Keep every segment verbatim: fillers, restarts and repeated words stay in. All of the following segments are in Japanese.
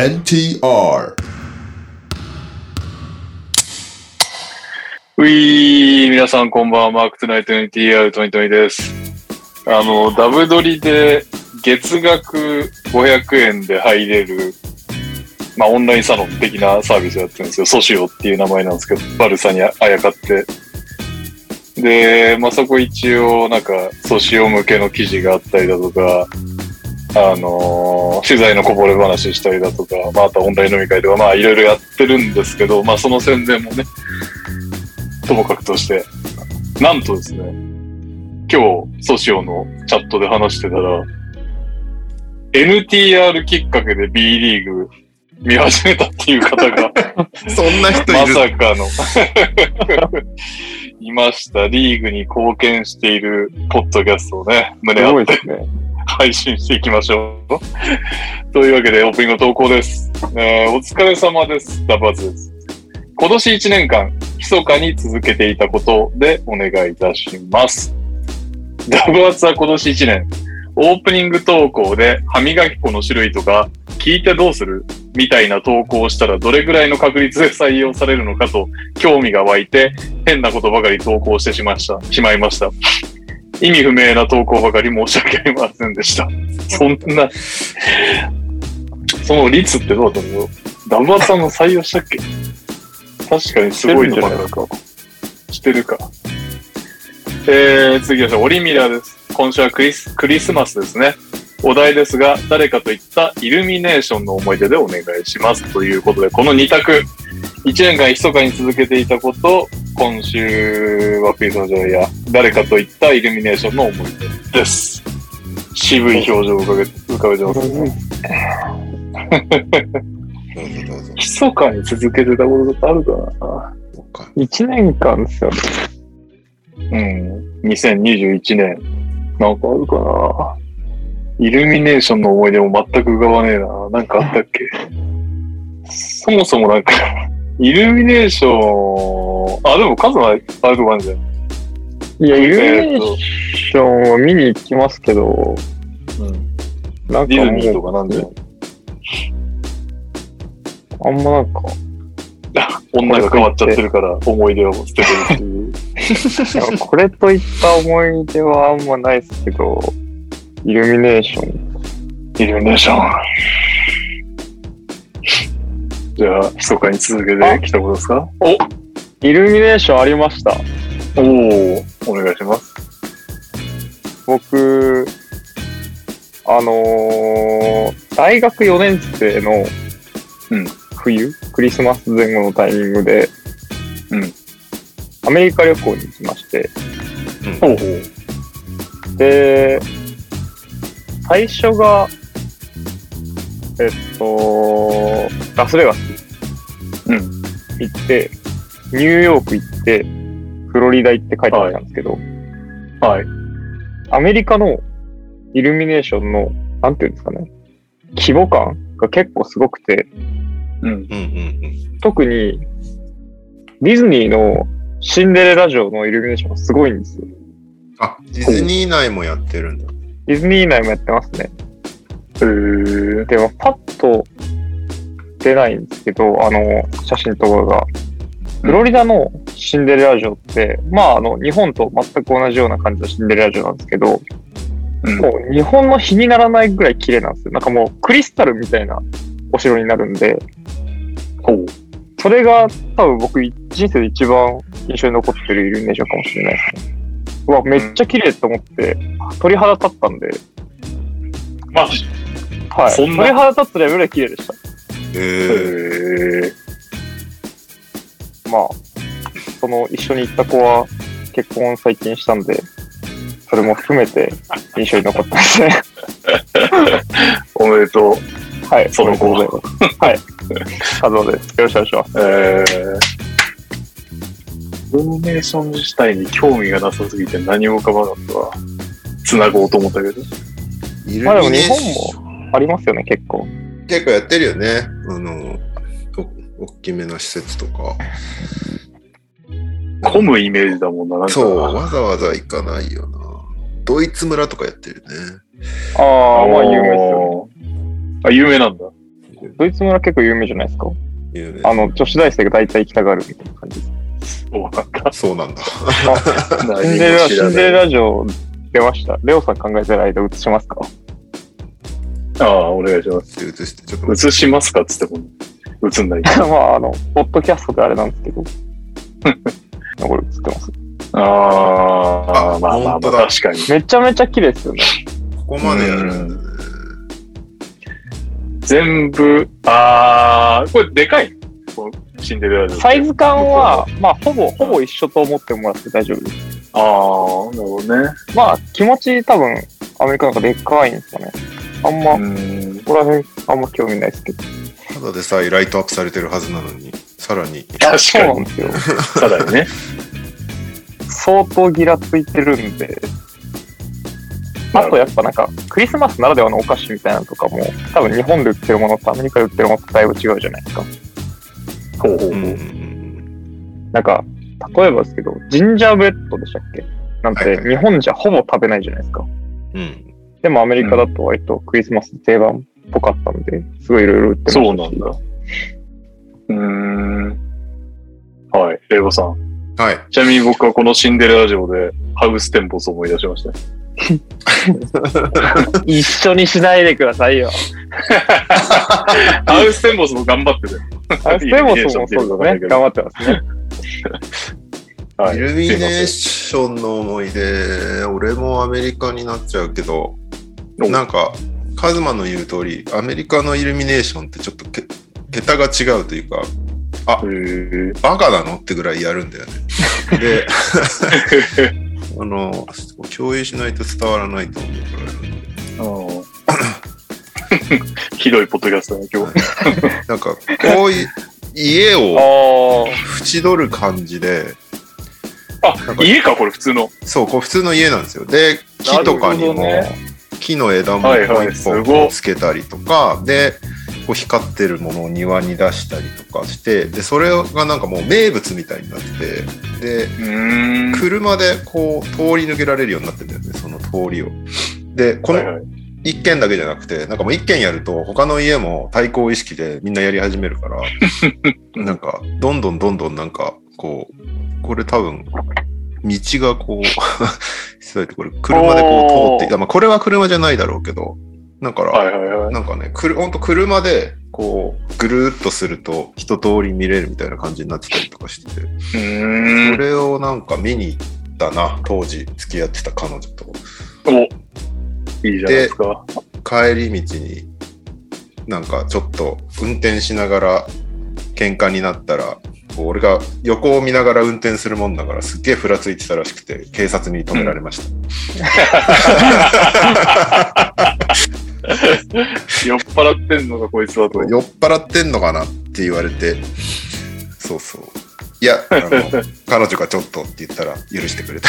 エヌティーアール。 ういー、皆さんこんばんは。マークトゥナイト エヌティーアール トニトニです。あの、ダブドリで月額ごひゃくえんで入れる、まあオンラインサロン的なサービスをやってるんですよ。ソシオっていう名前なんですけど、バルサにあやかって。で、まあそこ一応なんかソシオ向けの記事があったりだとか、あのー、取材のこぼれ話したりだとか、まああとオンライン飲み会とか、まあいろいろやってるんですけど、まあその宣伝もね、ともかくとして、なんとですね、今日、ソシオのチャットで話してたら、エヌティーアール きっかけで B リーグ見始めたっていう方が、 そんな人いるまさかの、いました。リーグに貢献しているポッドキャストをね、胸張って配信していきましょう。というわけで、オープニングの投稿です。えー、お疲れ様です。ダバズです。今年いちねんかん、密かに続けていたことでお願いいたします。ダブアツは今年いちねん、オープニング投稿で歯磨き粉の種類とか聞いてどうするみたいな投稿をしたらどれぐらいの確率で採用されるのかと興味が湧いて変なことばかり投稿してしました、しまいました。意味不明な投稿ばかり申し訳ありませんでした。そんな、その率ってどうだったの？ダブアツさんの採用したっけ？確かにすごいのかな。してるか。えー、次はオリミラです。今週はクリス、クリスマスですね。お題ですが、誰かといったイルミネーションの思い出でお願いします。ということで、このに択。いちねんかん密かに続けていたこと、今週はクリスマスや誰かといったイルミネーションの思い出です。渋い表情を浮かべ、浮かべてますね。 どうぞどうぞ。 密かに続けてたことってあるかな？ いちねんかんですよね。 うん。にせんにじゅういちねん。なんかあるかな？イルミネーションの思い出も全く浮かばねえな。なんかあったっけ？そもそもなんか、イルミネーション、あ、でも数はあるとこあるんじゃん。 いや、イルミネーションは見に行きますけど、 うん。 なんかディズニーとかなんじゃん。 あんまなんか、 女が変わっちゃってるから思い出を捨ててるっていう。 これといった思い出はあんまないですけど、イルミネーション。 イルミネーション。じゃあ、密かに続けてきたことですか？おイルミネーションありました。 おー、お願いします。 僕、あのー、大学よねん生の冬、うん、クリスマス前後のタイミングで、 うん、 アメリカ旅行に行きまして、 うん、ほうほうで、最初が、えっと、ラスベガス、 うん、 行って、ニューヨーク行って、フロリダ行って帰ってきたんですけど、 はい。 アメリカのイルミネーションの、なんていうんですかね、規模感が結構すごくて、 うんうんうんうん、 特に、ディズニーのシンデレラ城のイルミネーションがすごいんですよ。 あ、ディズニー内もやってるんだ。 ディズニー内もやってますね。 へー。 でもパッと出ないんですけど、あの、写真とかが。フロリダのシンデレラ城って、うん、まあ、あの、日本と全く同じような感じのシンデレラ城なんですけど、うん、もう日本の比にならないぐらい綺麗なんですよ。なんかもうクリスタルみたいなお城になるんで、 ほう。 それが多分僕人生で一番印象に残ってるイルミネーションかもしれないですね。うわ、めっちゃ綺麗と思って、鳥肌立ったんで。 マジ？ はい。鳥肌立ったレベルで綺麗でした。 へー。 まあ、その一緒に行った子は結婚最近したんで、それも含めて印象に残ってますね。 おめでとう。 はい、 その子は。 はい。カズオです。よろしくお願いします。 えー、イルミネーション自体に興味がなさすぎて何も浮かばなかったわ。繋ごうと思ったけど。 まあでも日本もありますよね、結構。 結構やってるよね。あの、お大きめな施設とか。 混むイメージだもんな。なんかそう、わざわざ行かないよな。ドイツ村とかやってるね。 ああ、まあ有名ですよね。 あ、有名なんだ。 ドイツ村結構有名じゃないですか。 有名あの、女子大生が大体行きたがるみたいな感じです。 そうなんだ。 そうなんだ。 シンデレラ、シンデレラ城出ました。レオさん考えてる間映しますか？ ああ、お願いします。 映して、ちょっと。 映しますかっつっても、映んない。 まあ、あの、ポッドキャストであれなんですけど。これ映ってます。 ああ、 あまあまあまあ、確かに。 めちゃめちゃ綺麗ですよね。 ここまでやるんだね。 全部、ああ、これでかいこのシンデレラ城。 サイズ感は、まあ、ほぼ、ほぼ一緒と思ってもらって大丈夫です。 ああ、なるほどね。 まあ、気持ち多分、アメリカなんかでっかいんですかね。あんま、 うんここら辺、あんま興味ないですけど。 ただでさえライトアップされてるはずなのに、さらに。 確そうかに。 なんですよ。 ただね。 相当ギラついてるんで。あとやっぱなんか、クリスマスならではのお菓子みたいなのとかも、多分日本で売ってるものとアメリカで売ってるものとだいぶ違うじゃないですか。 ほうほうほう。 うんうんなんか、例えばですけど、ジンジャーブレッドでしたっけなんて、日本じゃほぼ食べないじゃないですか。 うんうんでもアメリカだと割とクリスマス定番っぽかったんで、すごいいろいろ売ってましたし。 そうなんだ。うーん。はい、レイボさん。 はい。 ちなみに僕はこのシンデレラ城でハウステンボスを思い出しました。 一緒にしないでくださいよ。 ハウステンボスも頑張ってて。 ハウステンボスもそうですね。頑張ってますね。 はい、 イルミネーションの思い出、俺もアメリカになっちゃうけど、なんか、カズマの言う通り、アメリカのイルミネーションってちょっとけ桁が違うというか、あ、バカなのってぐらいやるんだよね。で、あの、共有しないと伝わらないと思うから。 ひどいポッドキャストだね、今日。なんか、こういう家を縁取る感じで、 あ、家か、これ普通の。 そう、これ普通の家なんですよ。で、木とかにも、ね、木の枝も一本つけたりとか、はいはい、で、こう光ってるものを庭に出したりとかして、で、それがなんかもう名物みたいになってて、で、車でこう通り抜けられるようになってるんだよね、その通りを。で、この一軒だけじゃなくて、なんかもう一軒やると他の家も対抗意識でみんなやり始めるから、なんかどんどんどんどんなんかこう、これ多分、道がこう、これ車でこう通って、まあこれは車じゃないだろうけど、だから、はいはいはい、なんかね、くるほんと車でこう、ぐるーっとすると一通り見れるみたいな感じになってたりとかしてて、うーんそれをなんか見に行ったな、当時付き合ってた彼女と。 お、いいじゃないですか。 で、帰り道に、なんかちょっと運転しながら喧嘩になったら、俺が横を見ながら運転するもんだからすっげえふらついてたらしくて警察に止められました、 うん、酔っ払ってんのかこいつはと酔っ払ってんのかなって言われてそうそういやあの彼女がちょっとって言ったら許してくれた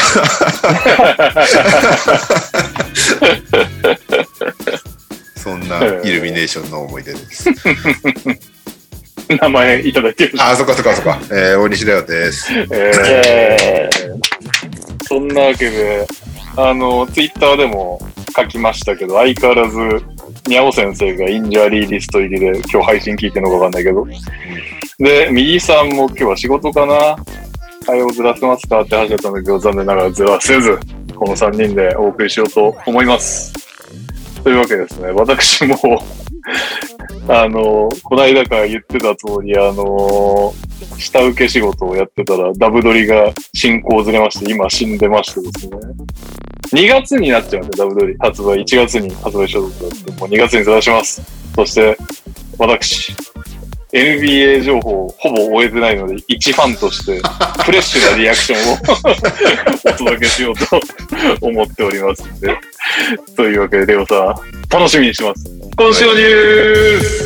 そんなイルミネーションの思い出です名前いただいてる。 あ、そっかそっかそっか。えー、大西レオです。 えー、そんなわけで、あの、ツイッターでも書きましたけど、相変わらず、にゃお先生がインジャリーリスト入りで、今日配信聞いてるのかわかんないけど。うん、で、右さんも今日は仕事かなはいをずらせますかって話だったんだけど、残念ながらずらせず、このさんにんでお送りしようと思います。というわけですね、私も、あの、こないだから言ってた通り、あの、下請け仕事をやってたら、ダブドリが進行ずれまして、今死んでましてですね。にがつになっちゃうんで、ダブドリ発売、いちがつに発売しようと思って、もうにがつにずらします。そして、私、エヌビーエー 情報をほぼ終えてないので、一ファンとして、フレッシュなリアクションをお届けしようと思っておりますんで。というわけで、レオさん、楽しみにしてます。今週のニュース、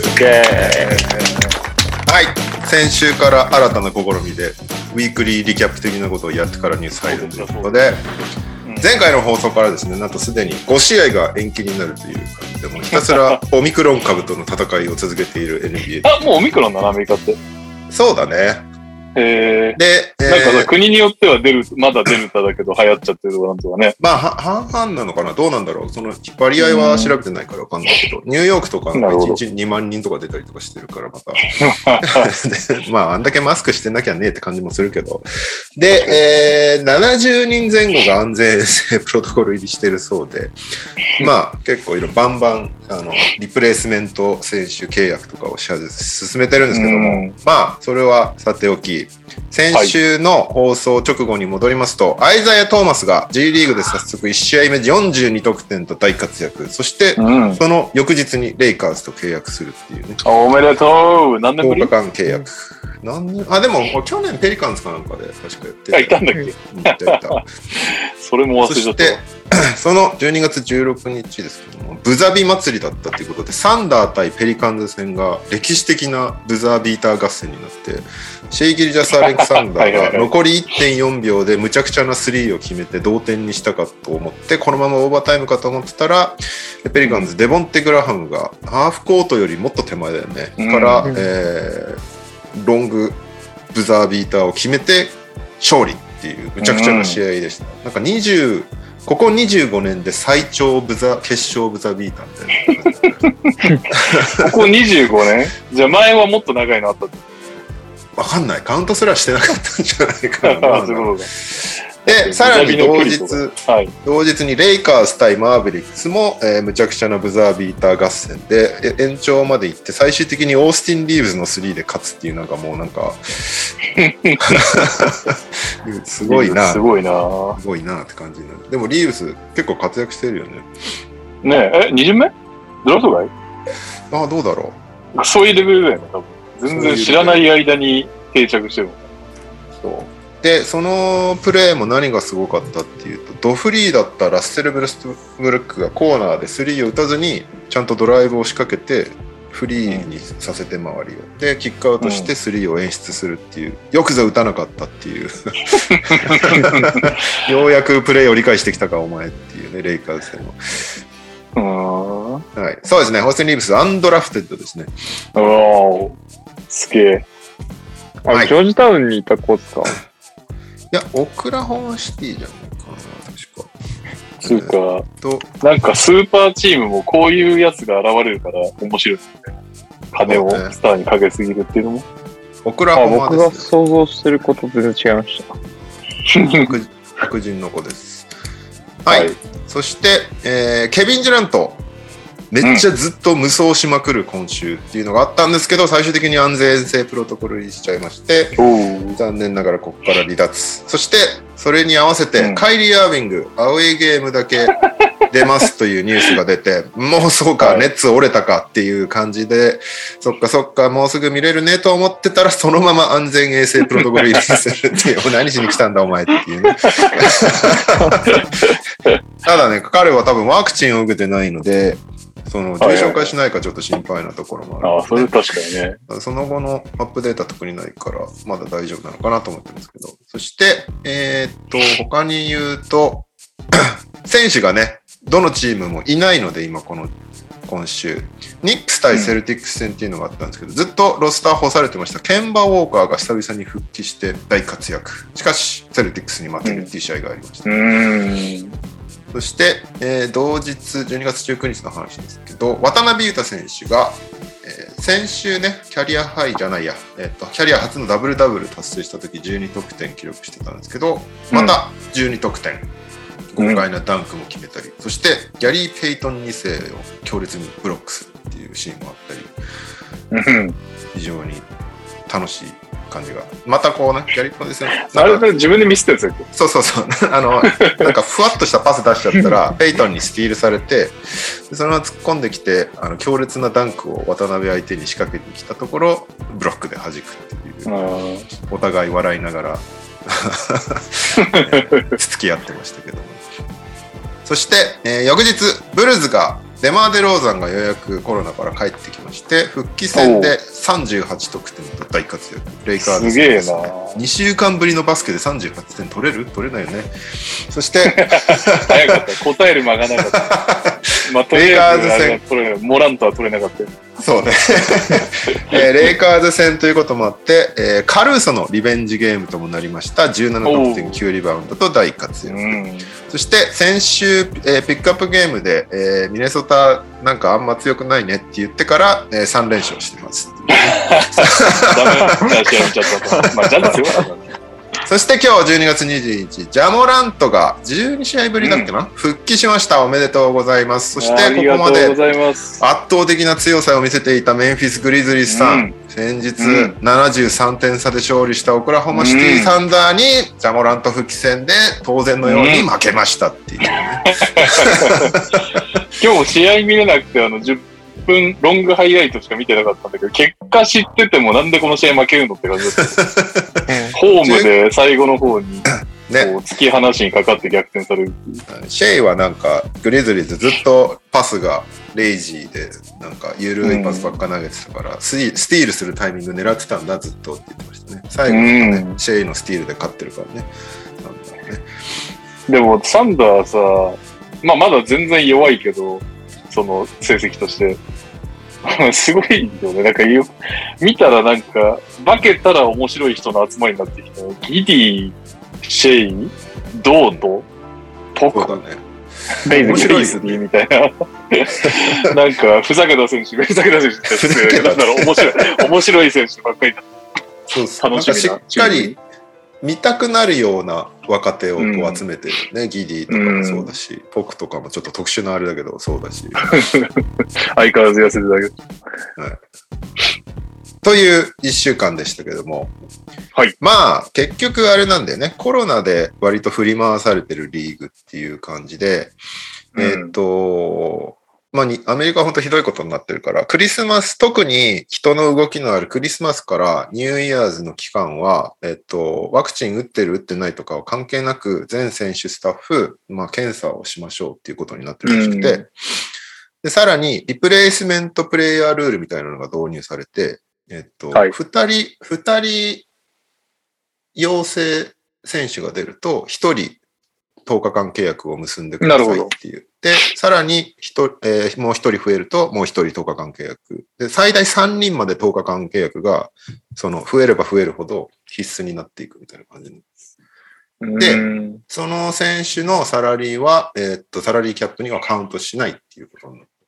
はい、先週から新たな試みで、ウィークリーリキャップ的なことをやってからニュース入るということで、前回の放送からですね、なんとすでにごしあいが延期になるという感じで、もひたすらオミクロン株との戦いを続けている エヌビーエー。 あ、もうオミクロンなのアメリカって。 そうだね。 へー。 で、えー、 なんかさ、国によってはデル、まだデルタだけど流行っちゃってるとかなんとかね。 まあ、半々なのかな、どうなんだろう。その割合は調べてないからわかんないけど、ニューヨークとかなんかいちにちにまんにんとか出たりとかしてるから、また。でまあ、あんだけマスクしてなきゃねえって感じもするけど。で、えー、ななじゅうにんぜん後が安全衛生プロトコル入りしてるそうで、まあ、結構いろいろバンバン、あの、リプレイスメント選手契約とかを進めてるんですけども、まあ、それはさておき、先週の放送直後に戻りますと、はい、アイザイア・トーマスが G リーグで早速いち試合目でよんじゅうにとくてんと大活躍。そして、うん、その翌日にレイカーズと契約するっていうね。 おめでとう。何年ぶり？ とおかかん契約。何年あ、でも去年ペリカンズかなんかで確かやってた。 あ、いたんだっけ？いたいた。それも忘れちゃった。 そして、そのじゅうにがつじゅうろくにちですけども、ブザビ祭りだったということで、サンダー対ペリカンズ戦が歴史的なブザービーター合戦になって、シェイ・ギルジャス・アレクサンダーが残り いってんよんびょうでむちゃくちゃなスリーを決めて同点にしたかと思って、このままオーバータイムかと思ってたら、ペリカンズ、デボンテ・グラハムがハーフコートよりもっと手前だよね。うん、から、えー、ロングブザービーターを決めて勝利っていうむちゃくちゃな試合でした。うん、なんかにじゅうここにじゅうごねんで最長ブザ決勝ブザビーターみたいな。 ここにじゅうごねん？じゃあ前はもっと長いのあったって。 わかんない。カウントすらしてなかったんじゃないかな。で、さらに同日、はい、同日にレイカーズ対マーベリックスも、えー、むちゃくちゃなブザービーター合戦で延長まで行って最終的にオースティン・リーブズのスリーで勝つっていうなんかもうなんかすごいな。 すごいな。 すごいなって感じになる。でもリーブス結構活躍してるよね。 ねえ、え、に巡目ドラフト外？ ああ、どうだろう。そういうレベルだよね、多分。全然知らない間に定着してるもんね。 そうで、そのプレーも何がすごかったっていうと、ドフリーだったラッセル・ブルスブルックがコーナーでスリーを打たずにちゃんとドライブを仕掛けてフリーにさせて周りをでキックアウトしてスリーを演出するっていう、よくぞ打たなかったっていうようやくプレーを理解してきたかお前っていうね、レイカーズ戦の、はい、そうですね。ホーステン・リーブスアンドラフテッドですね。 おー、すげえ。 あ、はい、ジョージタウンにいた子ですか？ いや、オクラホマシティじゃないかな、確か。 つうか、えー、なんかスーパーチームもこういうやつが現れるから面白いですね。金をスターにかけすぎるっていうのも。 オクラホマです、ね、 僕が想像してること全然違いました。 白人の子です。はい。はい、そして、えー、ケビン・デュラント。めっちゃずっと無双しまくる今週っていうのがあったんですけど、最終的に安全衛生プロトコル入りしちゃいまして、残念ながらここから離脱。そしてそれに合わせて、うん、カイリー・アービングアウェイゲームだけ出ますというニュースが出てもうそうか、はい、ネッツ折れたかっていう感じで、そっかそっかもうすぐ見れるねと思ってたら、そのまま安全衛生プロトコル入りするっていう何しに来たんだお前っていうねただね、彼は多分ワクチンを受けてないので、その重症化しないかちょっと心配なところもある、ね。 ああ、それ確かにね。 その後のアップデータ特にないからまだ大丈夫なのかなと思ってるんですけど、そしてえー、っと他に言うと選手がねどのチームもいないので、今この今週ニックス対セルティックス戦っていうのがあったんですけど、うん、ずっとロスター干されてましたケンバー・ウォーカーが久々に復帰して大活躍。しかしセルティックスに負けるっていう試合がありました。うんうんそして、えー、同日じゅうにがつじゅうくにちの話ですけど、渡邊雄太選手が、えー、先週ねキャリアハイじゃないや、えー、とキャリア初のダブルダブル達成した時じゅうにとくてん記録してたんですけど、またじゅうにとくてん、豪快なダンクも決めたり、そしてギャリー・ペイトンにせいを強烈にブロックするっていうシーンもあったり、非常に楽しい感じが、またこうね、ギャリッパですね。 あれで自分でミスったやつだっけ？ そうそうそう。あの、なんかふわっとしたパス出しちゃったら、ペイトンにスティールされて、そのまま突っ込んできて、あの強烈なダンクを渡辺相手に仕掛けてきたところ、ブロックで弾くっていう、お互い笑いながらつつき合ってましたけども。そして、えー、翌日、ブルーズが、デマー・デローザンがようやくコロナから帰ってきまして、復帰戦でさんじゅうはちとくてんと大活躍。レイカーズ、ね、 すげえな。 にしゅうかんぶりのバスケでさんじゅうはちてん取れる取れないよね。そして早かった。答える間がなかった。 まあ、とりあえずレイカーズ戦モラントは取れなかったよ。 そうね、えー、レイカーズ戦ということもあって、えー、カルーソのリベンジゲームともなりました。じゅうなな得点きゅうリバウンドと大活躍、うん、そして先週、えー、ピックアップゲームで、えー、ミネソタなんかあんま強くないねって言ってから、えー、さん連勝してます。 ダメな試合見ちゃったと。まあ、ジャンプ強かったね。 そして今日じゅうにがつにじゅうににち、ジャモラントがじゅうにしあいぶりだっけな、うん、復帰しました。おめでとうございます。そしてここまで圧倒的な強さを見せていたメンフィス・グリズリーズさん、うん、先日ななじゅうさんてん差で勝利したオクラホマシティサンダーにジャモラント復帰戦で当然のように負けましたっていう、ね、 今日も試合見れなくてあのじゅっぷんロングハイライトしか見てなかったんだけど、結果知っててもなんでこの試合負けるのって感じだったホームで最後の方にね、こう突き放しにかかって逆転される。 シェイはなんかグリズリーズずっとパスがレイジーでなんか緩いパスばっか投げてたから、うん、スティールするタイミング狙ってたんだずっとって言ってましたね。最後のね、うん、シェイのスティールで勝ってるからね。なんだね。 でもサンダーさ、まあまだ全然弱いけど、その成績としてすごいよね。なんかよ見たらなんか化けたら面白い人の集まりになってきた。ギディ、シェイ、ドード、ポコ、ね、ベイズ・グリーズリーみたいななんかふざけた選手、ふざけた選手ってなんだろう、面白い面白い選手ばっかりだ。 そうそう、楽しみな。しっかり見たくなるような若手をこう集めてるね、うん、ギディとかもそうだし、うん、ポクとかもちょっと特殊なあれだけどそうだし相変わらず痩せてたけど、はい、 といういっしゅうかんでしたけども、はい、まあ結局あれなんだよね、コロナで割と振り回されてるリーグっていう感じで、うん、えーっとまあ、にアメリカは本当ひどいことになってるから、クリスマス、特に人の動きのあるクリスマスからニューイヤーズの期間は、えっと、ワクチン打ってる打ってないとかは関係なく、全選手スタッフ、まあ、検査をしましょうっていうことになってるらしくて、うん、で、さらに、リプレイスメントプレイヤールールみたいなのが導入されて、えっと、はい、二人、二人陽性選手が出ると、一人、とおかかん契約を結んでくださいっていう。で、さらに一、えー、もう一人増えると、もう一人とおかかん契約。で、最大さんにんまでとおかかん契約が、その、増えれば増えるほど必須になっていくみたいな感じです。で、その選手のサラリーは、えー、っと、サラリーキャップにはカウントしないっていうことになって。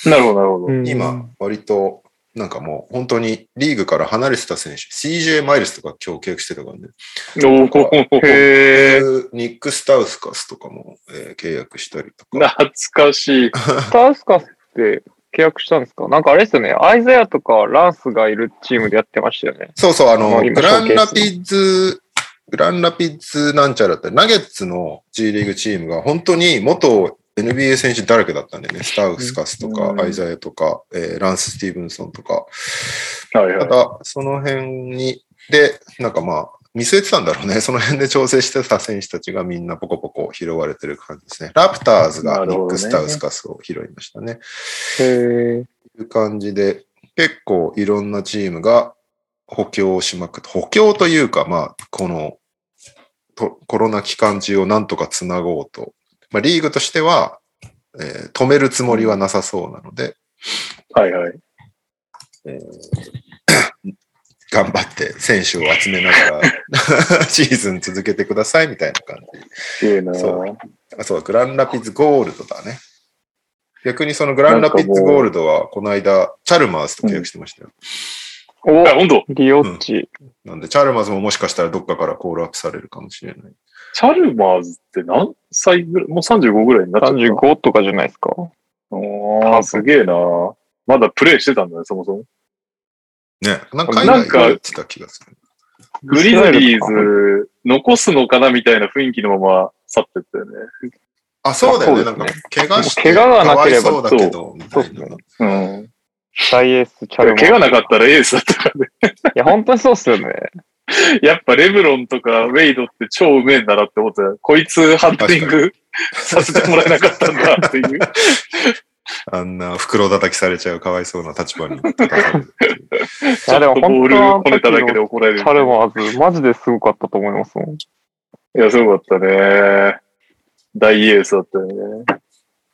なるほど、なるほど。 今、割と、なんかもう本当にリーグから離れてた選手、シージェー マイルスとか今日契約してたからね。おへー。ニック・スタウスカスとかも、えー、契約したりとか。 懐かしい。 スタウスカスって契約したんですか？なんかあれですよね、アイザヤとかランスがいるチームでやってましたよね。 そうそう、あの、グランラピッズ、グランラピッズなんちゃらって、ナゲッツの G リーグチームが本当に元エヌビーエー 選手だらけだったんでね、スタウスカスとか、アイザヤとか、えー、ランス・スティーブンソンとか。はいはい、ただ、その辺に、で、なんかまあ、見据えてたんだろうね。その辺で調整してた選手たちがみんなポコポコ拾われてる感じですね。ラプターズがニック・スタウスカスを拾いましたね。へー。という感じで、結構いろんなチームが補強しまくって、補強というか、まあ、このコロナ期間中をなんとかつなごうと。まあ、リーグとしては、えー、止めるつもりはなさそうなので、 はいはい。 えー、頑張って選手を集めながらシーズン続けてくださいみたいな感じ。 いいなぁ。 そう。あ、そう、グランラピッズゴールドだね。逆にそのグランラピッズゴールドはこの間、チャルマーズと契約してましたよ。 うん、おほんとリオッチ、 うん。なんで、チャルマーズももしかしたらどっかからコールアップされるかもしれない。 チャルマーズって何歳ぐらい？もうさんじゅうごぐらいになっちゃった？ さんじゅうご とかじゃないですか。 ああ、すげえな。まだプレイしてたんだね、そもそも。 ね、なんか海外行ってた気がする。 グリズリーズ残すのかなみたいな雰囲気のまま去ってったよね。 あ、そうだよね。なんか、怪我して、 怪我がなければそうだけど、みたいな。 うん。 大エース、チャルマーズ。 怪我なかったらエースだったからね。 いや、本当にそうっすよね。 やっぱレブロンとかウェイドって超うめえんだなって思ったよ。こいつハンドリングさせてもらえなかったんだっていう。 あんな袋叩きされちゃうかわいそうな立場に立たされる。 いやでも本当はこねただけで怒られる。 チャルマーズ、マジですごかったと思いますもん。いや、すごかったね。大エースだったよね。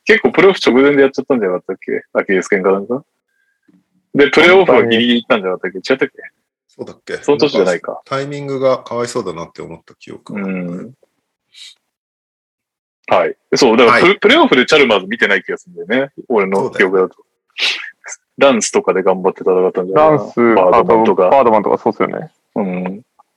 結構プレイオフ直前でやっちゃったんじゃなかったっけ？アキレス腱かなんか。で、プレイオフはギリギリ行ったんじゃなかったっけ？違ったっけ？ そうだっけ？ その年じゃないか。 タイミングがかわいそうだなって思った記憶。 うん。はい。そう、だからプ、はい、プレイオフでチャルマーズ見てない気がするんだよね。俺の記憶だと。ランスとかで頑張って戦ったんじゃないかな。 ランス、バードマンとか。バードマンとかそうっすよね。 うん。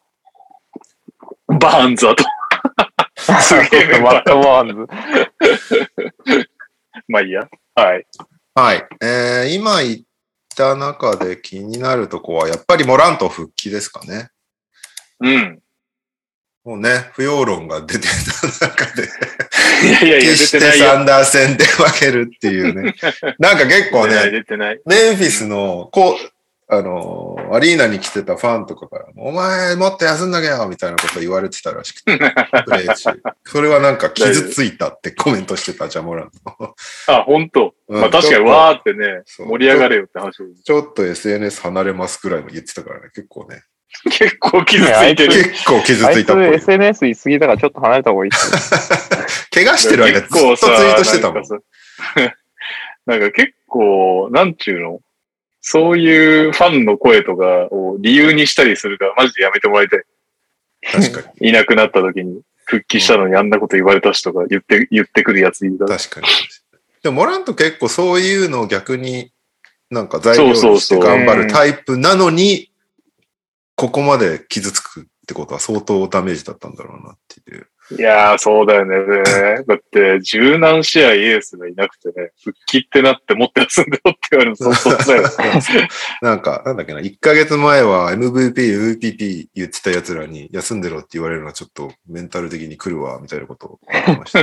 バーンズあと。すげえね。 マットバーンズ。まあいいや。はい。 はい。えー、今言った中で気になるとこは、やっぱりモラント復帰ですかね。 うん。 もうね、不要論が出てた中で。 いやいやいや、 決してサンダー戦で負けるっていうね。なんか結構ね、 出てないメンフィスの、こう、あの、アリーナに来てたファンとかから、お前もっと休んだけよみたいなこと言われてたらしくて、プレイ中それはなんか傷ついたってコメントしてた、ジャモラント。 あ、本当、うん、まあ確かにわーってね、盛り上がれよって話を。 ちょっと エスエヌエス 離れますくらいも言ってたからね、結構ね。 結構傷ついてる。 結構傷ついたっぽい。 あいつ エスエヌエス 言い過ぎだからちょっと離れた方がいいっす。 怪我してる間ずっとツイートしてたもん。 なんか結構、なんちゅうのそういうファンの声とかを理由にしたりするからマジでやめてもらいたい。 確かに。 いなくなった時に復帰したのにあんなこと言われた人が言って、言ってくるやついるから。 確かに。でもモラント結構そういうのを逆になんか材料にして頑張るタイプなのに、ここまで傷つくってことは相当ダメージだったんだろうなっていう。 いやー、そうだよね。だって、十何試合エースがいなくてね、復帰ってなってもっと休んでろって言われるの相当だよ。 なんか、なんだっけな、いっかげつまえは エムブイピー、エムブイピー 言ってた奴らに休んでろって言われるのはちょっとメンタル的に来るわ、みたいなことを言ってました。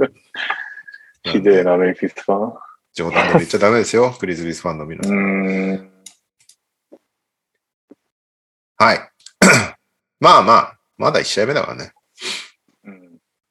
ひでえな、メンフィスファン。 冗談で言っちゃダメですよ、クリズビスファンの皆さん。 うーんはい。まあまあ、まだいち試合目だからね。 うん、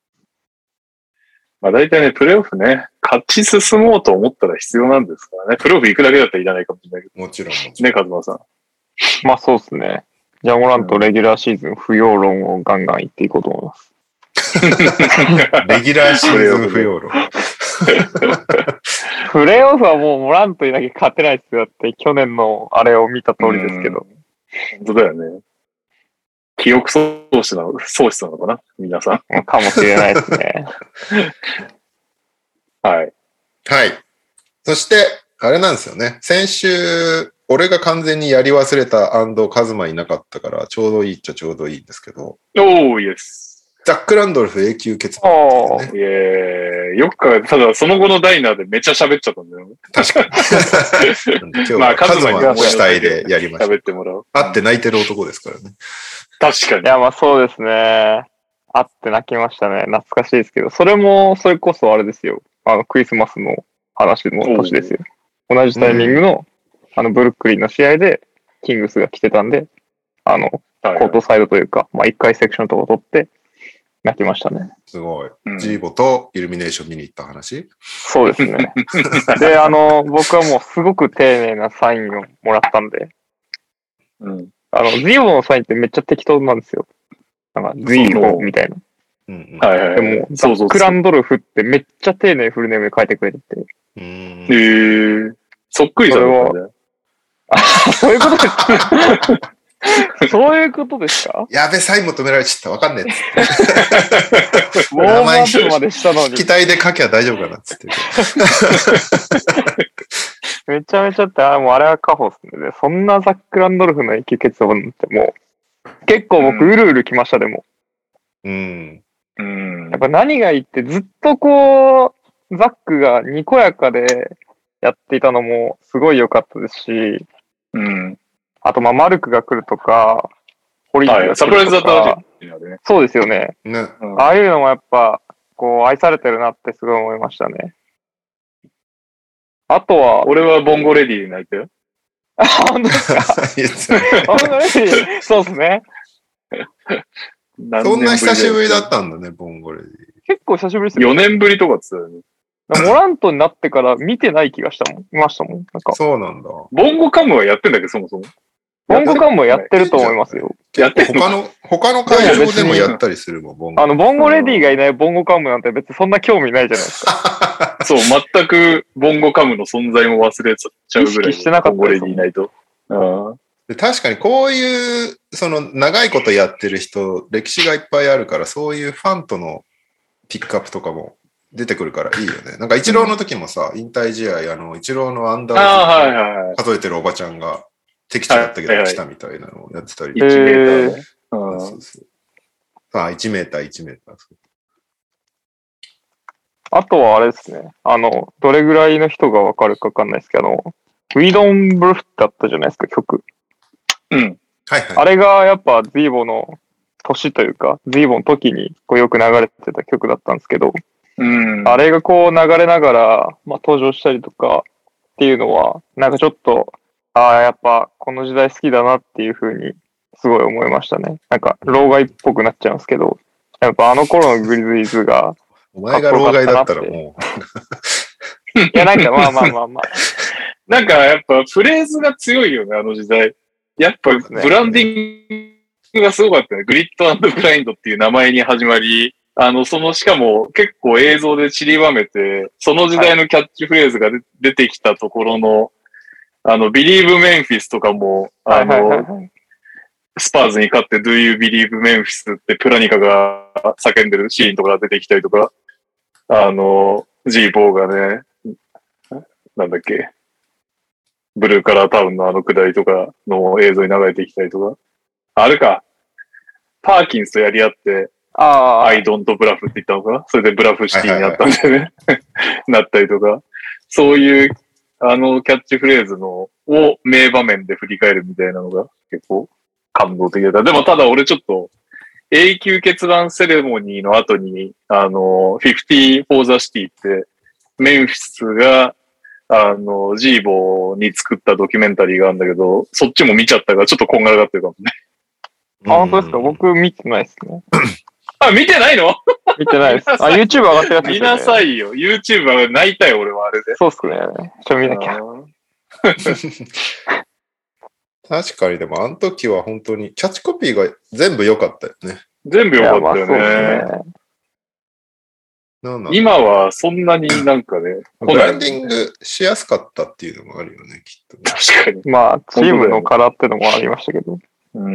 まあ大体ね、プレイオフね、勝ち進もうと思ったら必要なんですからね。プレイオフ行くだけだったらいらないかもしれないけど。 もちろん、もちろん。 ね、カズマさん。 まあそうですね。ジャモラントレギュラーシーズン不要論をガンガン言っていこうと思います。 レギュラーシーズン不要論。 プレイオフはもうモラントにだけ勝てないですよって去年のあれを見た通りですけど。 本当だよね。記憶喪失なの、喪失なのかな皆さん。かもしれないですね。 はい。 はい。そして、あれなんですよね。先週、俺が完全にやり忘れた&カズマいなかったから、ちょうどいいっちゃちょうどいいんですけど。 おー、イエス。 ザック・ランドルフ永久欠番、 ね。いえー、よくか、ただその後のダイナーでめっちゃ喋っちゃったんだよ。 確かに。今日はカズマの主体でやりました。 喋ってもらう。 会って泣いてる男ですからね。 確かに。 いや、まあそうですね。会って泣きましたね。懐かしいですけど、それも、それこそあれですよ。あの、クリスマスの話の年ですよ。同じタイミングの、うん、あの、ブルックリンの試合で、キングスが来てたんで、あの、はいはい、コートサイドというか、まあ一回セクションとか取って、泣きましたね。 すごい。うん、ジーボとイルミネーション見に行った話？ そうですね。で、あの、僕はもうすごく丁寧なサインをもらったんで、うん、あの、ジーボのサインってめっちゃ適当なんですよ。なんか、ジーボみたいな。 うんうん、はいはい、 でも、ザック・ランドルフってめっちゃ丁寧にフルネームで書いてくれてて。 へえー。そっくりだね。 あ、そういうことですかそういうことですか？ やべ、サイン求められちゃった。わかんねえ。もうマップまでしたのに。 期待で書きゃ大丈夫かなっつって。 めちゃめちゃって、あもうあれはカホっすね。そんなザック・ランドルフの永久欠番ってもう、結構僕、うるうるきました、でも。 うん。 うん。 やっぱ何がいいって、ずっとこう、ザックがにこやかでやっていたのもすごい良かったですし、 うん。 あと、まあ、マルクが来るとか、ホリーが来るとか、 サプライズだったらしい、 ね。そうですよね。 ね、 うん。ああいうのもやっぱ、こう、愛されてるなってすごい思いましたね。あとは、 俺はボンゴレディで泣いたよ。 あ、本当ですかボンゴレディ、そうですね。 そんな久しぶりだったんだね、ボンゴレディ。 結構久しぶりですよ。 よねんぶりとかって言ってたよね。 モラントになってから見てない気がしたもん。いましたもん。なんか。 そうなんだ。 ボンゴカムはやってんだっけ、そもそも。 ボンゴカムもやってると思いますよ。 やってる他の、他の会場でもやったりするもん、ボンゴ。 あの、ボンゴレディがいないボンゴカムなんて別にそんな興味ないじゃないですか。 そう、全くボンゴカムの存在も忘れちゃうぐらい。 意識してなかったボンゴレディいないと。うんで確かにこういう、その長いことやってる人、歴史がいっぱいあるから、そういうファンとのピックアップとかも出てくるからいいよね。なんかイチローの時もさ、引退試合、あの、イチローのアンダーを数えてるおばちゃんが敵地だったけど来たみたいなのをやってたり。 いちメーターね。 そうそうそうあ、いちメーター、いちメーター。 あとはあれですね。あの、どれぐらいの人がわかるかわかんないですけど、あの、We Don't Bluff ってあったじゃないですか、曲。 うん。 はいはい。 あれがやっぱズイボの年というか、ズイボの時にこうよく流れてた曲だったんですけど、 うん、 あれがこう流れながら、まあ、登場したりとかっていうのは、なんかちょっと、ああ、やっぱこの時代好きだなっていうふうにすごい思いましたね。なんか、老害っぽくなっちゃうんですけど、やっぱあの頃のグリズリーズが、 お前が老害だったらもう。いや、なんかまあまあまあまあ。 なんかやっぱフレーズが強いよね、あの時代。やっぱブランディングがすごかったね。グリッド&ブラインドっていう名前に始まり、あの、そのしかも結構映像で散りばめて、その時代のキャッチフレーズが出てきたところの、あの、Believe Memphis とかも、あの、スパーズに勝って Do You Believe Memphis ってプラニカが叫んでるシーンとか出てきたりとか、あの、G ボーがね、なんだっけ、ブルーカラータウンのあの下りとかの映像に流れてきたりとか、あれか、パーキンスとやり合って、 ああ。 I don't bluff って言ったのかな、それでブラフシティになったんでね。なったりとか、そういう、あのキャッチフレーズのを名場面で振り返るみたいなのが結構感動的だった。でもただ俺ちょっと永久欠番セレモニーの後に、あの、フィフティ for the City ってメンフィスがあの、ジーボに作ったドキュメンタリーがあるんだけど、そっちも見ちゃったからちょっとこんがらがってるかもね。 あ、本当ですか？僕見てないですね。 あ、見てないの？ 見てないです。あ、YouTube 上がってるやつですよね。 見なさいよ。YouTube は泣いたよ、俺はあれで。 そうっすね。ちょっと見なきゃ。 確かに、でもあの時は本当にキャッチコピーが全部良かったよね。 全部良かったよね。 なんなん今はそんなになんかね、 ブランディングしやすかったっていうのもあるよね、きっと、ね。 確かに。 まあ、チームの殻ってのもありましたけど。 うん、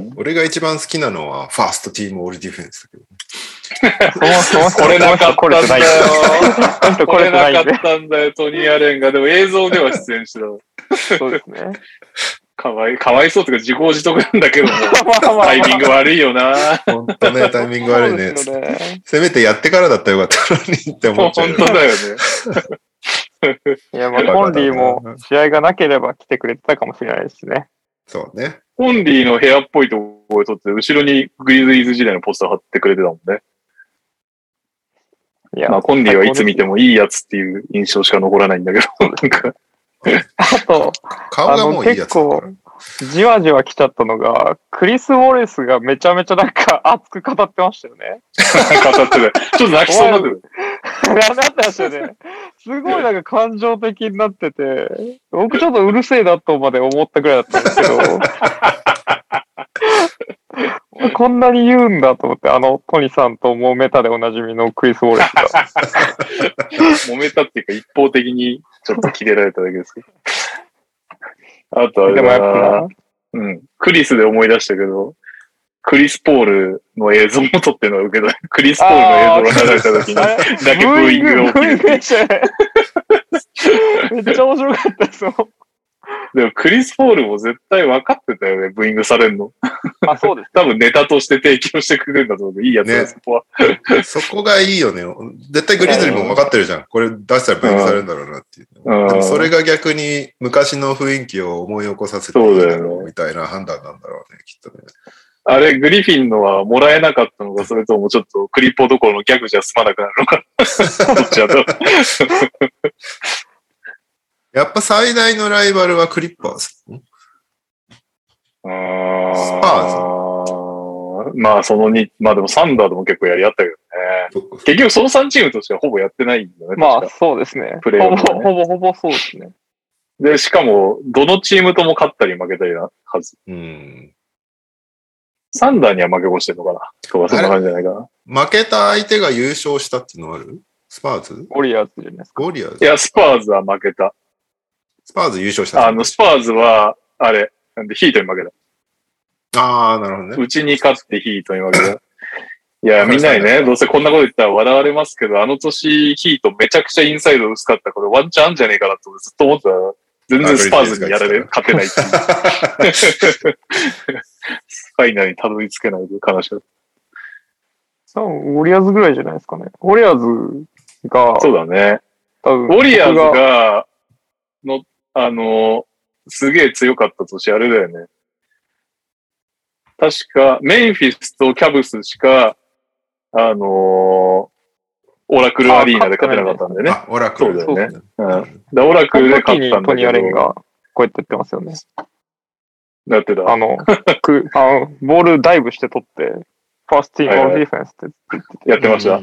俺が一番好きなのは、ファーストチームオールディフェンスだけど、 ね。これなかったんだよ。 これなかったんだよ、トニー・アレンが。でも映像では出演してた。 そうですね。 かわい、かわいそうというか自業自得なんだけども、タイミング悪いよな。 本当ね、タイミング悪いね。ねせめてやってからだったらよかったのにって思っちゃう。 本当だよね。 いや、まあ、コンリーも試合がなければ来てくれてたかもしれないですね。 そうね。 コンリーの部屋っぽいところを撮って、後ろにグリズリーズ時代のポスター貼ってくれてたもんね。いや、まあ、コンリーはいつ見てもいいやつっていう印象しか残らないんだけど、なんか。 あと、 顔がもういいやつだから。 じわじわ来ちゃったのが、クリス・ウォレスがめちゃめちゃなんか熱く語ってましたよね。 語ってた。ちょっと泣きそうになってる。 なってましたよね。すごいなんか感情的になってて、僕ちょっとうるせえなとまで思ったくらいだったんですけど、こんなに言うんだと思って、あのトニさんと揉めたでおなじみのクリス・ウォレスが。 揉めたっていうか一方的にちょっとキレられただけですけど。あとあれだな、でもやっぱうん。クリスで思い出したけど、クリス・ポールの映像も撮ってるのは受けた。クリス・ポールの映像が流れた時に、だけブーイングが起きる。 めっちゃ面白かったですよ。 でもクリス・ポールも絶対分かってたよね、ブーイングされるの。 あ、そうです。 多分ネタとして提供してくれるんだと思う。いいやつだ、ね、そこは。 そこがいいよね。絶対グリズリーも分かってるじゃん。これ出したらブーイングされるんだろうなっていう。でもそれが逆に昔の雰囲気を思い起こさせていいだろうみたいな判断なんだろうね、きっとね。 あれ、グリフィンのはもらえなかったのか、それともちょっとクリポどころのギャグじゃ済まなくなるのか。どっちだと。 やっぱ最大のライバルはクリッパーズ。 あースパーズ。まあ、そのに、まあでもサンダードも結構やり合ったけどね。結局そのさんチームとしてはほぼやってないんだよね。 まあ、そうですね。プレーオフ、ね、ほぼほぼほぼそうですね。 で、しかも、どのチームとも勝ったり負けたりなはず。 うん。 サンダーには負け越してるのかなとか、そんな感じじゃないかな。負けた相手が優勝したっていうのある？スパーズ？ ウォリアーズじゃないですか。 ウォリアーズ？ いや、スパーズは負けた。 スパーズ優勝した。 あの、スパーズは、あれ、なんでヒートに負けた。ああ、なるほどね。 うちに勝ってヒートに負けた。いや、みんなにね、どうせこんなこと言ったら笑われますけど、あの年ヒートめちゃくちゃインサイド薄かった。これワンチャンあんじゃねえかなとずっと思ってたら、全然スパーズにやられ、勝てないっていう。ファイナルにたどり着けないで悲しかった。 多分、ウォリアーズぐらいじゃないですかね。ウォリアーズが、 そうだね。 多分ウォリアーズが、の、あの、すげえ強かった年あれだよね。確か、メンフィスとキャブスしか、あのー、オラクルアリーナで勝てなかったんでね。 あ、オラクル。 そうだよね。うん。で、オラクルで勝ったんだけど。 トニー・アレンがこうやってやってますよね。 やってた。 あの、くあのボールダイブして取って、ファーストティームオールディフェンスって言ってて。 やってました。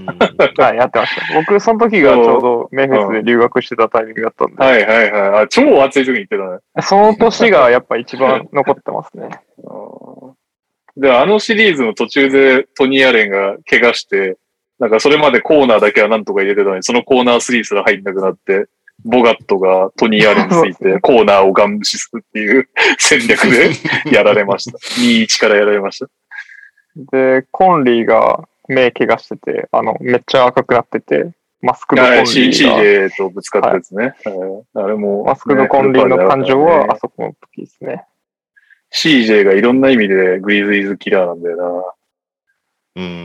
はい、やってました。僕、その時がちょうどメンフィスで留学してたタイミングだったんで。 はいはいはい。あ、超暑い時に言ってたね。 その年がやっぱ一番残ってますね。 で、あのシリーズの途中でトニー・アレンが怪我して、なんかそれまでコーナーだけはなんとか入れてたのに、そのコーナースリーすら入んなくなって、ボガットがトニー・アレンについてコーナーをガン無視するっていう戦略でやられました。にたいいちからやられました。 で、コンリーが目怪我してて、あの、めっちゃ赤くなってて、マスクドコンリーが。 シージェー とぶつかったやつね。はい、あれも、ね。 マスクドコンリーの感情はあそこの時ですね。 シージェー がいろんな意味でグリズリーズキラーなんだよな。うん。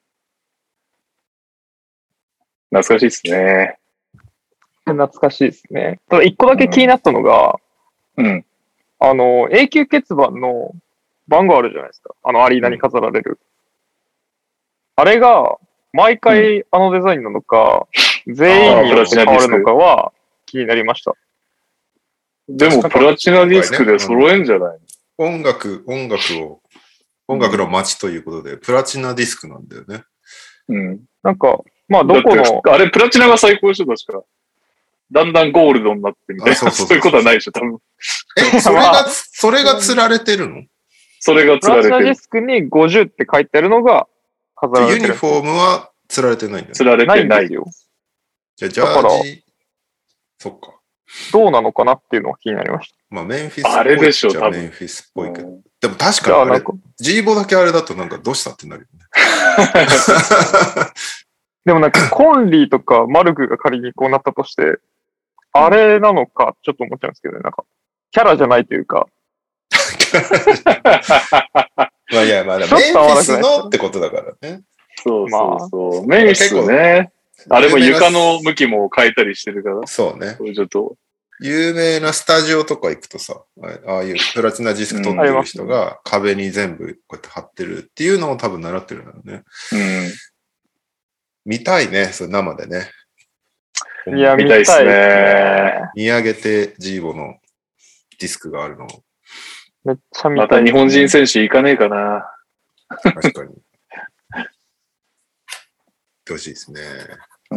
懐かしいですね。 懐かしいですね。ただ一個だけ気になったのが、 うん。 あの、永久欠番の番号あるじゃないですか。あのアリーナに飾られる。うん、あれが、毎回あのデザインなのか、うん、全員によって変わるのかは気になりました。 でも、プラチナディスクで揃えんじゃない、 うん、音楽、音楽を、音楽の街ということで、プラチナディスクなんだよね。 うん。 なんか、まあ、どこの。 あれ、プラチナが最高でしょ、確か。だんだんゴールドになってみたいな。そうそうそうそうそういうことはないでしょ、多分。 え、それが、それが釣られてるの？ それが釣られてる。 プラチナディスクにごじゅうって書いてあるのが飾られてる。 ユニフォームは釣られてないんだよね。 釣られてない。ないんですよ。 じゃあ、ジャージ、そっか。 どうなのかなっていうのが気になりました。 まあ、メンフィスっぽい。 あれでしょ、多分。 メンフィスっぽいけど。うん、でも確かにあれ、G ボだけあれだとなんかどうしたってなるよね。 でもなんか、コンリーとかマルクが仮にこうなったとして、あれなのか、ちょっと思っちゃうんですけどね。なんか、キャラじゃないというか。 まあいや、まあ、メンフィスのってことだからね。 そうそうそう。まあ、メンフィスね。あれも床の向きも変えたりしてるから。 そうね。 ちょっと。 有名なスタジオとか行くとさ、ああいうプラチナディスク撮ってる人が壁に全部こうやって貼ってるっていうのを多分習ってるんだろうね。 うん。 見たいね、それ生でね。 いや、見たいですね。 見上げてジーボのディスクがあるのを。 めっちゃ見たい、ね。 また日本人選手行かねえかな。 確かに。行ってほしいですね。 うん。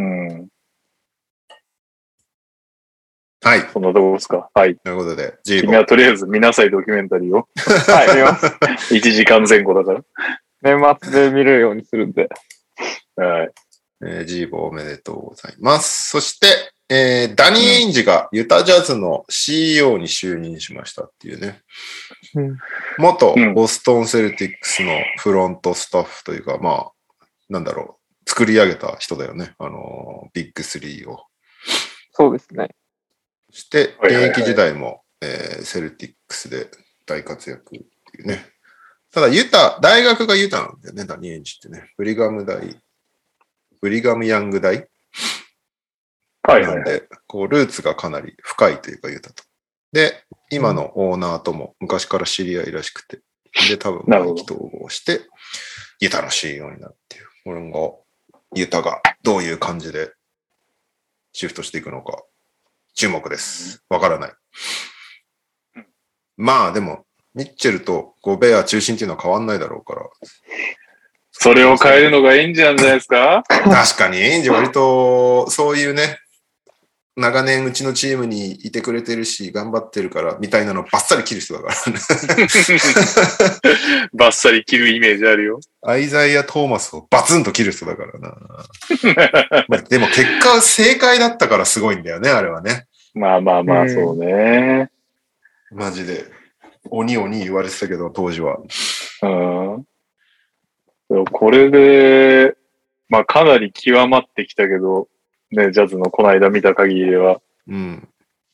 はい。 そんなとこですか。はい。 ということで、ジーボ。 君はとりあえず見なさいドキュメンタリーを。 はい、見ます。 いちじかんぜん後だから。 年末で見れるようにするんで。 はい。 えー、ジーボおめでとうございます。そして、えー、ダニー・エインジがユタジャズの シーイーオー に就任しましたっていうね。 うん、 元ボストンセルティックスのフロントスタッフというか、まあ、なんだろう、作り上げた人だよね。あの、ビッグスリーを。 そうですね。 そして、現役時代も、えー、セルティックスで大活躍っていうね。ただ、ユタ、大学がユタなんだよね、ダニー・エインジってね。ブリガム大。ブリガム・ヤング大はいはい、はい。 なんで、こう、ルーツがかなり深いというか、ユタと。で、今のオーナーとも昔から知り合いらしくて、で、多分、意気投合して、ユタの シーイーオー になるっていう。これが、ユタがどういう感じでシフトしていくのか、注目です。わからない。まあ、でも、ミッチェルとゴベア中心っていうのは変わんないだろうから。 それを変えるのがエンジなんじゃないですか？ 確かに、エンジ割と、そういうね、 長年うちのチームにいてくれてるし、頑張ってるから、みたいなのバッサリ切る人だからね。 バッサリ切るイメージあるよ。 アイザイア・トーマスをバツンと切る人だからな。まあ、でも結果は正解だったからすごいんだよね、あれはね。 まあまあまあ、そうね。 マジで。鬼鬼言われてたけど、当時は。 うん。でもこれで、まあかなり極まってきたけど、ね、ジャズのこの間見た限りでは。 うん。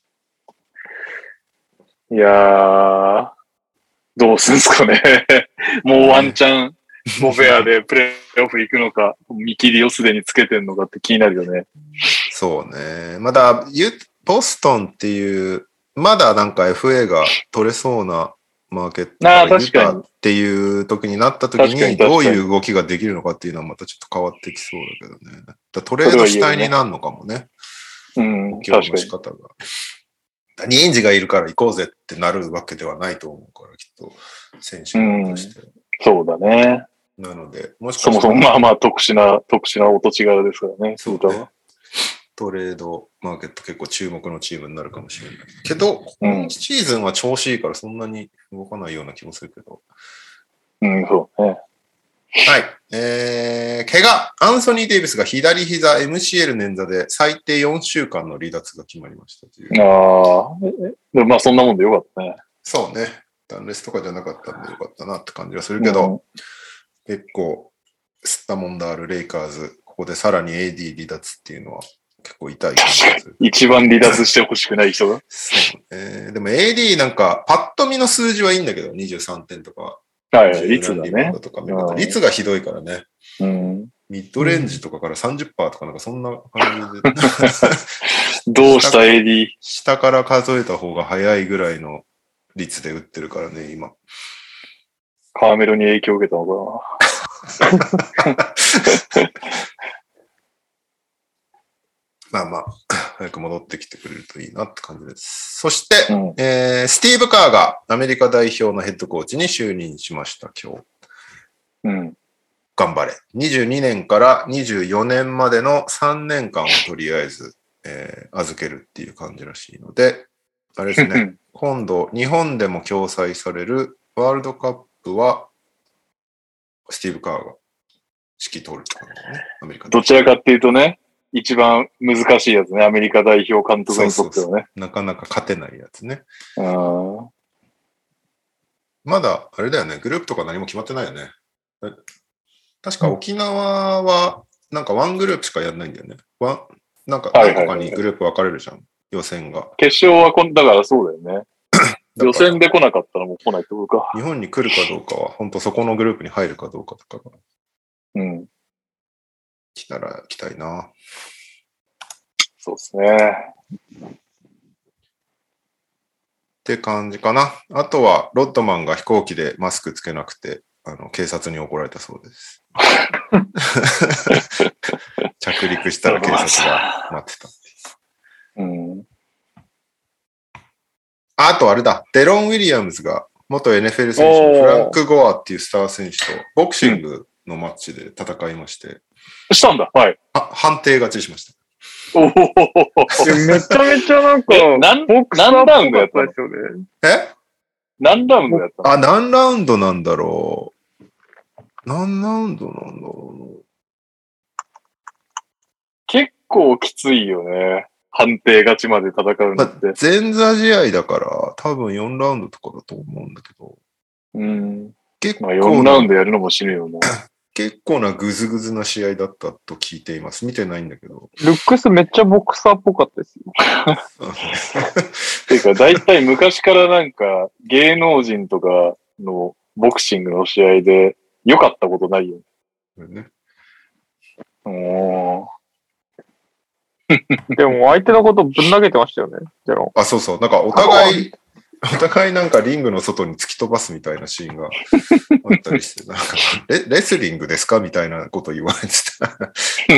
いやー、どうすんすかね。もうワンチャン、モフェアでプレーオフ行くのか、見切りをすでにつけてんのかって気になるよね。 そうね。まだ、ボストンっていう、まだなんか エフエー が取れそうなマーケットがユタっていう時になった時にどういう動きができるのかっていうのはまたちょっと変わってきそうだけどね。だトレード主体になるのかもね。 うん、 補強の仕方が。ニンジがいるから行こうぜってなるわけではないと思うから、きっと選手として、 うん。そうだね。 なので、もしかしたら。 そもそもまあまあ特殊な、特殊なお土地柄ですからね、 そうだね。トレードマーケット結構注目のチームになるかもしれないけど、今シーズンは調子いいからそんなに動かないような気もするけど。 うん、そうね。 はい。えー、怪我。アンソニー・デイビスが左膝 エムシーエル 捻挫で最低よんしゅうかんの離脱が決まりましたという。 ああ、でもまあそんなもんでよかったね。 そうね。断裂とかじゃなかったんでよかったなって感じはするけど、うん、結構吸ったもんだあるレイカーズ、ここでさらに エーディー 離脱っていうのは結構痛い感じがする。 一番離脱してほしくない人が。 そう、えー。でも エーディー なんかパッと見の数字はいいんだけど、にじゅうさんてんとか。 はい、率がね。 率がひどいからね。 うん、 ミッドレンジとかから さんじゅっパーセント とかなんかそんな感じで。 どうした エーディー？ 下から数えた方が早いぐらいの率で打ってるからね、今。 カーメロに影響を受けたのかな。 まあまあ、早く戻ってきてくれるといいなって感じです。そして、うん、えー、スティーブ・カーがアメリカ代表のヘッドコーチに就任しました、今日。 うん。 頑張れ。にじゅうにねんからにじゅうよねんまでのさんねんかんをとりあえず、えー、預けるっていう感じらしいので、あれですね、今度、日本でも共催されるワールドカップは、スティーブ・カーが指揮取るって感じだね、アメリカ。 どちらかっていうとね、一番難しいやつね。アメリカ代表監督にとってはね。そうそうそう。 なかなか勝てないやつね。 あまだ、あれだよね。グループとか何も決まってないよね。確か沖縄は、なんかワングループしかやんないんだよね。ワンなんか、何個かにグループ分かれるじゃん。予選が。 決勝はこん、だからそうだよね。予選で来なかったらもう来ないってことか。 日本に来るかどうかは、本当そこのグループに入るかどうかとかが。 うん。 来たら来たいな。 そうですね。 って感じかな。あとは、ロッドマンが飛行機でマスクつけなくて、あの、警察に怒られたそうです。着陸したら警察が待ってた。 うん。 あとあれだ、デロン・ウィリアムズが元 エヌエフエル 選手のフランク・ゴアっていうスター選手とボクシングのマッチで戦いまして、うんしたんだ。はい。 あ、判定勝ちしました。 おお。 めちゃめちゃなんか、 何ラウンドやったんですよね。 え何ラウンドやったの？ あ、何ラウンドなんだろう。何ラウンドなんだろうな。 結構きついよね。判定勝ちまで戦うのって。 まあ、前座試合だから、多分よんラウンドとかだと思うんだけど。 うん。 結構。 まあよんラウンドやるのも死ぬよな。 結構なグズグズな試合だったと聞いています。見てないんだけど。 ルックスめっちゃボクサーっぽかったですよ。 ていうか、だいたい昔からなんか芸能人とかのボクシングの試合で良かったことないよね。おでも相手のことぶん投げてましたよね。ゼロ。 あ、そうそう。なんかお互い、お互いなんかリングの外に突き飛ばすみたいなシーンがあったりして、なんかレ、レスリングですかみたいなこと言われてた。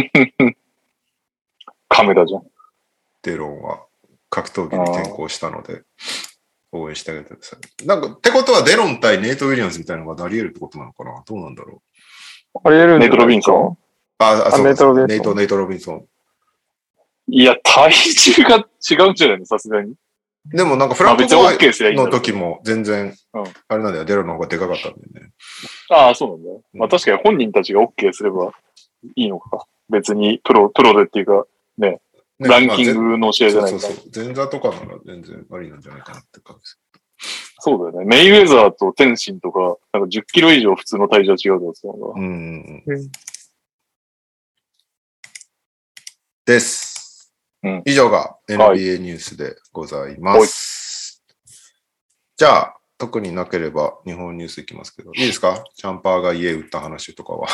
カメラじゃん。 デロンは格闘技に転向したので、応援してあげてください。なんか、ってことはデロン対ネイト・ウィリアムズみたいなのがあり得るってことなのかな？どうなんだろう。あり得るんネイト・ロビンソン？ あ、あ、そうネイト・ロビンソン。 ネイト・ネイト・ロビンソン。 いや、体重が違うんじゃないのさすがに。 でもなんかフランクボーイの時も全然、あれなんだよ、デロの方がでかかったんだよね。 ああ、そうなんだよ。まあ確かに本人たちが OK すればいいのか。別にプロ、プロでっていうか、ね、ねランキングの試合じゃないか、まあ、 そうそうそう。前座とかなら全然ありなんじゃないかなって感じです。 そうだよね。メイウェザーと天心とか、なんかじゅっキロ以上普通の体重は違うと思ううん。です。うん、以上が エヌビーエー ニュースでございます。はい、じゃあ、特になければ日本ニュースいきますけど、いいですか？チャンパーが家売った話とかは。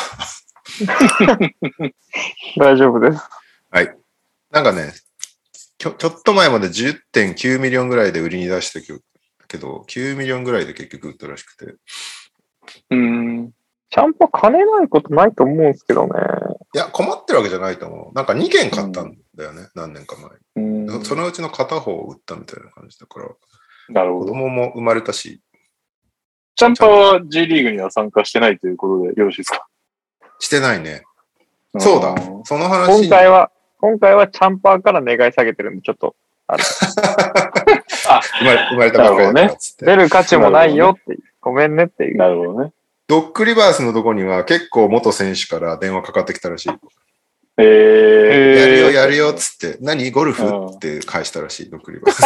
大丈夫です。 はい。なんかね、ちょ、ちょっと前まで じゅってんきゅうミリオンぐらいで売りに出したけど、きゅうミリオンぐらいで結局売ったらしくて。 うーん。ちゃんと金ないことないと思うんですけどね。 いや、困ってるわけじゃないと思う。なんかにけん買ったんだよね、うん、何年か前に、うん。そのうちの片方を売ったみたいな感じだから。 なるほど。 子供も生まれたし。 チャンパーは J リーグには参加してないということでよろしいですか？ してないね。そうだ。その話。 今回は、今回はチャンパーから願い下げてるんで、ちょっと、ある。 あ、生まれ、生まれたばっかりだね。出る価値もないよって、ね、ごめんねっていう。 なるほどね。 ドッグリバースのとこには結構元選手から電話かかってきたらしい。 えー、 やるよやるよっつって、何ゴルフって返したらしい、ドッグリバー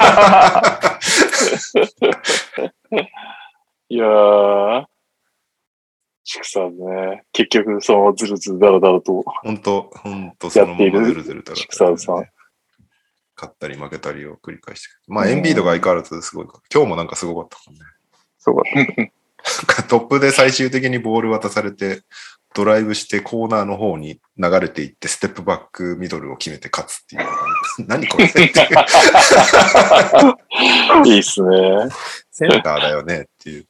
ス。 いやー、チクサーズね。結局、そのずるずるだらだらと。 本当本当そのままずるずるだらだら、ね。 チクサーズさん。 勝ったり負けたりを繰り返して。まあ、エンビードが相変わらずすごいか。今日もなんかすごかったもんね。 すごかった。 トップで最終的にボール渡されて、ドライブしてコーナーの方に流れていって、ステップバックミドルを決めて勝つっていう。何これっていいっすね。 センターだよねっていう。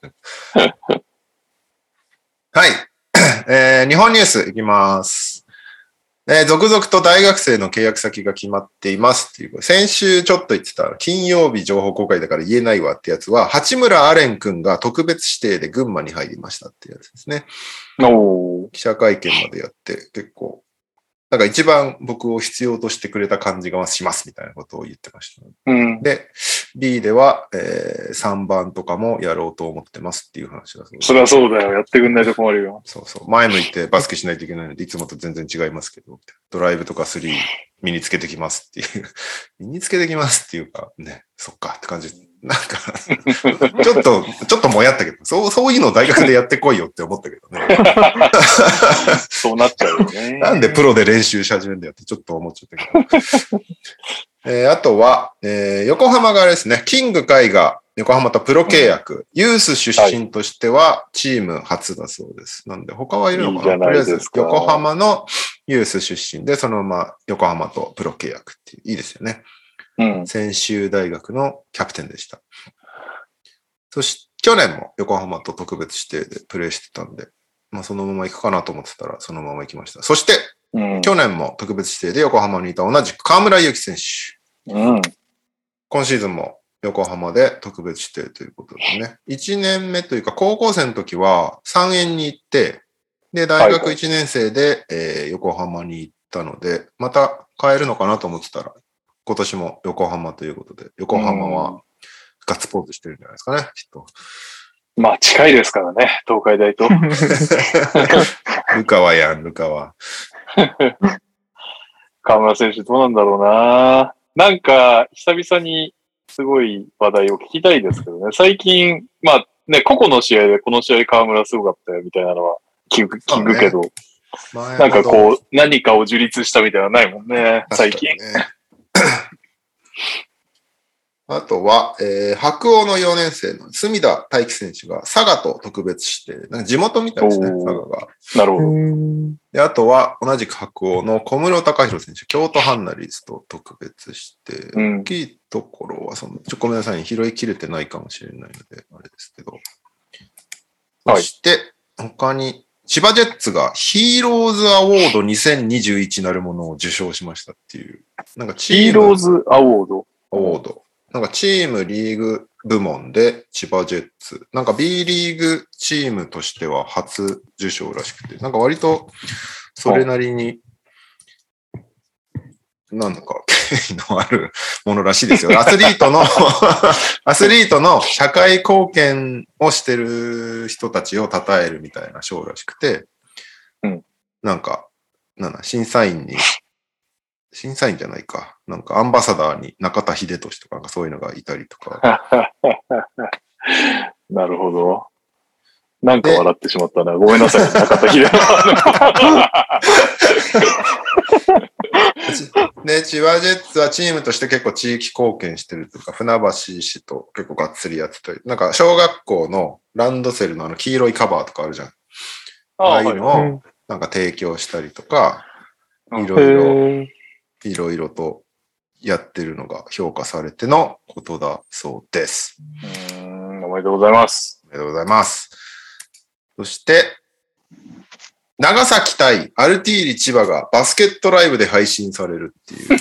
はい、えー。日本ニュースいきます。えー、続々と大学生の契約先が決まっていますっていう。先週ちょっと言ってた金曜日情報公開だから言えないわってやつは、八村アレン君が特別指定で群馬に入りましたってやつですね。 お記者会見までやって結構、なんか一番僕を必要としてくれた感じがしますみたいなことを言ってました、ね。 うん、 で、B では、えー、さんばんとかもやろうと思ってますっていう話だそうです。 そりゃそうだよ。やってくんないと困るよ。 そうそう。前向いてバスケしないといけないので、いつもと全然違いますけど、ドライブとかスリー身につけてきますっていう。身につけてきますっていうか、ね、そっかって感じ。なんか、ちょっと、ちょっともやったけど、そう、そういうのを大学でやってこいよって思ったけどね。 そうなっちゃうよね。 なんでプロで練習し始めるんだよってちょっと思っちゃったけど。えー、あとは、えー、横浜がですね、キング海が横浜とプロ契約、うん、ユース出身としてはチーム初だそうです。なんで他はいるのかな、いいとりあえず横浜のユース出身で、そのまま横浜とプロ契約っていう、いいですよね。 うん、 専修大学のキャプテンでした。そして去年も横浜と特別指定でプレーしてたんで、まあそのまま行くかなと思ってたらそのまま行きました。そして、うん、去年も特別指定で横浜にいた同じく河村勇輝選手。 うん、 今シーズンも横浜で特別指定ということでね。いちねんめというか高校生の時はさんえんに行って、で、大学いちねん生で、はい、えー、横浜に行ったので、また変えるのかなと思ってたら、今年も横浜ということで、横浜はガッツポーズしてるんじゃないですかね、きっと。 まあ近いですからね、東海大と。 ルカワやん、ルカワ。 河村選手どうなんだろうな。なんか久々にすごい話題を聞きたいですけどね。最近、まあね、個々の試合でこの試合河村すごかったよみたいなのは聞く、聞くけど、ね、なんかこう何かを樹立したみたいなのはないもんね、最近。 あとは、えー、白鴎のよねん生の隅田大輝選手が佐賀と特別指定。なんか地元みたいですね、佐賀が。 なるほど。 で、あとは、同じく白鴎の小室孝弘選手、京都ハンナリーズと特別指定。うん、大きいところはその、ちょ、ごめんなさい、拾いきれてないかもしれないので、あれですけど。そして、はい、他に、千葉ジェッツがヒーローズアワードにせんにじゅういちなるものを受賞しましたっていう。なんかチームヒーローズアワードアワード。なんかチームリーグ部門で千葉ジェッツ。なんか B リーグチームとしては初受賞らしくて。なんか割とそれなりになんか、権威のあるものらしいですよ。アスリートの、アスリートの社会貢献をしてる人たちを称えるみたいな賞らしくて、 うん、 なんか、なんだ、審査員に、審査員じゃないか、なんかアンバサダーに中田秀俊とか、なんかそういうのがいたりとか。 なるほど。なんか笑ってしまったな。ごめんなさい、中田秀俊。 で、千葉ジェッツはチームとして結構地域貢献してるというか、船橋市と結構がっつりやってたり、なんか小学校のランドセルのあの黄色いカバーとかあるじゃん。ああいうのをなんか提供したりとか、いろいろ、いろいろとやってるのが評価されてのことだそうです。 うーん、おめでとうございます。 おめでとうございます。そして、長崎対アルティーリ千葉がバスケットライブで配信されるっていう。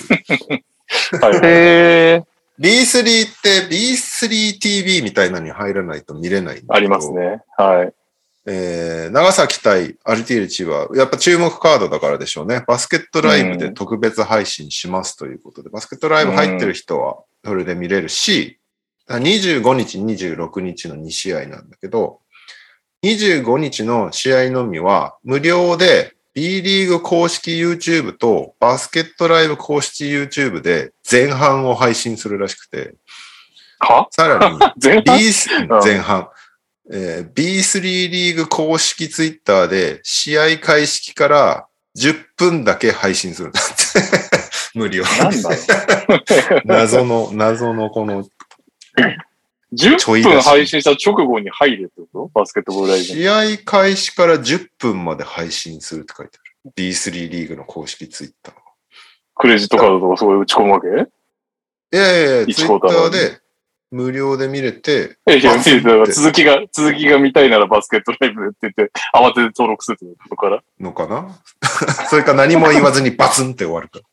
はい、へー。 ビースリー って ビースリーティーブイ みたいなのに入らないと見れないんだけど。 ありますね。はい。 えー、長崎対アルティーリ千葉、やっぱ注目カードだからでしょうね。バスケットライブで特別配信しますということで、うん、バスケットライブ入ってる人はそれで見れるし、にじゅうごにち、にじゅうろくにちのに試合なんだけど、にじゅうごにちの試合のみは無料で B リーグ公式 YouTube とバスケットライブ公式 YouTube で前半を配信するらしくて、 はさらに前半 B 前半、えー、ビースリー リーグ公式 Twitter で試合開始からじゅっぷんだけ配信するんだって無料。 なんだろう謎の謎のこのじゅっぷん配信した直後に入るってことバスケットボールライブ。 試合開始からじゅっぷんまで配信するって書いてある。ビースリー リーグの公式ツイッター。 クレジットカードとかすごい打ち込むわけ？ いやいやいや、ツイッターで無料で見れて。 いやいや、見れて、続きが、続きが見たいならバスケットライブでって言って、慌てて登録するってことからのかなそれか何も言わずにバツンって終わるか。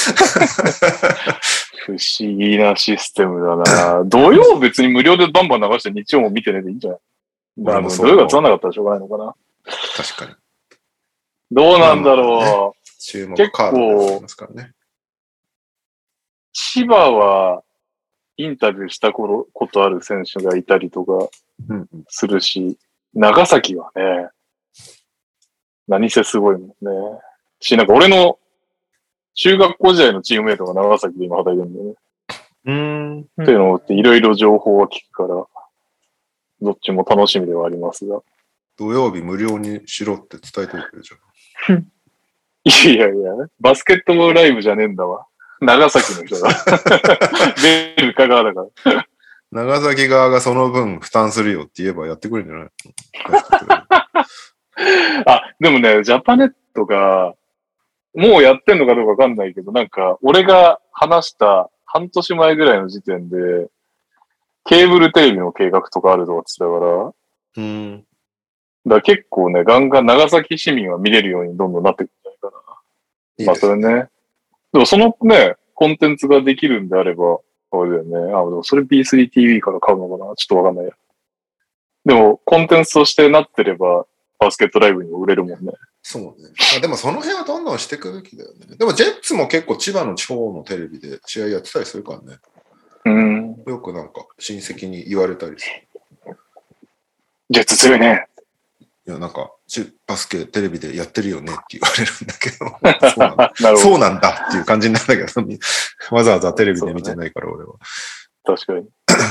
不思議なシステムだな。土曜別に無料でバンバン流して日曜も見てねでいいんじゃない？あの土曜がつまんなかったらしょうがないのかな。 確かに。 どうなんだろう。まあね、 注目カードがありますからね。 千葉はインタビューしたことある選手がいたりとかするし、うんうん、長崎はね、何せすごいもんね。し、なんか俺の中学校時代のチームメイトが長崎で今働いてるんだよね。 うーん。 っていうのっていろいろ情報は聞くから、どっちも楽しみではありますが。 土曜日無料にしろって伝えておいてるじゃん。いやいや、バスケットボールライブじゃねえんだわ。長崎の人だ。出るか側だから。 長崎側がその分負担するよって言えばやってくれるんじゃないあ、でもね、ジャパネットが、もうやってんのかどうかわかんないけど、なんか、俺が話した半年前ぐらいの時点で、ケーブルテレビの計画とかあるとかって言ってたから、 うん。 だから結構ね、ガンガン長崎市民は見れるようにどんどんなってくるんじゃないかな。いいまあ、それね。でもそのね、コンテンツができるんであれば、あれだよね。あ、でもそれ ビースリーティーブイ から買うのかなちょっとわかんないや。でも、コンテンツとしてなってれば、バスケットライブにも売れるもんね。 そうね。あでもその辺はどんどんしていくべきだよね。でもジェッツも結構千葉の地方のテレビで試合やってたりするからね。 うん。 よくなんか親戚に言われたりする。 ジェッツ強いね。 いや、なんか、バスケテレビでやってるよねって言われるんだけど、そうなんだ, そうなんだっていう感じになるんだけど、わざわざテレビで見てないから、ね、俺は。 確かに。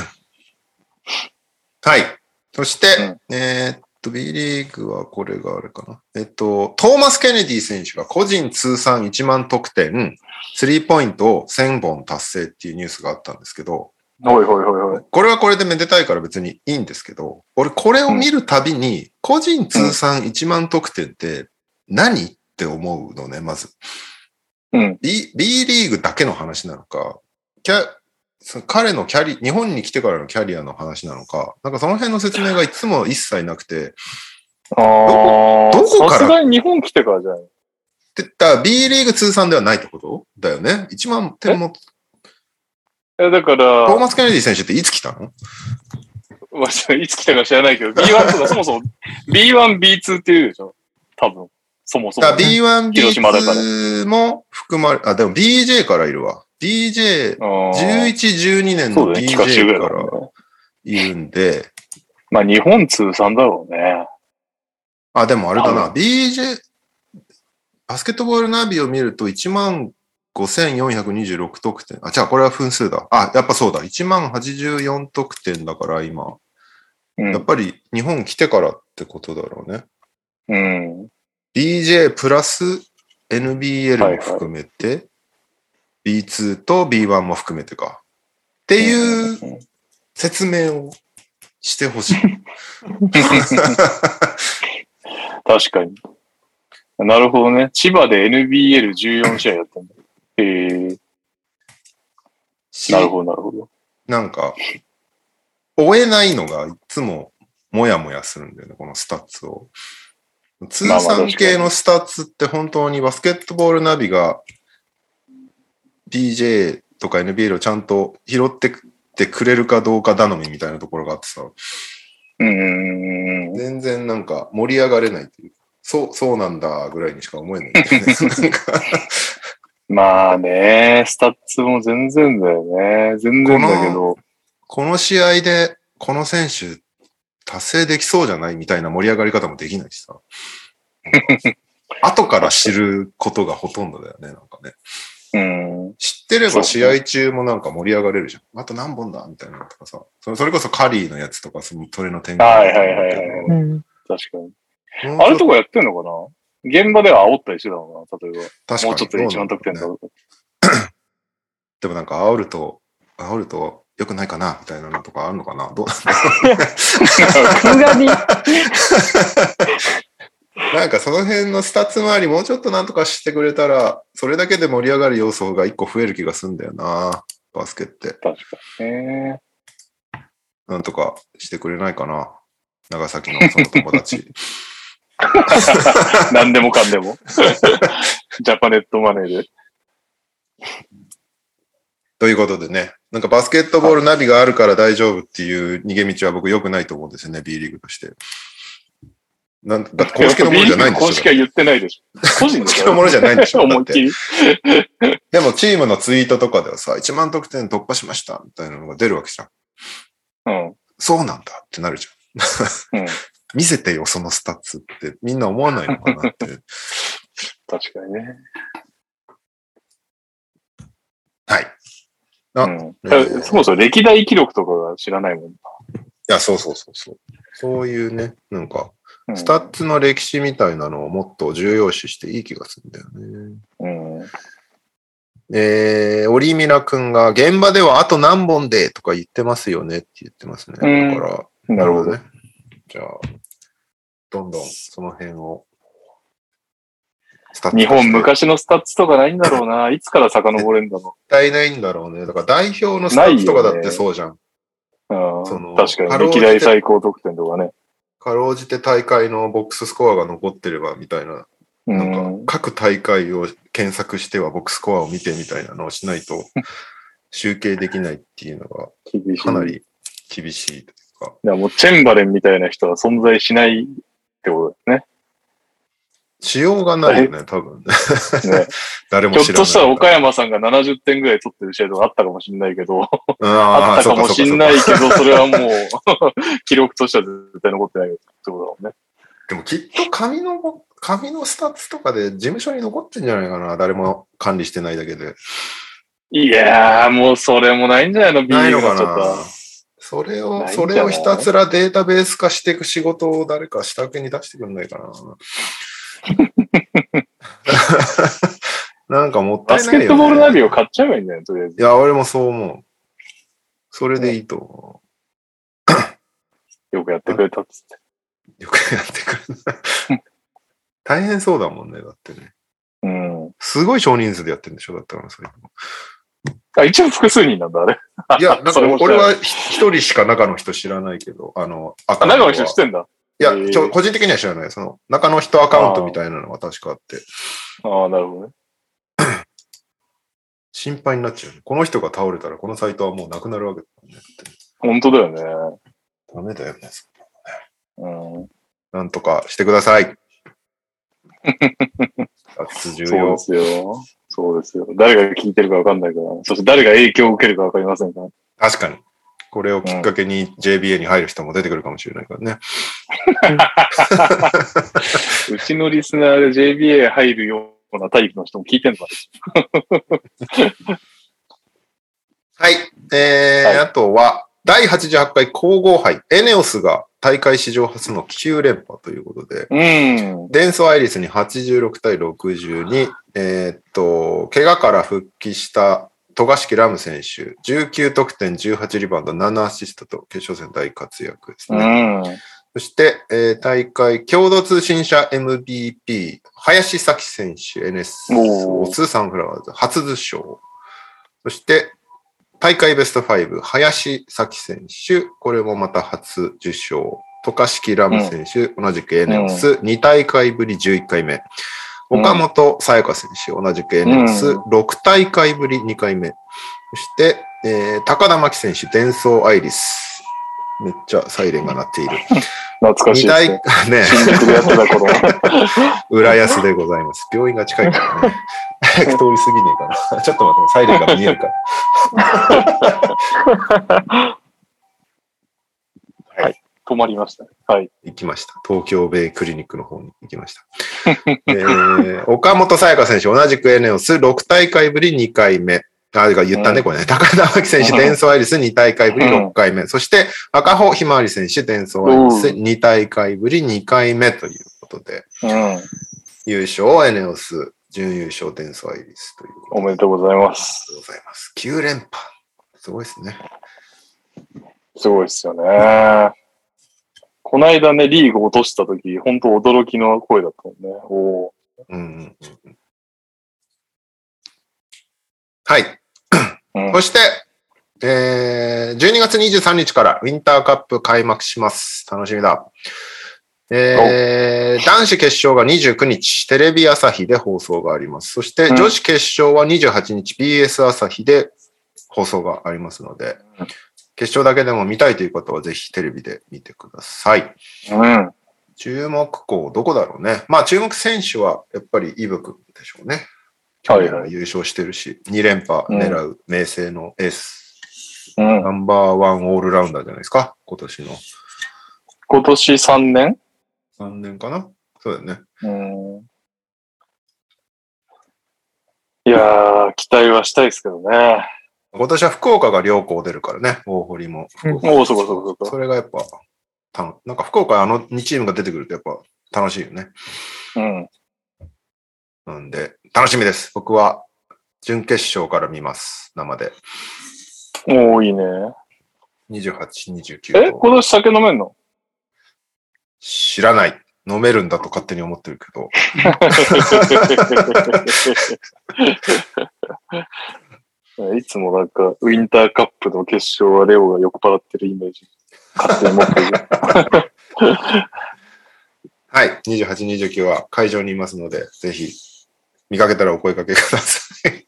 はい。そして、 うん、 えー、っと、B リーグはこれがあれかな。えっと、トーマス・ケネディ選手が個人通算いちまん得点、スリーポイントをせんぼん達成っていうニュースがあったんですけど、 はいはいはいはい。 これはこれでめでたいから別にいいんですけど、俺これを見るたびに、個人通算いちまん得点って何って思うのね、まず。 うん。 B、B リーグだけの話なのか、キャ、彼のキャリ、日本に来てからのキャリアの話なのか、なんかその辺の説明がいつも一切なくて、 ああ、 どこからさすがに日本来てからじゃない。 って言ったら B リーグ通算ではないってことだよね。いちまん点も。 え、だから、 トーマス・ケネディ選手っていつ来たの？ まあ、いつ来たか知らないけど、ビーワン とかそもそも ビーワン、ビーツー っていうでしょ多分。そもそも、ね。 ビーワン、ビーツー も含まれ、あ、でも ビージェー からいるわ。ビージェー、じゅういち、じゅうにねんの ビージェー からいるんで。 まあ日本通算だろうね。 あ、でもあれだな。ビージェー、バスケットボールナビを見るといちまんごせんよんひゃくにじゅうろく得点。あ、じゃあこれは分数だ。あ、やっぱそうだ。いちまんはちじゅうよん得点だから今。うん、やっぱり日本来てからってことだろうね。 うん。 ビージェー プラス エヌビーエル も含めて、はいはい、ビーツー と ビーワン も含めてか。っていう説明をしてほしい。 確かに。なるほどね。千葉で エヌビーエルじゅうよん 試合やったんだ。へえ。なるほど、なるほど。 なんか、追えないのがいつももやもやするんだよね、このスタッツを。通算系のスタッツって本当にバスケットボールナビが ビージェー とか エヌビーエル をちゃんと拾ってってくれるかどうか頼みみたいなところがあってさ。 うーん。 全然なんか盛り上がれないというか、そう、そうなんだぐらいにしか思えないんだよね。なんかまあね、スタッツも全然だよね。全然だけど。 この試合でこの選手達成できそうじゃないみたいな盛り上がり方もできないしさ。後から知ることがほとんどだよね、なんかね。 うん、 知ってれば試合中もなんか盛り上がれるじゃん。あと何本だみたいなのとかさ。それこそカリーのやつとか、そのそれの展開。 はいはいはいはい。うん、確かに。あれとかやってんのかな？現場では煽ったりしてたのかな？例えば。確かに。もうちょっと一番得点だとか。 でもなんか煽ると、煽ると良くないかなみたいなのとかあるのかな？どうなんだろうなんかその辺のスタッツ周りもうちょっとなんとかしてくれたら、それだけで盛り上がる要素が一個増える気がするんだよな、バスケって。 確かにね。 なんとかしてくれないかな、長崎のその友達。 何でもかんでも。ジャパネットマネーで。 ということでね、なんかバスケットボールナビがあるから大丈夫っていう逃げ道は僕良くないと思うんですよね、B リーグとして。なんだって公式のものじゃないんでしょ。 公式は言ってないでしょ。個人公式のものじゃないんでしょ。 思いっきり。 でもチームのツイートとかではさ、いちまん得点突破しましたみたいなのが出るわけじゃん。 うん。 そうなんだってなるじゃん。うん、見せてよ、そのスタッツってみんな思わないのかなって。 確かにね。 はい。 あ、うんえー、そもそも歴代記録とかが知らないもん。いや、そうそうそうそう。そういうね、なんか、スタッツの歴史みたいなのをもっと重要視していい気がするんだよね。 うん、 えー、オリミラ君が現場ではあと何本でとか言ってますよねって言ってますね。だから、 うん、なるほどね。 じゃあ、どんどんその辺を。 日本昔のスタッツとかないんだろうな。いつから遡れんだろう。 絶対ないんだろうね。だから代表のスタッツとかだってそうじゃん。 うん、その確かに歴代最高得点とかね。 かろうじて大会のボックススコアが残ってればみたいな、なんか各大会を検索してはボックススコアを見てみたいなのをしないと集計できないっていうのがかなり厳しいというか。 いやもうチェンバレンみたいな人は存在しないってことですね。 しようがないよね、多分ね。ね誰も知らない。 ひょっとしたら岡山さんがななじゅってんぐらい取ってる試合とかあったかもしれないけど、あ, あったかもしれないけど、それはもう記録としては絶対残ってないってことだもんね。 でもきっと紙の、紙のスタッツとかで事務所に残ってんじゃないかな、誰も管理してないだけで。 いやー、もうそれもないんじゃないの？ B リーグのちょっと。 それを、それをひたすらデータベース化していく仕事を誰か下請けに出してくんないかな。なんかもったいないよね。 バスケットボールナビを買っちゃえばいいんだよ、とりあえず。 いや、俺もそう思う。それでいいと思う。よくやってくれたっつって。 よくやってくれた。大変そうだもんね、だってね。 うん。 すごい少人数でやってるんでしょ、だったらそれ。 あ、一応複数人なんだ、あれ。 いや、なんか俺は一人しか中の人知らないけど、あの、 あ、中の人知ってんだ。 いや、ちょ、個人的には知らない。その、中の人アカウントみたいなのが確かあって。 ああ、なるほどね。 心配になっちゃう、ね。この人が倒れたら、このサイトはもうなくなるわけだもんね。 本当だよね。 ダメだよね。 うん。 なんとかしてください。重要。 そうですよ。 そうですよ。誰が聞いてるかわかんないから、そして誰が影響を受けるかわかりませんから。 確かに。これをきっかけに ジェイビーエー に入る人も出てくるかもしれないからね。 うちのリスナーで ジェイビーエー 入るようなタイプの人も聞いてんのかな。 はい。えー、はい、あとは、だいはちじゅうはちかい皇后杯、エネオスが大会史上初のきゅうれんぱということで、 うん。 デンソーアイリスにはちじゅうろくたいろくじゅうに、えー、っと、怪我から復帰した渡嘉敷ラム選手、じゅうきゅうとくてん、じゅうはちリバウンド、ななアシストと決勝戦大活躍ですね。 うん、 そして、えー、大会共同通信社 エムビーピー、林咲希選手、エヌエスオーツーサンフラワーズ初受賞。そして、大会ベストご、林咲希選手、これもまた初受賞。渡嘉敷ラム選手、うん、同じくエネオス、うん、にたいかいぶりじゅういっかいめ。岡本紗友香選手、同じくエネオス、うん、ろくたいかいぶりにかいめ。そして、えー、高田真希選手、デンソーアイリス。めっちゃサイレンが鳴っている。 懐かしいですね。ね新宿でやってた頃。 浦安でございます。病院が近いからね。早く通り過ぎねえかな。ちょっと待って、サイレンが見えるから。 はい。止まりましたね。はい。 行きました。東京ベイクリニックの方に行きました。えー、岡本紗友香選手、同じくエネオス、ろくたいかいぶりにかいめ。あ、言ったね、これね。高田真希選手、デンソーアイリスにたいかいぶりろっかいめ。うん、そして、赤穂ひまわり選手、デンソーアイリスにたいかいぶりにかいめということで、 うん、 優勝エネオス、準優勝デンソーアイリスということで。 おめでとうございます。 おめでとうございます。きゅうれんぱ。すごいですね。 すごいですよね。この間ね、リーグ落としたとき、本当驚きの声だったもんね。おうんうんうん、はい。うん、そして、えー、じゅうにがつにじゅうさんにちからウィンターカップ開幕します。楽しみだ。えー、男子決勝がにじゅうくにち、テレビ朝日で放送があります。そして、女子決勝はにじゅうはちにち、ビーエス 朝日で放送がありますので、うん、決勝だけでも見たいという方はぜひテレビで見てください。 うん、 注目校、どこだろうね。まあ、注目選手はやっぱりイブ君でしょうね。去年も優勝してるし、はいはい、にれんぱ狙う明星のエース、うん、ナンバーワンオールラウンダーじゃないですか、今年の。 今年さんねん ? さん 年かな、そうだよね。 うん、いやー、期待はしたいですけどね。 今年は福岡が両校出るからね、大堀も。 おお、そうかそうかそうか。 それがやっぱ、たなんか福岡あのにチームが出てくるとやっぱ楽しいよね。 うん。 なんで、楽しみです。僕は、準決勝から見ます。生で。 おー、いいね。 にじゅうはち、にじゅうきゅう。 え、今年酒飲めんの？ 知らない。飲めるんだと勝手に思ってるけど。 いつもなんか、ウィンターカップの決勝はレオが酔っ払ってるイメージ。勝手に持ってる。 はい。にじゅうはち、にじゅうきゅうは会場にいますので、ぜひ、見かけたらお声掛けください。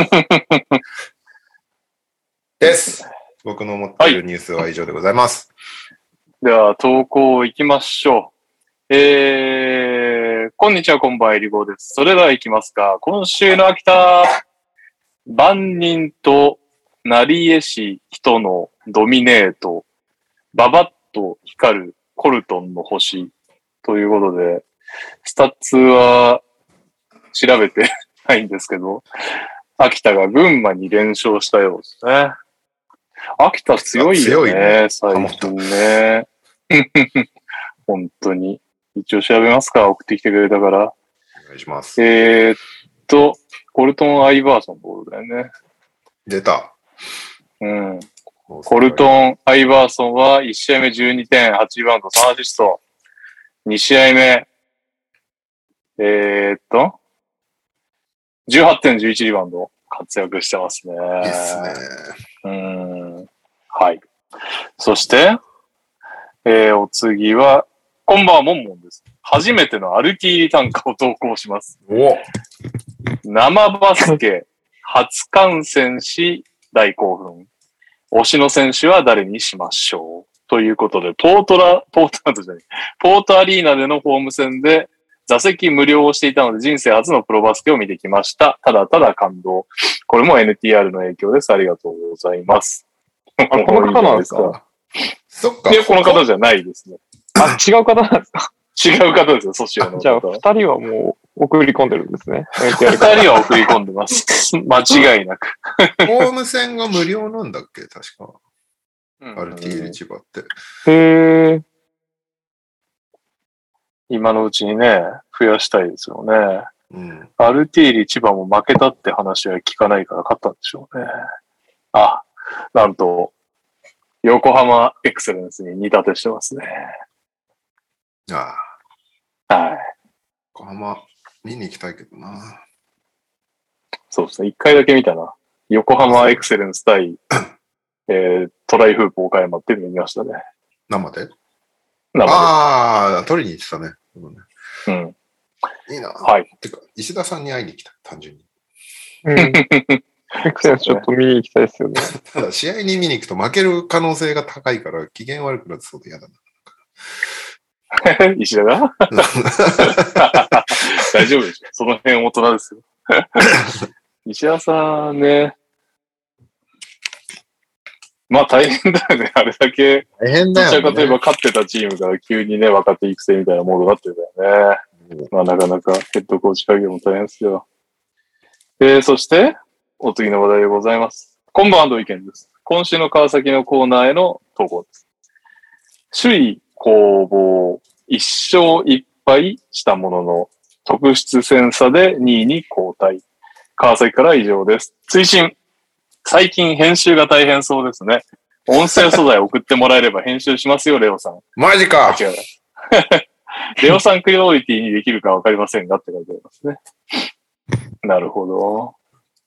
です。僕の持っているニュースは以上でございます。 はい、では、投稿行きましょう。えー、こんにちは、こんばんは、えりごです。それでは行きますか。今週の秋田、万人となりえし人のドミネート、ババッと光るコルトンの星ということで、スタッツは調べてないんですけど、秋田が群馬に連勝したようですね。秋田強いよね、ね最近ね。本当に。一応調べますか、送ってきてくれたから。 お願いします。 えー、っと、コルトン・アイバーソンってことだよね。 出た。 うん。コルトン・アイバーソンはいち試合目じゅうにてん、はちリバウンド、さんアシスト。に試合目、えー、っと、じゅうはってん、じゅういちリバウンド、活躍してますね。 いいっすね。 うん。はい。そして、えー、お次は、こんばんは、モンモンです。初めてのアルティーリ単価を投稿します。 お生バスケ、初観戦し、大興奮。推しの選手は誰にしましょうということで、ポートラ、ポートランドじゃない、ポートアリーナでのホーム戦で、 座席無料をしていたので人生初のプロバスケを見てきました。ただただ感動。これも エヌティーアール の影響です。ありがとうございます。 あ、この方なんですか？ そっか。 いや、この方じゃないですね。 あ、違う方なんですか？ 違う方ですよ、ソシオの方。 じゃあ、二人はもう送り込んでるんですね。 二人は送り込んでます。間違いなく。 ホーム線が無料なんだっけ確か。アルティール千葉って。 へー。 今のうちにね、増やしたいですよね。 うん、 アルティーリ千葉も負けたって話は聞かないから勝ったんでしょうね。あ、なんと、横浜エクセレンスに似立てしてますね。 ああ。はい。 横浜、見に行きたいけどな。 そうですね。一回だけ見たな。横浜エクセレンス対、えー、トライフープ岡山っていうのを見ましたね。 生で生で。 ああ、取りに行ってたね。 うん。 いいな。 はい。 てか、石田さんに会いに来た、単純に。 うん。エクセレンスちょっと見に行きたいですよね。 ただ、試合に見に行くと負ける可能性が高いから、機嫌悪くなってそうで嫌だな。 石田が大丈夫でしょ。その辺大人ですよ。石田さんね。まあ大変だよね。あれだけ。 大変だよね。 どちらかといえば勝ってたチームが急にね、若手育成みたいなモードになってるからね。うん、まあなかなかヘッドコーチ会議も大変ですよ。えー、そして、お次の話題でございます。こんばんは、土井健です。今週の川崎のコーナーへの投稿です。首位攻防、一勝一敗したものの、特出戦差でにいに後退。川崎からは以上です。追伸。最近編集が大変そうですね。音声素材送ってもらえれば編集しますよ、レオさん。 マジか。 違う。レオさんクオリティにできるかわかりませんがって書いてありますね。なるほど。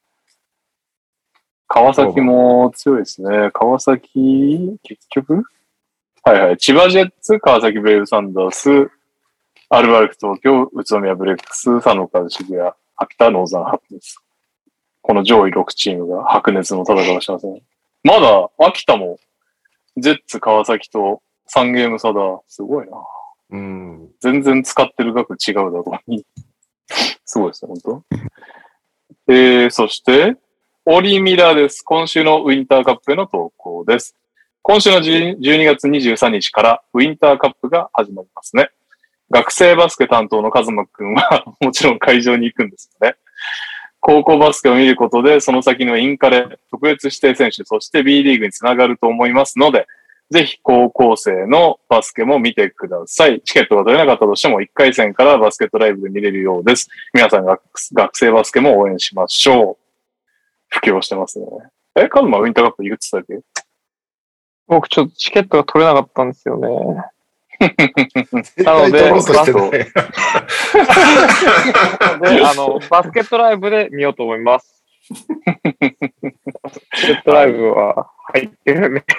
川崎も強いですね。川崎、結局はいはい。千葉ジェッツ、川崎ブレイブサンダース、アルバルク東京、宇都宮ブレックス、佐野風渋谷、秋田ノーザンハプです。この上位ろくチームが白熱の戦いをしてますね。まだ、秋田も、ジェッツ、川崎とさんゲーム差だ。すごいな。 うん。 全然使ってる額違うだろうに。すごいですね、本当。えー、そして、オリー・ミラーです。今週のウィンターカップへの投稿です。今週のじゅうにがつにじゅうさんにちからウィンターカップが始まりますね。学生バスケ担当のカズマくんはもちろん会場に行くんですよね。高校バスケを見ることで、その先のインカレ、特別指定選手、そして B リーグにつながると思いますので、ぜひ高校生のバスケも見てください。チケットが取れなかったとしてもいっかい戦からバスケットライブで見れるようです。皆さんが学生バスケも応援しましょう。布教してますね。え、カズマウィンターカップ行くって言ってたっけ？ 僕ちょっとチケットが取れなかったんですよね。 なので、バスケで、あの、バスケットライブで見ようと思います。バスケットライブは入ってるね。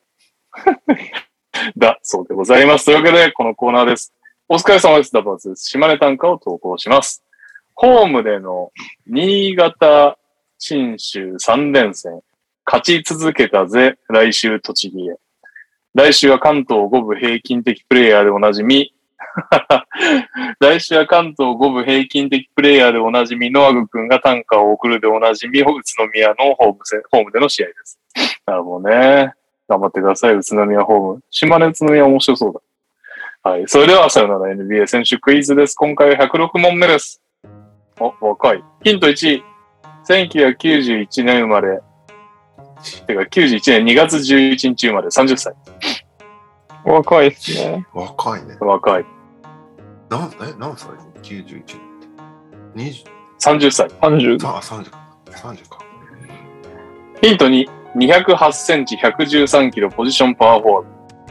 だ、そうでございます。というわけで、このコーナーです。お疲れ様です。ダバーズです。島根短歌を投稿します。ホームでの新潟、信州さん連戦。勝ち続けたぜ、来週栃木へ。来週は関東ご部平均的プレイヤーでおなじみ。来週は関東ご部平均的プレイヤーでおなじみ、ノアグ君が短歌を送るでおなじみ、宇都宮のホームせホームでの試合です。なるほどね。頑張ってください、宇都宮ホーム。島根宇都宮面白そうだ。はい。それでは、さよなら エヌビーエー 選手クイズです。今回はひゃくろく問目です。お、若い。ヒントいち。せんきゅうひゃくきゅうじゅういちねん生まれ。てか、きゅうじゅういちねんにがつじゅういちにち生まれ、さんじゅっさい。 若いですね。 若いね。 若い。 何、え、何歳 ?きゅうじゅういち 年って。 さんじゅっさい。 さんじゅう。 あ、さんじゅう。さんじゅうか。 ヒントに、にひゃくはちセンチ、ひゃくじゅうさんキロ、ポジションパワーフォワー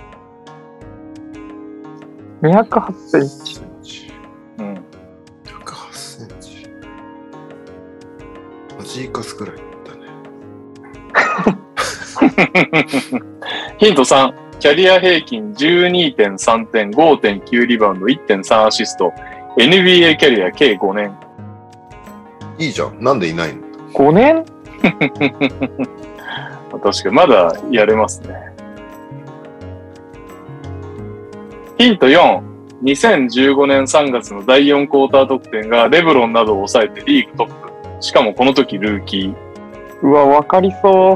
ド。にひゃくはちセンチ。 うん。 にひゃくはちセンチ。マジーカスくらいだね。 ヒントさん。キャリア平均 じゅうにてんさんてん、ごてんきゅう リバウンド、いってんさん アシスト。エヌビーエー キャリア計ごねん。 いいじゃん。なんでいないの ? ご 年確かに、まだやれますね。ヒントよん。 にせんじゅうごねんさんがつのだいよんクォーター得点がレブロンなどを抑えてリーグトップ。しかもこの時ルーキー。 うわ、わかりそう。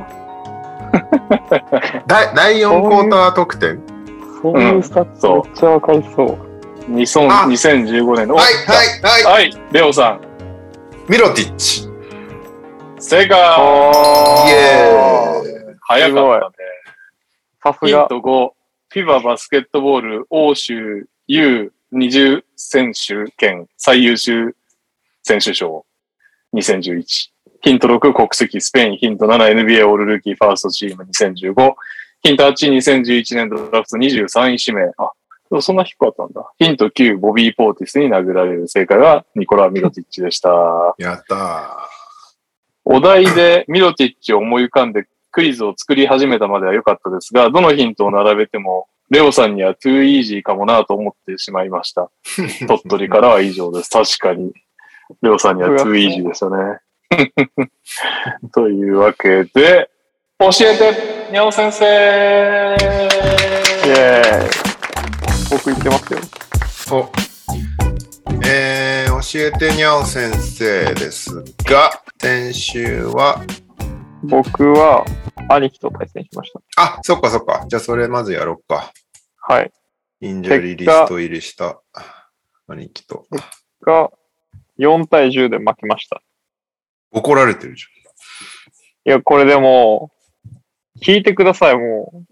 だだいよんクォーター得点そういうスタッツめっちゃわかりそう。 にせんじゅうごねんの。 はい、はい、 はい。はい、レオさん。 ミロティッチ。 正解。 イエーイ。 早かったね。 さすが。 ヒントご。フィババスケットボール欧州 ユーにじゅう 選手権最優秀選手賞にせんじゅういち。ヒントろく、国籍スペイン。ヒントなな、エヌビーエー オールルーキーファーストチームにせんじゅうご。ヒントはち、にせんじゅういちねんドラフトにじゅうさんい指名。あ、でもそんな低かったんだ。ヒントきゅう、ボビー・ポーティスに殴られる。正解はニコラ・ミロティッチでした。 やったー。 お題でミロティッチを思い浮かんでクイズを作り始めたまでは良かったですが、どのヒントを並べても、レオさんにはトゥーイージーかもなと思ってしまいました。鳥取からは以上です。確かに。レオさんにはトゥーイージーでしたね。というわけで、教えて、にゃお先生。イェーイ。僕言ってますよ。 おえー、教えてにゃお先生ですが、先週は僕は兄貴と対戦しました。 あ、そっかそっか。じゃあそれまずやろうか。 はい。 インジャリーリスト入りした兄貴と。 がよんたいじゅうで負けました。 怒られてるじゃん。いや、これでも、聞いてください、もう。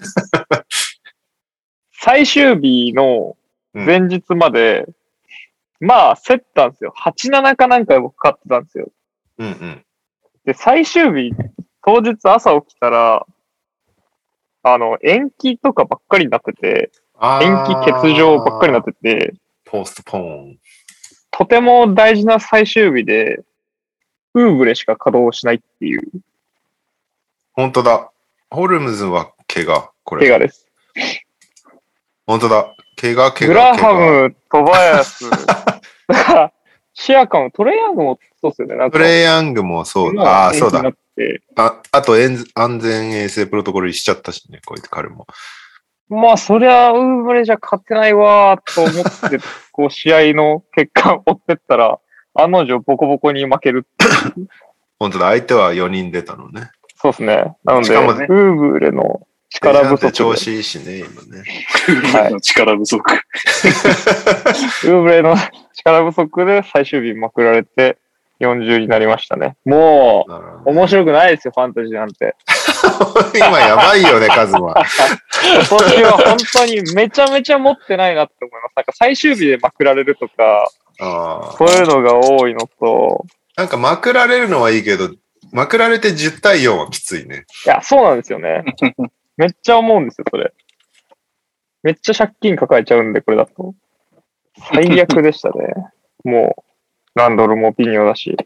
最終日の前日まで、うん、まあ、競ったんですよ。はちななかなんか僕勝ってたんですよ。 うんうん。 で、最終日、当日朝起きたら、あの、延期とかばっかりになってて、延期欠場ばっかりになってて、 ポストポーン。 とても大事な最終日で、ウーブレしか稼働しないっていう。 本当だ。ホルムズは怪我、これ。 怪我です。 本当だ。怪我、怪我。 グラハム、トバヤス。だから、シアカム、トレイヤングもそうですよね。なんかトレイヤングもそうだ。ああ、そうだ。あ、あと安全衛生プロトコルしちゃったしね、こうやって彼も。 まあ、そりゃ、ウーブレじゃ勝てないわーと思って、こう、試合の結果を追ってったら、案の定ボコボコに負けるっていう。 本当だ、相手はよにん出たのね。 そうですね。なので、ね、ウーブレの力不足。 調子いいしね、今ね。 ウーブレの力不足。 ウーブレの力不足で最終日まくられてよんじゅうになりましたね。もう、面白くないですよ、ファンタジーなんて。 今やばいよね、カズマ。 今年は本当にめちゃめちゃ持ってないなって思います。なんか最終日でまくられるとか、 あそういうのが多いのと。 なんかまくられるのはいいけど、まくられてじゅうたいよんはきついね。 いや、そうなんですよね。めっちゃ思うんですよ、それ。めっちゃ借金抱えちゃうんで、これだと。最悪でしたね。もう、ランドルも微妙だし。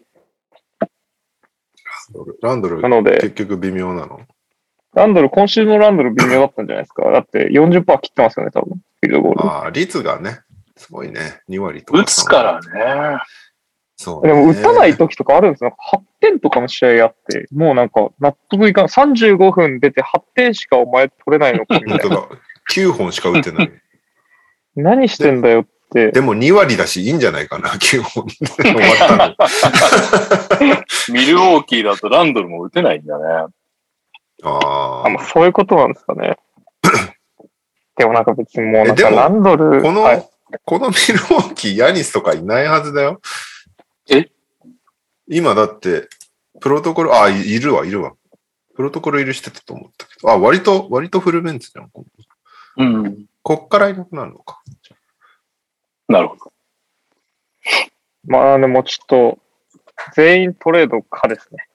ランドル、 なので結局微妙なの？ ランドル、今週のランドル微妙だったんじゃないですか。だって よんじゅっパーセント 切ってますよね、多分。フィールドゴール。 ああ、率がね、すごいね。に割とか。 打つからね。 そう、 ね。でも打たない時とかあるんですよ。はってんとかの試合あって、もうなんか納得いかん。さんじゅうごふん出てはってんしかお前取れないのかみたいな。 本当だ。きゅうほんしか打ってない。 何してんだよって。 で, でもに割だし、いいんじゃないかな、きゅうほんで終わったの。 ミルウォーキーだとランドルも打てないんだね。 ああ、まあ、そういうことなんですかね。でもなんか別にもうなんかランドル。 この、 はい、 このミルウォーキー、ヤニスとかいないはずだよ。 え今だって、プロトコル、あ、いるわ、いるわ。プロトコル入りしてたと思ったけど。あ、割と、割とフルメンツじゃん。 うん。 こっからいなくなるのか。 なるほど。 まあでもちょっと、全員トレードかですね。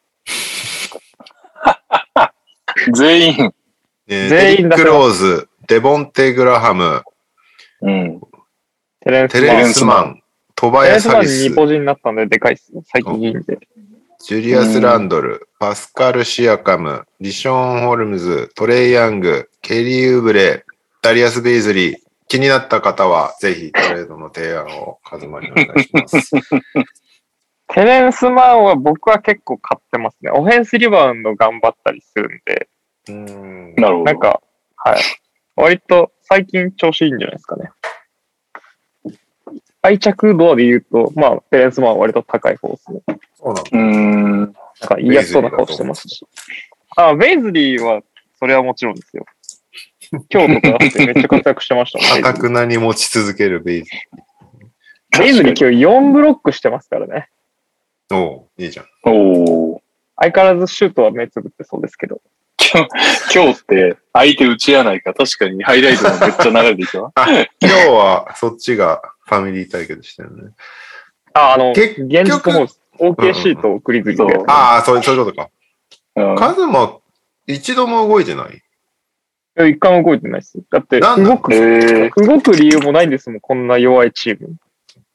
全員。 えー、全員だ。クローズ、デボンテ・グラハム、 うん、 テレンスマン、 テレンスマントバヤ・サリス。 テレンスマンにポジになったんで、でかいっすね。最近いいんで。 ジュリアス・ランドル、うん、パスカル・シアカム、リショーン・ホルムズ、トレイ・ヤング、ケリー・ウブレ、ダリアス・ベイズリー。気になった方は、ぜひトレードの提案をカズマにお願いします。 テレンスマンは僕は結構買ってますね。オフェンスリバウンド頑張ったりするんで。 うーんなるほど。 なんか、はい。割と最近調子いいんじゃないですかね。 愛着度で言うと、まあ、ペレンスマンは割と高い方ですね。 そうなんだ。 うーん。 なんか言いやすそうな顔してますし。あ、ベイズリーは、それはもちろんですよ。今日とかだってめっちゃ活躍してましたもんね。 固くなに持ち続けるベイズベイズリー今日よんブロックしてますからね。 リー。おういいじゃん。 おー。 相変わらずシュートは目つぶってそうですけど。 今日、今日って相手打ちやないか。確かにハイライトもめっちゃ流れてきたわ。 あ、今日はそっちがファミリー対決したよね。 あ、あの、 結局現実も オーケーシー とグリズリーで、 うんうんああ、そうそういうことか。 うんカズマ、一度も動いてないいや一回も動いてないです。だって、 なんなの動く、 えー、 動く理由もないんですもん、こんな弱いチーム。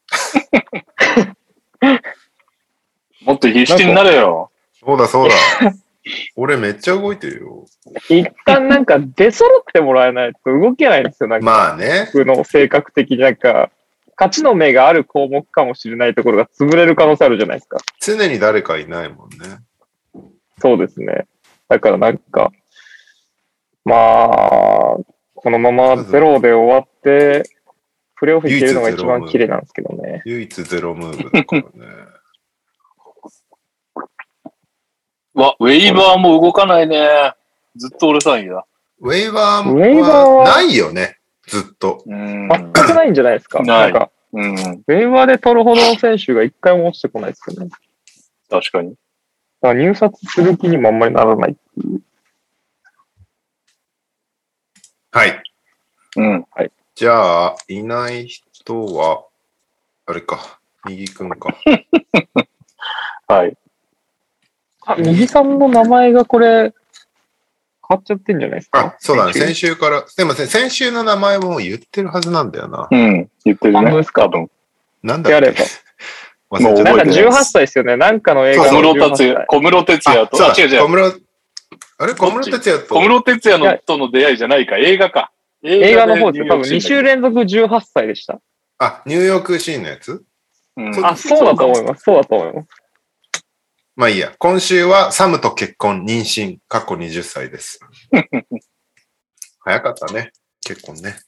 もっと必死になれよ。 そうだそうだ。俺めっちゃ動いてるよ。 一旦なんか出揃ってもらえないと動けないんですよ、なんか。 まあね。 僕の性格的になんか、勝ちの目がある項目かもしれないところが潰れる可能性あるじゃないですか。 常に誰かいないもんね。 そうですね。だからなんか、まあ、このままゼロで終わって、プレーオフいけるのが一番綺麗なんですけどね。 唯一ゼロムーブだからね。 わ、ウェイバーも動かないね。ずっと俺さん位だ。 ウェイバーウェイバーははないよね。ずっと。 うん。 全くないんじゃないですか。 ないなんか、 うん。 ウェイバーで取るほどの選手が一回も落ちてこないですよね。 確かに。 だから入札する気にもあんまりならない。 はい。 うん。 じゃあ、いない人は、あれか。右くんか。 はい。 あ、右さんの名前がこれ、変わっちゃってんじゃないですか。 あ、そうだね。 先週先週から。でもね、先週の名前も言ってるはずなんだよな。 うん。言ってるね。 本当ですか多分。 なんだっけであれば。 忘れちゃったなんかもう覚えてないじゅうはっさいですよね。なんかの映画小の室哲也、小室哲也と、 そうだあ、違う違う。 小室、あれ小室哲也と。 小室哲也のとの出会いじゃないか。映画か。 映画の方ですよ。多分にに週連続じゅうはっさいでした。 あ、ニューヨークシーンのやつうん。 あ、そうだと思います。そうだと思います。 まあいいや。今週はサムと結婚、妊娠、過去はたちです。早かったね。結婚ね。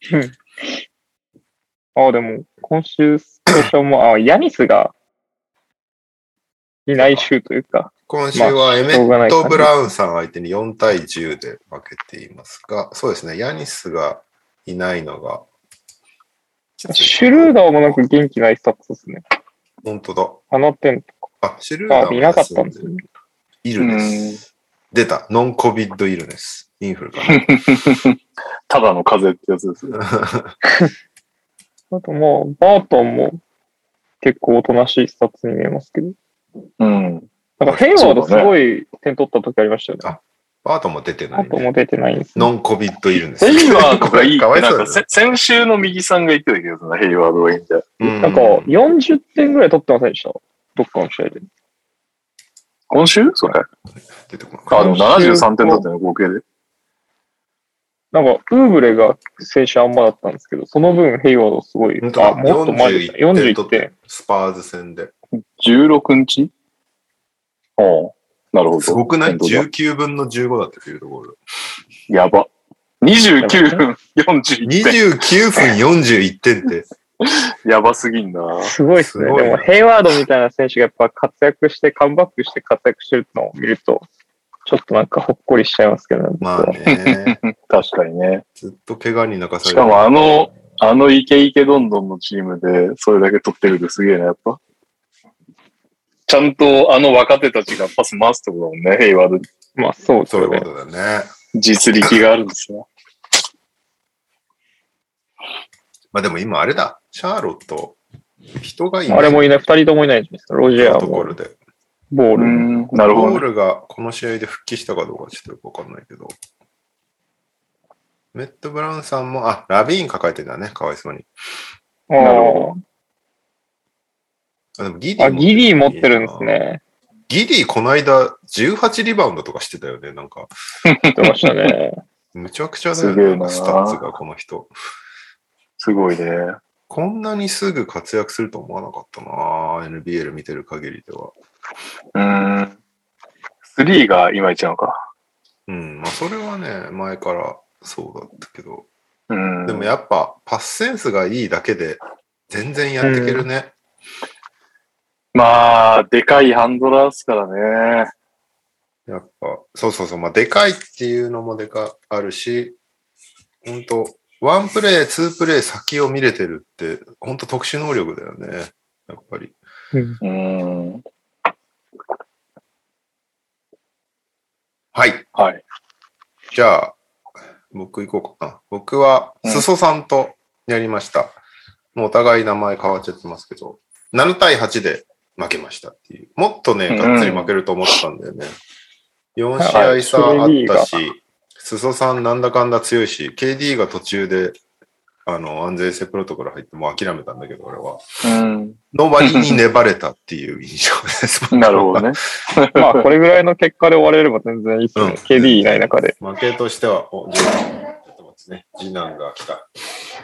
あ、でも、今週スペシャルも、あ、ヤニスがいない週というか、 今週はエメしょうがないかなット・ブラウンさん相手によん対じゅうで負けていますが、そうですね。ヤニスがいないのが。 シュルーダーもなんか元気ないスタッツですね。 本当だ。 あの点とあ、シュルーダーか、 もいなかったんですね。 イルネス。出た。ノンコビッドイルネス。インフルかな。 ただの風邪ってやつですね。 あともう、バートンも結構おとなしいスタッツに見えますけど。 うん。 なんかヘイワードすごい点取った時ありましたよね。 バートも出てない、ね。 バートンも出てないんですね。 ノンコビッドイルネス。 ヘイワードがいいって、 かわいなんかそうだねせ先週の右さんが言ってたけどな、ヘイワードがいいんだよ。 うんなんかよんじゅってんぐらい取ってませんでしたどっかの試合で。 今週それ。 出てこなかっあ、でもななじゅうさんてんだったね、合計で。 なんか、ウーブレが先週あんまだったんですけど、その分ヘイワードすごい、 た。 あ、もっと前でした。よんじゅういってん。 スパーズ戦で。 じゅうろくにちああ、なるほど。 すごくない本当だ ?じゅうきゅうぶんのじゅうごだってフィールドゴール。 やば。にじゅうきゅうふんよんじゅういってん。 にじゅうきゅうふんよんじゅういってんって。 やばすぎんな。 すごいですね。 すごいなでも、ヘイワードみたいな選手がやっぱ活躍して、カムバックして活躍してるのを見ると、ちょっとなんかほっこりしちゃいますけどね。 まあね。 確かにね。 ずっと怪我に泣かされる。 しかもあの、あのイケイケどんどんのチームで、それだけ取ってるってすげえな、やっぱ。ちゃんとあの若手たちがパス回すところだもんね、ヘイワードに。 まあそうですそういうよね。 ことだね。 実力があるんですよ。 まあでも今あれだ。シャーロット、人がいない。 あれもいない、二人ともいないじゃないですか。ロジャーもところ、で。 ボール。 うん、なるほど、ね。 ボールがこの試合で復帰したかどうかちょっとよくわかんないけど。メット・ブラウンさんも、あ、ラビーン抱えてんだね。かわいそうに。 あなるほあでもギデあ。 ィあ、ギリー持ってるんですね。 ギディこの間じゅうはちリバウンドとかしてたよね。なんか、 言ってましたね。 むちゃくちゃだよね。 すげえなスタッツがこの人。 すごいね。 こんなにすぐ活躍すると思わなかったな エヌビーエル 見てる限りでは。 うん。スリーがいまいちなのか。 うん。まあそれはね、前からそうだったけど。 うん。 でもやっぱパスセンスがいいだけで全然やっていけるね。 うん、まあ、でかいハンドラーですからね。 やっぱ、そうそうそう、まあ、でかいっていうのもでかあるし、本当ワンプレイ、ツープレイ先を見れてるって、本当特殊能力だよね。やっぱり。 うん。 はい。 はい。 じゃあ、僕行こうかな。僕は、すそさんとやりました。うん、もうお互い名前変わっちゃってますけど、ななたいはちで負けましたっていう。もっとね、がっつり負けると思ってたんだよね。うん、よん試合差あったし、すそさんなんだかんだ強いし、ケーディー が途中で、あの、安全性プロトコル入ってもう諦めたんだけど、俺は。うん。の割に粘れたっていう印象です。 なるほどね。 まあ、これぐらいの結果で終われれば全然いいっすね。うん、ケーディー いない中で。 負けとしては、お、ちょっと待ってね。次男が来た。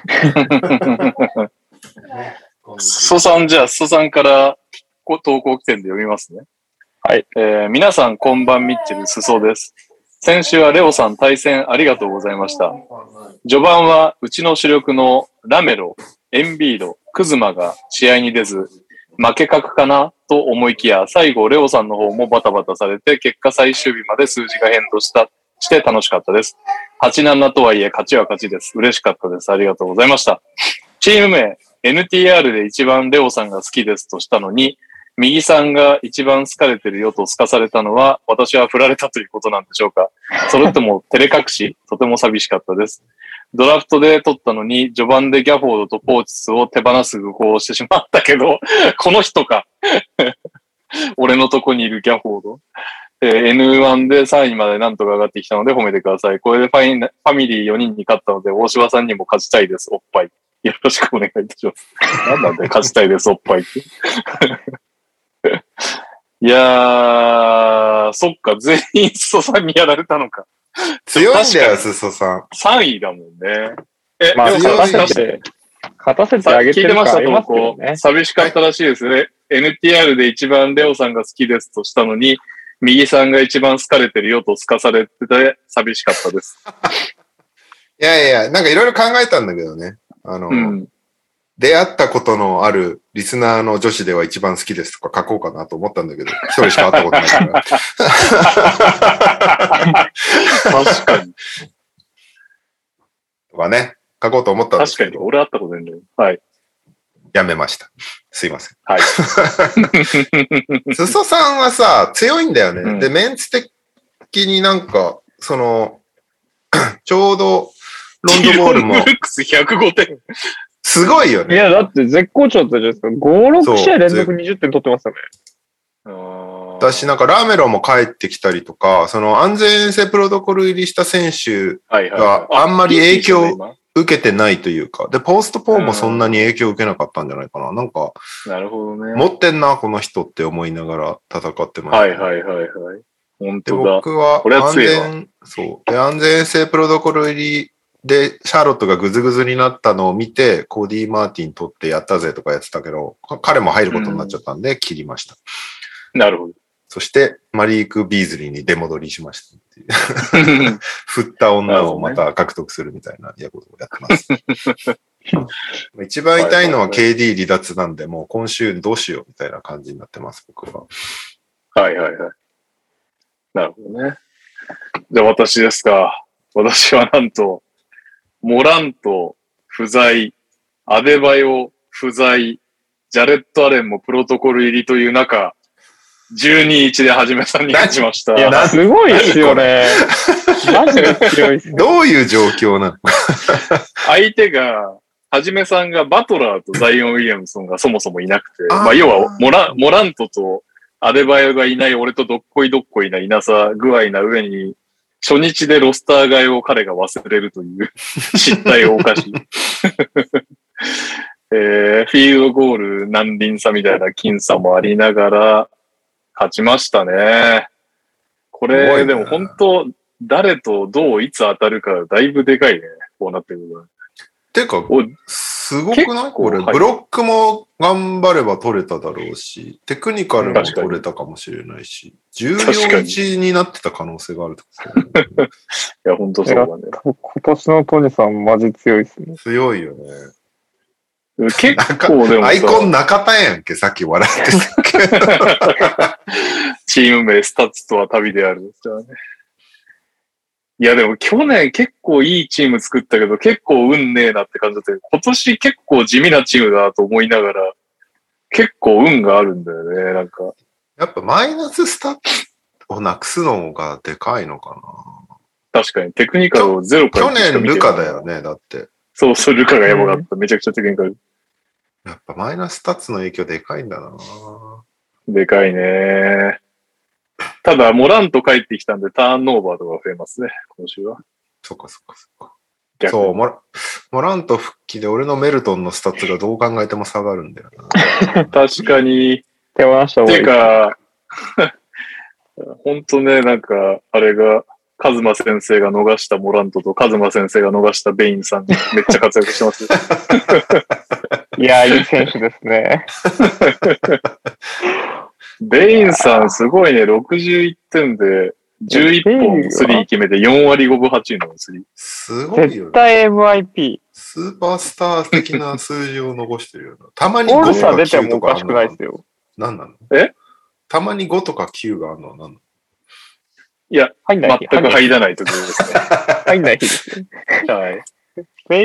すそさん、じゃあ、すそさんから投稿来てんで読みますね。はい。えー、皆さんこんばんミッチェル、すそです。先週はレオさん対戦ありがとうございました。序盤はうちの主力のラメロ、エンビード、クズマが試合に出ず、負け確かなと思いきや、最後レオさんの方もバタバタされて、結果最終日まで数字が変動した、して楽しかったです。はちななとはいえ勝ちは勝ちです。嬉しかったです。ありがとうございました。チーム名、エヌティーアール で一番レオさんが好きですとしたのに、右さんが一番好かれてるよと透かされたのは、私は振られたということなんでしょうか。それとも照れ隠し、とても寂しかったです。ドラフトで取ったのに、序盤でギャフォードとポーチスを手放す愚行をしてしまったけど、この人か。俺のとこにいるギャフォード。えー、エヌワン でさんいまでなんとか上がってきたので褒めてください。これでファインファミリーよにんに勝ったので、大柴さんにも勝ちたいです。おっぱい。よろしくお願いいたします。なんなんで勝ちたいです、おっぱいって。いやー、そっか、全員すそさんにやられたのか。 強いんだよ、すそさん。 さんいだもんね。 え、まあ、勝たせて、勝たせてあげてる感ありますよね。 寂しかったらしいですね。エヌティーアール で一番レオさんが好きですとしたのに、右さんが一番好かれてるよと透かされてて、寂しかったです。 いやいや、なんかいろいろ考えたんだけどね。あの、うん、出会ったことのあるリスナーの女子では一番好きですとか書こうかなと思ったんだけど、一人しか会ったことないから。 確かに。 とかね、書こうと思ったんですけど。 確かに、俺会ったことないんだよ。はい。 やめました。すいません。 はい。 すそさんはさ、強いんだよね。うん、で、メンツ的になんか、その、ちょうど、ロンドボールも。 ブルックスひゃくごてん。 すごいよね。 いや、だって絶好調だったじゃないですか。ご、ろく試合連続にじゅってん取ってましたね。 私なんかラーメロも帰ってきたりとか、その安全性プロトコル入りした選手があんまり影響を受けてないというか、で、ポストポーもそんなに影響を受けなかったんじゃないかな。なんか、 なるほどね。 持ってんな、この人って思いながら戦ってました、 ね。はいはいはいはい。本当だ。 僕は安全、そう。で、安全性プロトコル入りで、シャーロットがグズグズになったのを見て、コーディ・マーティン取ってやったぜとかやってたけど、彼も入ることになっちゃったんで、切りました。 うん、なるほど。 そして、マリーク・ビーズリーに出戻りしましたっていう。振った女をまた獲得するみたいなことをやってます。一番痛いのは ケーディー 離脱なんで、もう今週どうしようみたいな感じになってます、僕は。 はいはいはい。なるほどね。じゃあ私ですか。私はなんと、モラント不在、アデバヨ不在、ジャレット・アレンもプロトコル入りという中、じゅうにたいいちではじめさんに勝ちました。 いや、すごいですよね。マジで強いです。 どういう状況なの？ 相手が、はじめさんがバトラーとザイオン・ウィリアムソンがそもそもいなくて、あまあ要はモラ、モラントとアデバヨがいない俺とどっこいどっこいないなさ具合な上に、初日でロスター替えを彼が忘れるという失態を犯し、えー、フィールドゴール何輪差みたいな僅差もありながら勝ちましたね。これ、でも本当、誰とどういつ当たるかだいぶでかいね。こうなってくると。 てか、すごくないこれ、ブロックも頑張れば取れただろうし、テクニカルも取れたかもしれないし、じゅうよんいちになってた可能性があるってことですね。いや、本当そうだね。 今年のトニさんマジ強いですね。 強いよね。 結構でもアイコン中田やんけ、さっき笑ってたけど。 チーム名、スタッツとは旅であるですからね。いやでも去年結構いいチーム作ったけど、結構運ねえなって感じだったけど、今年結構地味なチームだなと思いながら、結構運があるんだよね、なんか。 やっぱマイナススタッツをなくすのがでかいのかな。確かに、テクニカルをゼロから去年ルカだよね、だって。 そうそう、ルカがやばかった。めちゃくちゃテクニカル。 やっぱマイナススタッツの影響でかいんだな。 でかいね。ただ、モラント帰ってきたんで、ターンオーバーとか増えますね、今週は。 そっかそっかそっか。そう、モラ、モラント復帰で俺のメルトンのスタッツがどう考えても下がるんだよな。 確かに。 手放した方がいい。 てか、ほんとね、なんか、あれが、カズマ先生が逃したモラントとカズマ先生が逃したベインさんめっちゃ活躍してますよ。 いや、いい選手ですね。 ベインさんすごいね、ろくじゅういってんでじゅういっぽんスリー決めてよんわりごぶはちのスリー。 すごいよね。 絶対 エムアイピー。スーパースター的な数字を残してるよな。たまにオーごとかルスター出てきゅうとかもおかしくないですよ。 何なの？ え？ たまにごとかきゅうがあるのは何なの？ いや、 入んない全く入らない時ですね。 入んない日ですね。 はい。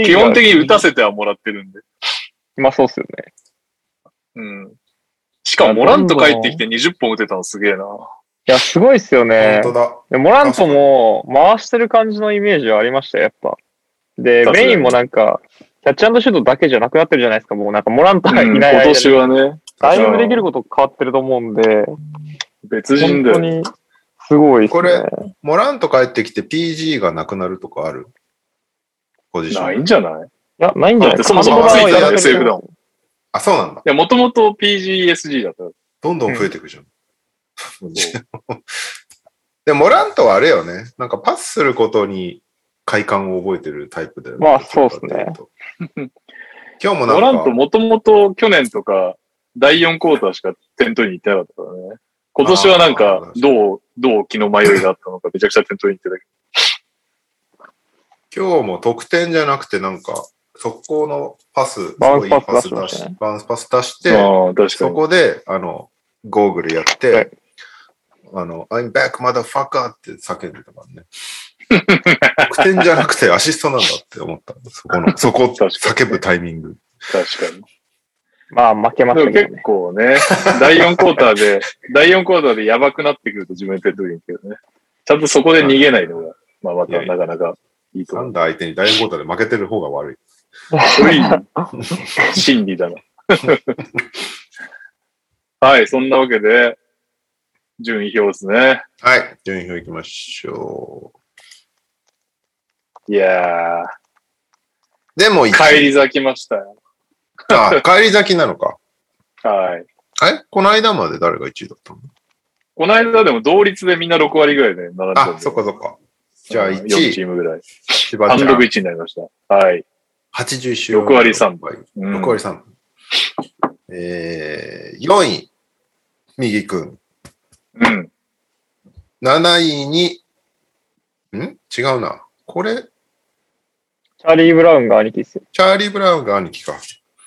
基本的に打たせてはもらってるんで。 まあそうっすよね。 うん。しかもモラント帰ってきてにじゅっぽん打てたのすげえな。 いや、すごいっすよね。 本当だ。 でモラントも回してる感じのイメージはありましたよ、やっぱ。で、メインもなんか、キャッチ&シュートだけじゃなくなってるじゃないですか、もうなんかモラントがいない間に、 うん、今年はね。 だいぶできること変わってると思うんで、 別人だよ。 本当にすごいっすね。 これ、モラント帰ってきて ピージー がなくなるとかある？ポジション。 ないんじゃない？ いや、ないんじゃないですか。 そもそもついたら エスエフ だもん。 あ、そうなんだ。 いや、もともと ピージーエスジー だった。 どんどん増えていくじゃん。うん、で、モラントはあれよね。なんかパスすることに快感を覚えてるタイプだよね。 まあ、そうですね。 今日もなんか。 モラントもともと去年とかだいよんクォーターしか点取りに行ってなかったからね。今年はなんか、どう、どう気の迷いがあったのかめちゃくちゃ点取りに行ってたけど。今日も得点じゃなくてなんか、速攻のパス、 バウンスパス出し、バウンスパス出して、そこで、あの、ゴーグルやって、はい、あの、I'm back motherfucker って叫んでたからね。得点じゃなくてアシストなんだって思った。そこの、そこ叫ぶタイミング。 確かに。 まあ負けましたけどね。 結構ね、だいよんクォーターで、だいよんクォーターでやばくなってくると自分で点取りに行くけどね。ちゃんとそこで逃げないのが、まあまたなかなかいいと思う。 サンダー相手にだいよんクォーターで負けてる方が悪い。 真理だな。はい、そんなわけで、順位表ですね。 はい、順位表いきましょう。いやー。 でも、 帰り咲きましたよ。 あ、帰り咲きなのか。 はい。 えこの間まで誰がいちいだったの？ この間でも同率でみんなろくわりぐらいで並んでる。 あ、そっかそっか。じゃあいちい。 よんチームぐらい。単独いちいになりました。はい。 はちじゅう週。 ろくわりさんばい。 ろくわりさん。えー、よんい、右くん。 うん。 なないに、ん違うな。これ。 チャーリー・ブラウンが兄貴ですよ。 チャーリー・ブラウンが兄貴か。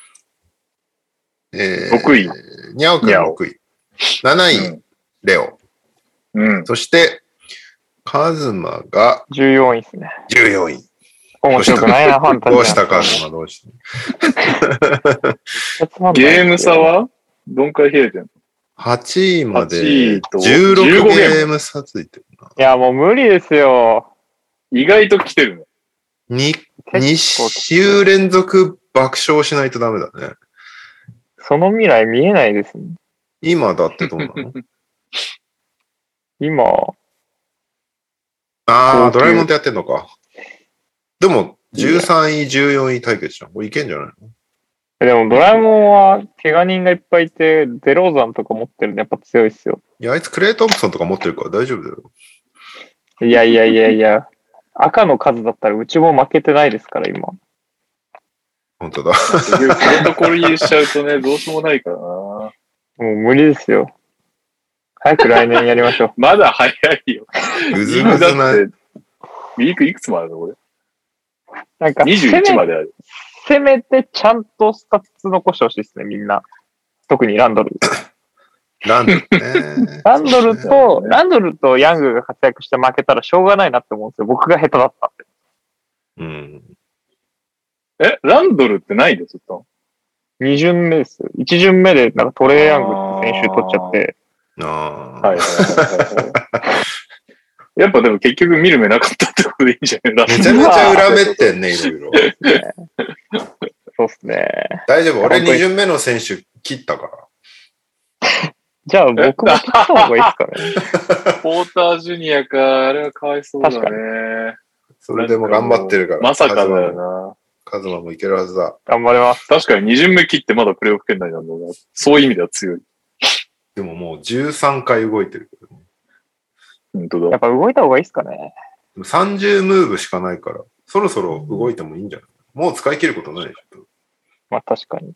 えー、 ろくい。 にゃおくんろくい。なない、うん、レオ。 うん。 そして、カズマがじゅうよんいですね。 じゅうよんい。 面白くないな、ファンタジー。 どうしたカズマどうした。 ゲーム差はどんくらい冷えてんの？ はちいまでじゅうろくゲーム差ついてるな。 いや、もう無理ですよ。 意外と来てるの。に、に週連続爆笑しないとダメだね。 その未来見えないですね。 今だってどうなの？ 今。 ああ、ドラえもんってやってんのか。でも、じゅうさんい、じゅうよんい対決じゃん。これいけんじゃないの？ でも、ドラえもんは、怪我人がいっぱいいて、デローザンとか持ってるんで、やっぱ強いっすよ。 いや、あいつクレイ・トンプソンとか持ってるから大丈夫だよ。 いやいやいやいや、赤の数だったらうちも負けてないですから、今。 本当だ。 プロトコル入れしちゃうとね、どうしようもないからな。もう無理ですよ。早く来年やりましょう。 まだ早いよ。 ぐずぐずな。 ウィークいくつまであるのこれ。 なんか、 にじゅういちまである。 せめてちゃんとスタッツ残してほしいですね、みんな。特にランドル。 ランドルね。 ランドルと、ね、ランドルとヤングが活躍して負けたらしょうがないなって思うんですよ。僕が下手だったって。 うん。 え、ランドルってないでずっとに巡目です。いち巡目でなんかトレイヤングって選手取っちゃって。 ああ。 はいはいはいはい。やっぱでも結局見る目なかったってことでいいんじゃない？ めちゃめちゃ裏目ってんね、いろいろ。 そうっすね。 大丈夫。俺に巡目の選手切ったから。 じゃあ僕も切った方がいいですかね。 ポータージュニアか、あれはかわいそうだね。 それでも頑張ってるから。 まさかだよな。 カズマもいけるはずだ。 頑張ります。 確かにに巡目切ってまだプレイオフ圏内なんだな。そういう意味では強い。 でももうじゅうさんかい動いてるけどね。 本当だ。 やっぱ動いた方がいいですかね。 さんじゅうムーブしかないから、そろそろ動いてもいいんじゃない？もう使い切ることないでしょ。 まあ確かに。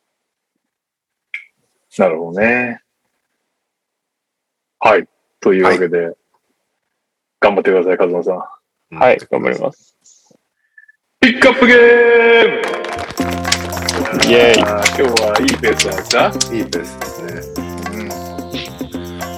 なるほどね。はい。というわけで、はい、頑張ってください、カズマさん。 はい、頑張ります。 ピックアップゲームイェーイ。 今日はいいペースなんですか？ いいペースですね。うん、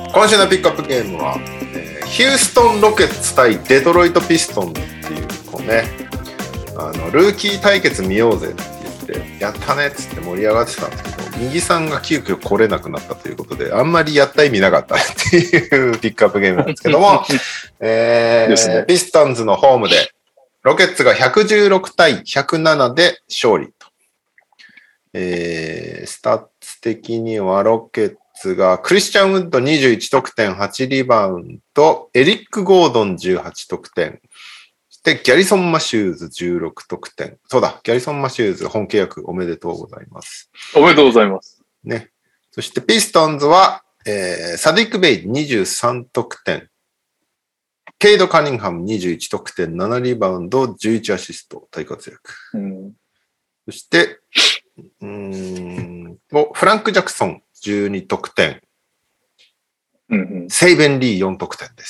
今週のピックアップゲームは、えー、ヒューストンロケッツ対デトロイトピストンズっていう、こうね、あの、ルーキー対決見ようぜって言って、やったねっつって盛り上がってたんですけど、右さんが急遽来れなくなったということで、あんまりやった意味なかったっていうピックアップゲームなんですけども、えーね、ピストンズのホームで、ロケッツがひゃくじゅうろくたいひゃくななで勝利と。えー、スタッツ的にはロケッツがクリスチャン・ウッドにじゅういち得点、はちリバウンド、エリック・ゴードンじゅうはち得点、そしてギャリソン・マシューズじゅうろく得点。そうだ、ギャリソン・マシューズ本契約おめでとうございます。 おめでとうございます。 ね。そしてピストンズは、えー、サディック・ベイにじゅうさん得点、ケイド・カニンハムにじゅういち得点、ななリバウンド、じゅういちアシスト、大活躍。 うん、 そして、うーんフランク・ジャクソンじゅうに得点、 うんうん、 セイベン・リーよん得点です。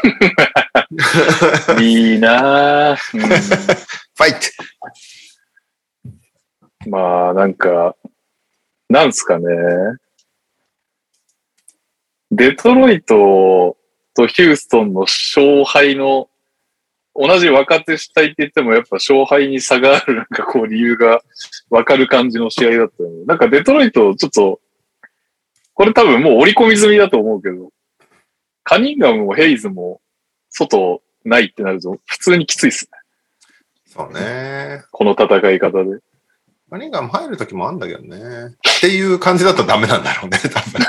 いいなぁ、うん、ファイト。まあなんか、なんすかね。デトロイトとヒューストンの勝敗の同じ若手主体って言ってもやっぱ勝敗に差があるなんかこう理由がわかる感じの試合だったよね。なんかデトロイトちょっと、これ多分もう織り込み済みだと思うけど、カニンガムもヘイズも外ないってなると普通にきついっすね。 そうね。 この戦い方で。 カニンガム入るときもあるんだけどね。っていう感じだとダメなんだろうね、多分。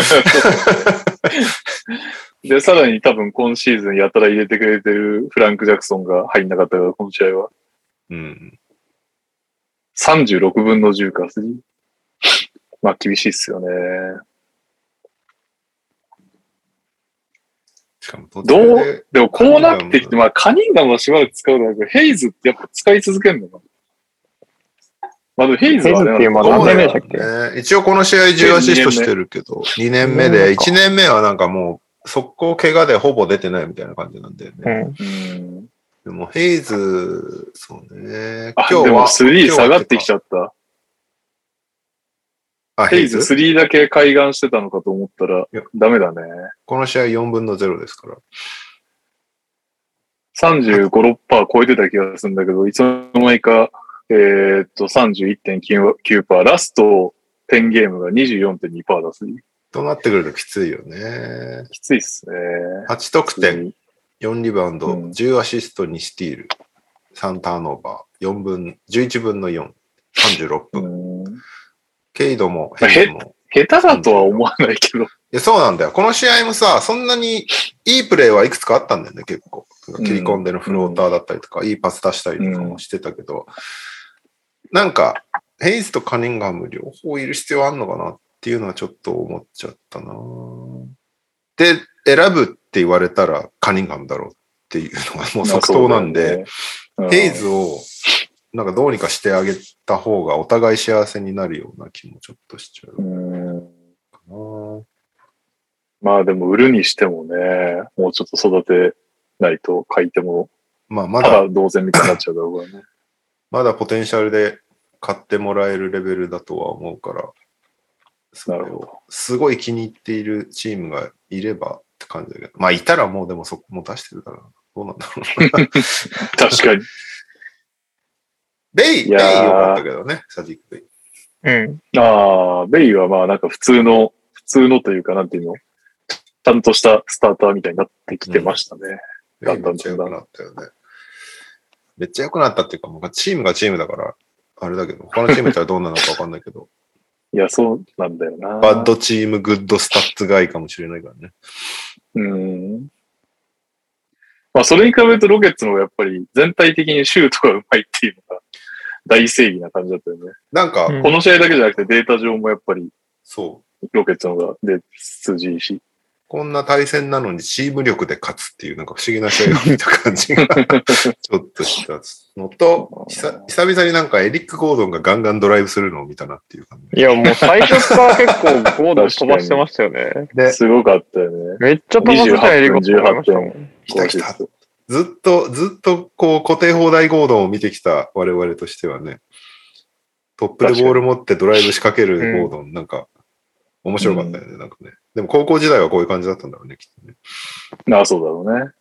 で、さらに多分今シーズンやたら入れてくれてるフランク・ジャクソンが入んなかったから、この試合は。 うん。 さんじゅうろくぶんのじゅうか、スリー。まあ厳しいっすよね。 しかもどうでもこうなってきて、まあカニンガムはしばらく使うだろうけど、ヘイズってやっぱ使い続けるのかな。まあ、でもヘイズはね、 何年目でしたっけ、 ね、一応この試合じゅうアシストしてるけど、にねんめで、いちねんめはなんかもう、速攻怪我でほぼ出てないみたいな感じなんだよね。うん、でもヘイズ、そうね。 今日はでもスリー下がってきちゃった。 あ、 ヘイズスリーだけ開眼してたのかと思ったら、ダメだね。 この試合よんぶんのゼロですから。 さんじゅうご、ろくパーセント 超えてた気がするんだけど、いつの間にか、えー、っと、さんじゅういってんきゅうパーセント、ラストじゅうゲームが にじゅうよんてんにパーセント だすり。 となってくるときついよね。 きついっすね。 はち得点、よんリバウンド、うん、じゅうアシスト、にスティール、さんターンオーバー、よんぶん、じゅういちぶんのよん、さんじゅうろっぷん。ケイドもヘイドも。下手だとは思わないけど。いや、そうなんだよ。この試合もさ、そんなにいいプレーはいくつかあったんだよね、結構。切り込んでのフローターだったりとか、うん、いいパス出したりとかもしてたけど、うん、なんか、ヘイズとカニンガム両方いる必要あんのかなっていうのはちょっと思っちゃったな。で、選ぶって言われたらカニンガムだろうっていうのがもう即答なんで、ねうん、ヘイズをなんかどうにかしてあげた方がお互い幸せになるような気もちょっとしちゃう。うんかな。 まあでも売るにしてもね、もうちょっと育てないと買い手も、まあまだ、ただ同然みたいになっちゃうだろうからね。 まだポテンシャルで買ってもらえるレベルだとは思うから、 なるほど。 すごい気に入っているチームがいればって感じだけど、まあいたらもうでもそこも出してるだろうな。どうなんだろうな。 確かに。 ベイ、ベイ良かったけどね、サディックベイ。 うん。 ああ、ベイはまあなんか普通の、普通のというかなんていうの、ちゃんとしたスターターみたいになってきてましたね。 うん、だんだんめっちゃ良くなったよね。めっちゃ良くなったっていうか、もうチームがチームだから、あれだけど、他のチームったらどうなのか分かんないけど。 いや、そうなんだよな。 バッドチーム、グッドスタッツガイかもしれないからね。 うん。まあ、それに比べるとロケッツの方がやっぱり全体的にシュートがうまいっていうのが大正義な感じだったよね。 なんか、 この試合だけじゃなくてデータ上もやっぱり、 そう。 ロケッツの方がで数字いいし。 こんな対戦なのにチーム力で勝つっていうなんか不思議な試合を見た感じがちょっとしたのと、久々になんかエリック・ゴードンがガンガンドライブするのを見たなっていう感じ。 いや、もう最初から結構ゴードン飛ばしてましたよね。 すごかったよね。 めっちゃ飛ばしてたエリック・ゴードンましたもん。 来た来た。ずっと、ずっとこう固定放題ゴードンを見てきた我々としてはね、トップでボール持ってドライブ仕掛けるゴードン、うん、なんか面白かったよね、うん、なんかね。でも高校時代はこういう感じだったんだろうね、きっとね。 ああ、そうだろうね。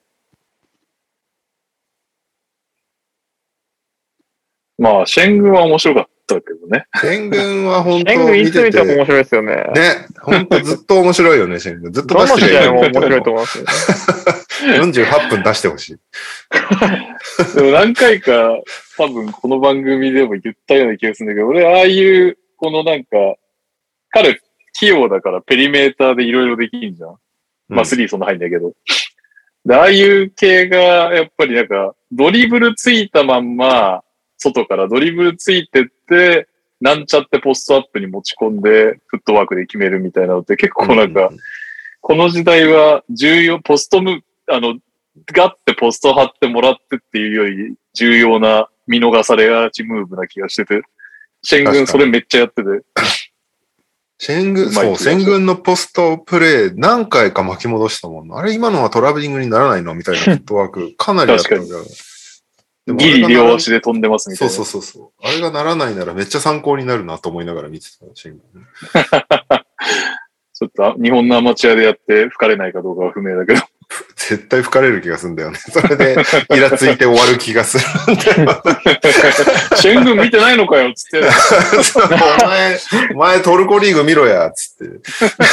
まあ、シェン軍は面白かったけどね。 シェン軍は本当シェン軍いつ見ても面白いですよね。 ね、本当ずっと面白いよね、シェン軍。ずっと出してるよね。どの試合も面白いと思いますよね。 よんじゅうはっぷん出してほしい。 でも何回か多分この番組でも言ったような気がするんだけど、俺ああいうこのなんか、彼器用だからペリメーターでいろいろできんじゃん。まあスリーそんな入んないけど。うん、で、ああいう系がやっぱりなんかドリブルついたまんま外からドリブルついてってなんちゃってポストアップに持ち込んでフットワークで決めるみたいなのって結構なんか、うん、この時代は重要、ポストム、あの、ガッてポスト貼ってもらってっていうより重要な見逃されがちムーブな気がしてて、シェン軍それめっちゃやってて。 シェン軍、そう、シェン軍のポストプレイ何回か巻き戻したもんな。あれ今のはトラベリングにならないのみたいなフットワークかなりやったんだけど。 ギリ両足で飛んでますみたいな。 そうそうそうそう。あれがならないならめっちゃ参考になるなと思いながら見てた、シェン軍。 ちょっと日本のアマチュアでやって吹かれないかどうかは不明だけど。 絶対吹かれる気がするんだよね。それでイラついて終わる気がするんだよ。 シェン軍見てないのかよっつって。 お前、お前トルコリーグ見ろやっつって。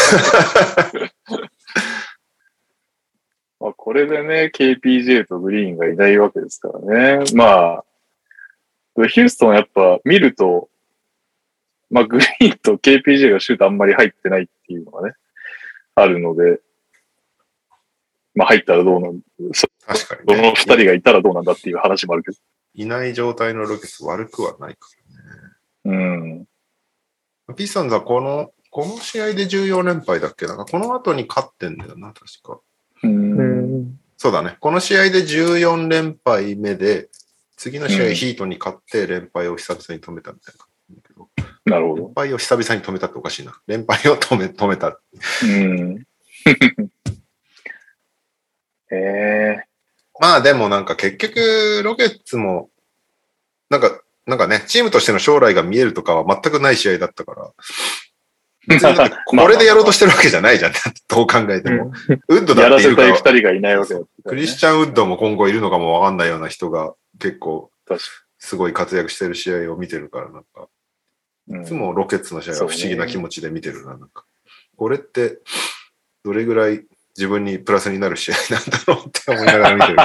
まあこれでね、ケーピージェー とグリーンがいないわけですからね。まあ、ヒューストンやっぱ見ると、まあグリーンと ケーピージェー がシュートあんまり入ってないっていうのがね、あるので、まあ入ったらどうなん確かに、ね。 どの二人がいたらどうなんだっていう話もあるけど。 いない状態のロケッツ悪くはないからね。うん。ピスタンズはこの、この試合でじゅうよん連敗だっけなんかこの後に勝ってんだよな、確か。 うんそうだね。この試合でじゅうよん連敗目で、次の試合ヒートに勝って連敗を久々に止めたみたいな。なるほど。 連敗を久々に止めたっておかしいな。連敗を止め、止めた。 うんへえ。 まあでもなんか結局ロケッツもなんかなんかねチームとしての将来が見えるとかは全くない試合だったから別になんかこれでやろうとしてるわけじゃないじゃんどう考えても、うん、ウッドだっているからやらせたい二人がいないわけだ、ね、 クリスチャン・ウッドも今後いるのかもわかんないような人が結構すごい活躍してる試合を見てるからなんかいつもロケッツの試合は不思議な気持ちで見てるな、なんかこれってどれぐらい自分にプラスになる試合なんだろうって思いながら見てる。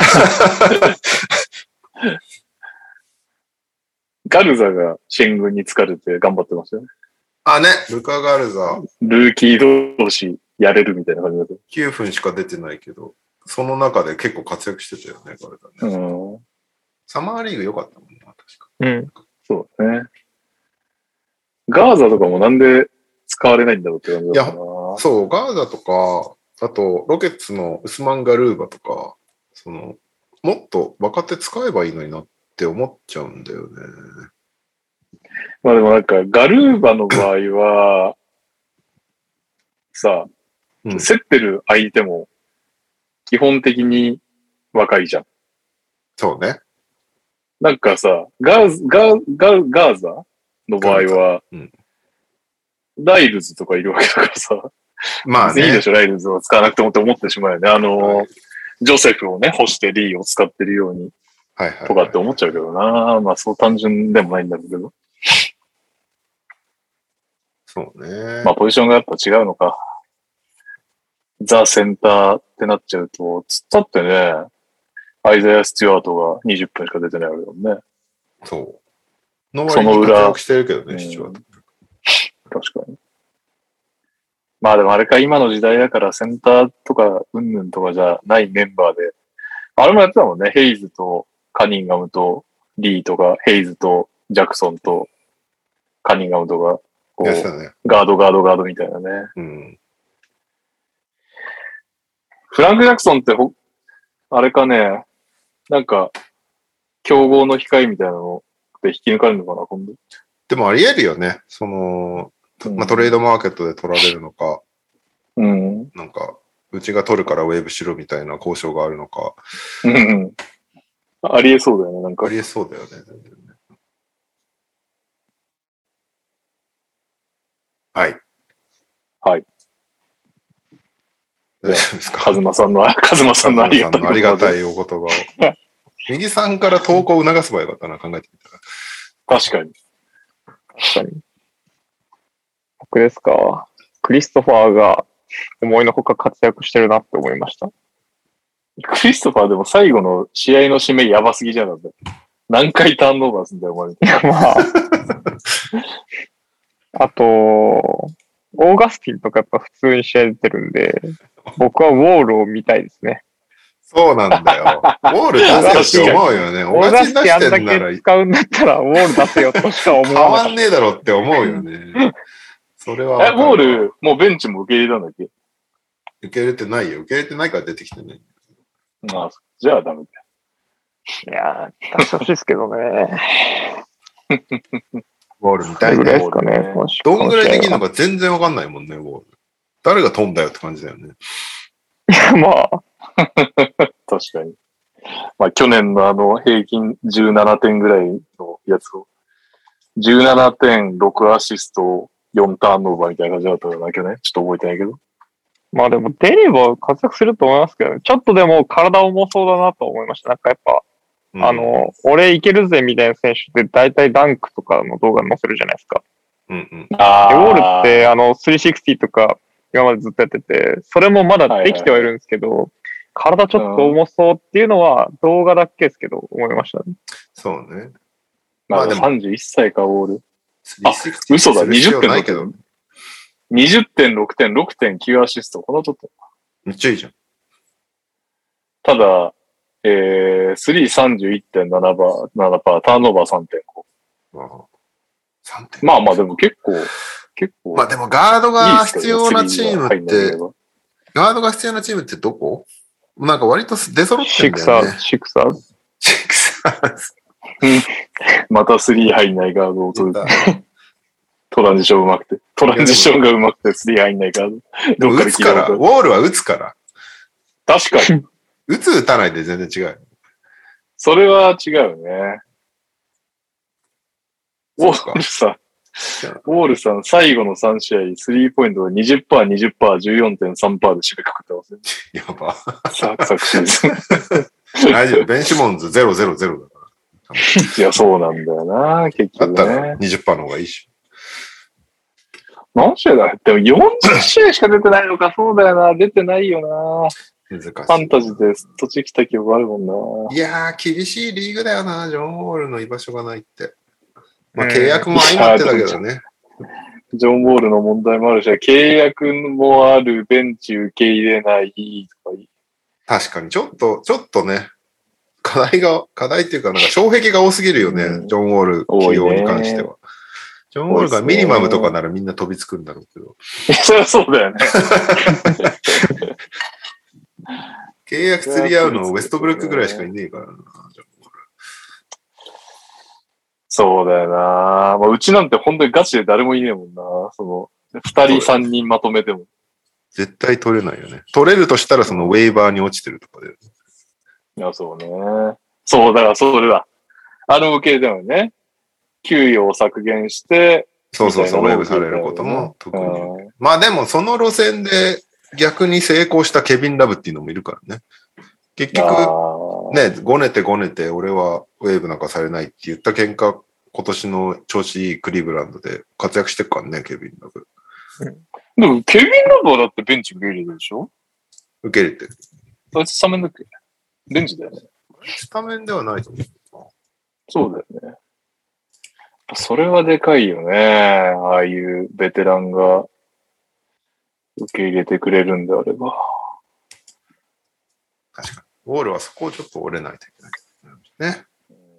ガルザがシェン軍に疲れて頑張ってましたよね。 あ、ね。ルカ・ガルザ。 ルーキー同士やれるみたいな感じだった。 きゅうふんしか出てないけど、その中で結構活躍してたよね、ガルザね。うん、サマーリーグ良かったもんな、確か。 うん。そうだね。ガーザとかもなんで使われないんだろうって感じだったな。いや、 そう、ガーザとか、あと、ロケッツのウスマン・ガルーバとか、その、もっと若手使えばいいのになって思っちゃうんだよね。 まあでもなんか、ガルーバの場合は、さ、うん、競ってる相手も、基本的に若いじゃん。 そうね。 なんかさ、ガーズ、ガー、ガー、ガーザの場合は、うん、ライルズとかいるわけだからさ。 まあね。 いいでしょ、ライルズを使わなくてもって思ってしまうよね。あの、はい、ジョセフをね、干してリーを使ってるように、 はいはいはい、 とかって思っちゃうけどな。まあ、そう単純でもないんだけど。 そうね。 まあ、ポジションがやっぱ違うのか。ザ・センターってなっちゃうと、つったってね、アイザヤ・スチュワートがにじゅっぷんしか出てないわけだもんね。 そう。の割に活躍してるけどね、スチュワート。 確かに。まあでもあれか、今の時代だからセンターとか、うんぬんとかじゃないメンバーで、あれもやってたもんね。ヘイズとカニンガムとリーとか、ヘイズとジャクソンとカニンガムとか、こう、ね、ガードガードガードみたいなね。 うん、 フランク・ジャクソンってほ、あれかね、なんか、競合の控えみたいなので引き抜かれるのかな、今度。 でもあり得るよね。その、まあ、トレードマーケットで取られるのか、 うん、 なんか、うちが取るからウェーブしろみたいな交渉があるのか。 うん、ありえそうだよね、なんか。 ありえそうだよね。全然ねはい。 はい。 大丈夫ですか。 カズマさんの、カズマさんのありがたいありがたいお言葉を。右さんから投稿を促せばよかったな、考えてみたら。 確かに。 確かに。僕ですか。クリストファーが思いのほか活躍してるなって思いました。 クリストファーでも最後の試合の締めやばすぎじゃなかった。何回ターンオーバーすんだよ、お前。いや、まあ。あと、オーガスティンとかやっぱ普通に試合出てるんで、僕はウォールを見たいですね。 そうなんだよ。ウォール出せよって思うよね。 オーガスティンあんだけ使うんだったらウォール出せよとしか思わない。 変わんねえだろって思うよね。それは。 え、ウォール、もうベンチも受け入れたんだっけ？ 受け入れてないよ。受け入れてないから出てきてね。 まあ、じゃあダメだよ。 いやー、出してほしいですけどね。 ウォールみたいな。 ですかね。 どんぐらいできるのか全然わかんないもんね、ウォール。誰が飛んだよって感じだよね。 いや、まあ。 確かに。まあ、去年のあの、平均じゅうななてんぐらいのやつを、じゅうななてん、ろくアシスト、よんターンオーバーみたいな感じだったよな、去年。ちょっと覚えてないけど。 まあでも、出れば活躍すると思いますけどね。ちょっとでも体重そうだなと思いました。なんかやっぱ、うん、あの、俺いけるぜみたいな選手って大体ダンクとかの動画載せるじゃないですか。 うんうん。 あウォールって、あの、さんびゃくろくじゅうとか今までずっとやってて、それもまだできてはいるんですけど、はいはい、体ちょっと重そうっていうのは動画だけですけど、思いましたね。 そうね。 まあでもさんじゅういっさいか、ウォール。あ、嘘だ、にじゅってんないけど。にじゅってんろくてん、ろくてんきゅうアシスト。このちょっと。 めっちゃいいじゃん。 ただ、えー、スリーさんじゅういってんななパーセント、ターンオーバー さんてんご。 ああさんてんご。 まあまあでも結構、結構。 まあでもガードが必要なチームって、ガードが必要なチームってどこ？なんか割と出揃ってんだよね。 シクサーズ。 シクサーズ。 またスリー入んないガードを取る。トランジションうまくて。トランジションがうまくてスリー入んないガード。 どっかで打つから。ウォールは打つから。 確かに。 打つ打たないで全然違う。 それは違うね。ウォールさん。ウォールさん、最後のさん試合、スリーポイントが にじゅっパーセント、にじゅっパーセント、じゅうよんてんさんパーセント で締めくくってますね。 やば。 サクサクシーズン。 大丈夫。ベンシモンズゼロゼロゼロだから。 いや、そうなんだよな、結局、ね。 だったら にじゅっパーセント の方がいいし。 何試合だでもよんじゅう試合しか出てないのか、そうだよな。出てないよな。 難しい。ファンタジーで土地来た記憶あるもんな。 いやー、厳しいリーグだよな、ジョン・ウォールの居場所がないって。まあ、契約も相まってだけどね。 ジョン・ウォールの問題もあるし、契約もある、ベンチ受け入れないとか。 確かに、ちょっと、ちょっとね、課題が、課題っていうか、なんか障壁が多すぎるよね、うん、ジョン・ウォール起用に関しては。ジョン・ウォールがミニマムとかならみんな飛びつくんだろうけど。 そりゃそうだよね。 契約釣り合うのウェストブルックぐらいしかいねえからな、ジョン・ウォール。 そうだよな、まあ、うちなんて本当にガチで誰もいねえもんな。その、二人三人まとめても。 絶対取れないよね。取れるとしたらそのウェイバーに落ちてるとかで。 いや、そうね。そう、だからそれだ。 あの系でもね、給与を削減して、 そうそうそう、ウェーブされることも特に。まあでもその路線で逆に成功したケビン・ラブっていうのもいるからね。結局、ね、ごねてごねて俺はウェーブなんかされないって言った喧嘩、今年の調子いいクリーブランドで活躍してるからね、ケビン・ラブ。 でもケビン・ラブはだってベンチ受け入れてるでしょ？ 受け入れてる。 あいつスタメンだっけ？ベンチだよね。 スタメンではないと思う。 そうだよね。それはでかいよね。ああいうベテランが受け入れてくれるんであれば。 確かに。ウォールはそこをちょっと折れないといけないね。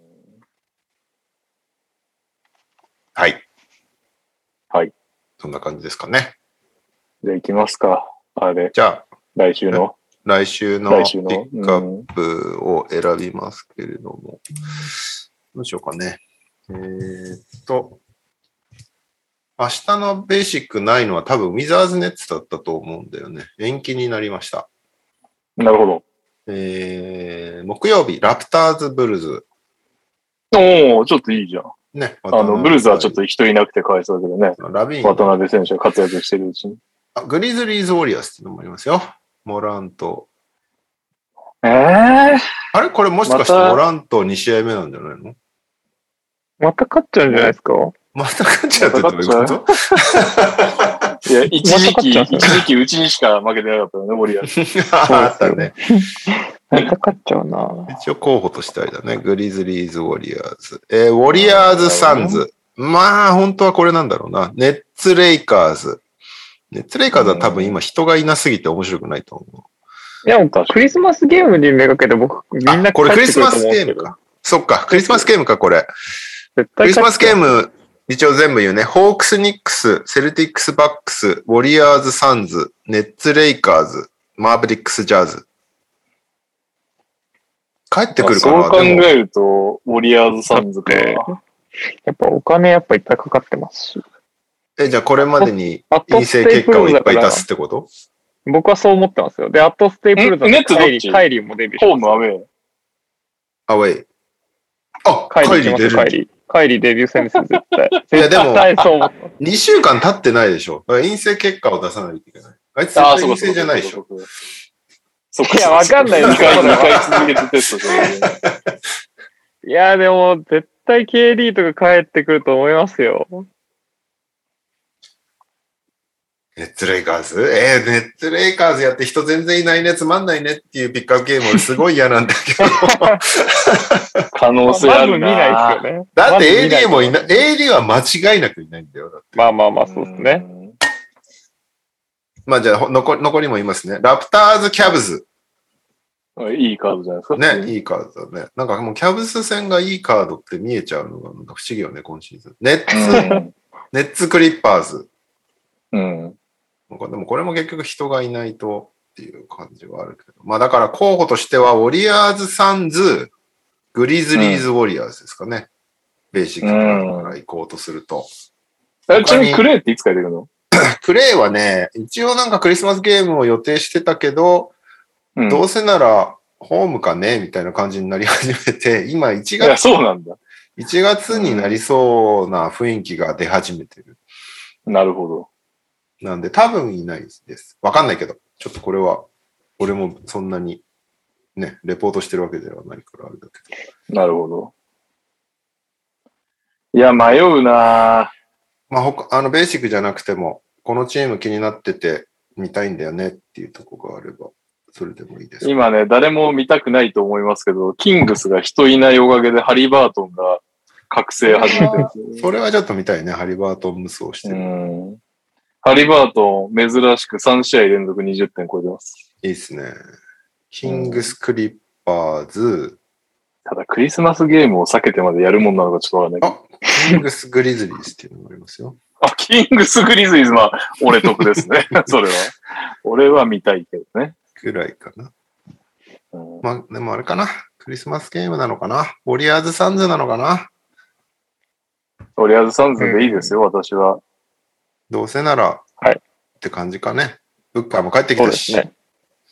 はい。 はい。 そんな感じですかね。 じゃあ行きますか。あれ。 じゃあ、 来週の。 来週のピックアップを選びますけれども。うん、どうしようかね。えー、っと、明日のベーシックないのは多分ウィザーズネッツだったと思うんだよね。延期になりました。 なるほど。 えー、木曜日、ラプターズ・ブルズ。 おー、ちょっといいじゃん。 ね。 あの、ブルズはちょっと人いなくてかわいそうだけどね。 ラビーン。 渡辺選手が活躍してるうちに。 あ、グリズリーズ・ウォリアスっていうのもありますよ。モラント。 えー、 あれこれもしかしてモラントに試合目なんじゃないの？ また勝っちゃうんじゃないですか？ また勝っちゃうってどういうこといや、一時期、一時期うちにしか負けてなかったよね、ウォリアーズ。 あったね。 また勝っちゃうな。 一応候補としてあれだね。グリズリーズ・ウォリアーズ。えー、ウォリアーズ・サンズ。まあ、本当はこれなんだろうな。ネッツ・レイカーズ。ネッツ・レイカーズは多分今人がいなすぎて面白くないと思う。 いや、クリスマスゲームにめがけて僕、みんなこれクリスマスゲームか。そっか、クリスマスゲームか、これ。クリスマスゲーム、一応全部言うね。ホークス・ニックス、セルティックス・バックス、ウォリアーズ・サンズ、ネッツ・レイカーズ、マーベリックス・ジャズ。帰ってくるかな。 そう考えると、ウォリアーズ・サンズか。やっぱお金やっぱいっぱいかかってますし。 え、じゃあこれまでに陰性結果をいっぱい出すってこと？ 僕はそう思ってますよ。で、あとステープルズのカイリー、カイリーもデビューします。 ホーム、アウェイ。 アウェイ。あ、カイリー出る。 カイリー。カイリーデビュー戦ですよ、絶対。 いや、でも、 そう思ってにしゅうかん経ってないでしょ。陰性結果を出さないといけない。あいつ陰性じゃないでしょ。 そっか。 いや、わかんないです。 にかい、にかい続けてテストしてる。いや、でも、絶対 ケーディー とか帰ってくると思いますよ。 ネッツレイカーズえー、ネッツレイカーズやって人全然いないね、つまんないねっていうピックアップゲーム俺すごい嫌なんだけど。 可能性あるな。 まず見ないですよね。 だって エーディー もいない、エーディー は間違いなくいないんだよ。だってまあまあまあ、そうですね。 まあじゃあ残り、残りも言いますね。ラプターズ・キャブズ。 いいカードじゃないですか。 ね、いいカードだね。なんかもうキャブズ戦がいいカードって見えちゃうのがなんか不思議よね、今シーズン。ネッツ、ネッツ・クリッパーズ。 うん。 でもこれも結局人がいないとっていう感じはあるけど。まあだから候補としては、ウォリアーズ・サンズ、グリズリーズ・ウォリアーズですかね。ベーシックから行こうとすると。 うん、ちなみにクレイっていつ帰ってくるの？ クレイはね、一応なんかクリスマスゲームを予定してたけど、うん、どうせならホームかねみたいな感じになり始めて、今いちがつ。 いや、そうなんだ。 いちがつになりそうな雰囲気が出始めてる。 うん、なるほど。 なんで多分いないです。わかんないけど、ちょっとこれは、俺もそんなにね、レポートしてるわけではないからあれだけど。なるほど。いや、迷うなまあ、ほか、あの、ベーシックじゃなくても、このチーム気になってて見たいんだよねっていうところがあれば、それでもいいです。 今ね、誰も見たくないと思いますけど、キングスが人いないおかげでハリバートンが覚醒始めてるんですよ。 それはちょっと見たいね、ハリバートン無双してる。 うんハリバートン、珍しくさん試合連続にじゅってん超えてます。 いいっすね。キングス・クリッパーズ。 ただ、クリスマスゲームを避けてまでやるもんなのかちょっとわかんない。 あ、キングス・グリズリーズっていうのもありますよ。 あ、キングス・グリズリーズ、まあ、俺得ですね。それは。俺は見たいけどね。 くらいかな。うん、まあ、でもあれかな。クリスマスゲームなのかな。ウォリアーズ・サンズなのかな。 ウォリアーズ・サンズでいいですよ、うん、私は。 どうせなら、 はい。 って感じかね。ブッカーも帰ってきたし。 そうですね。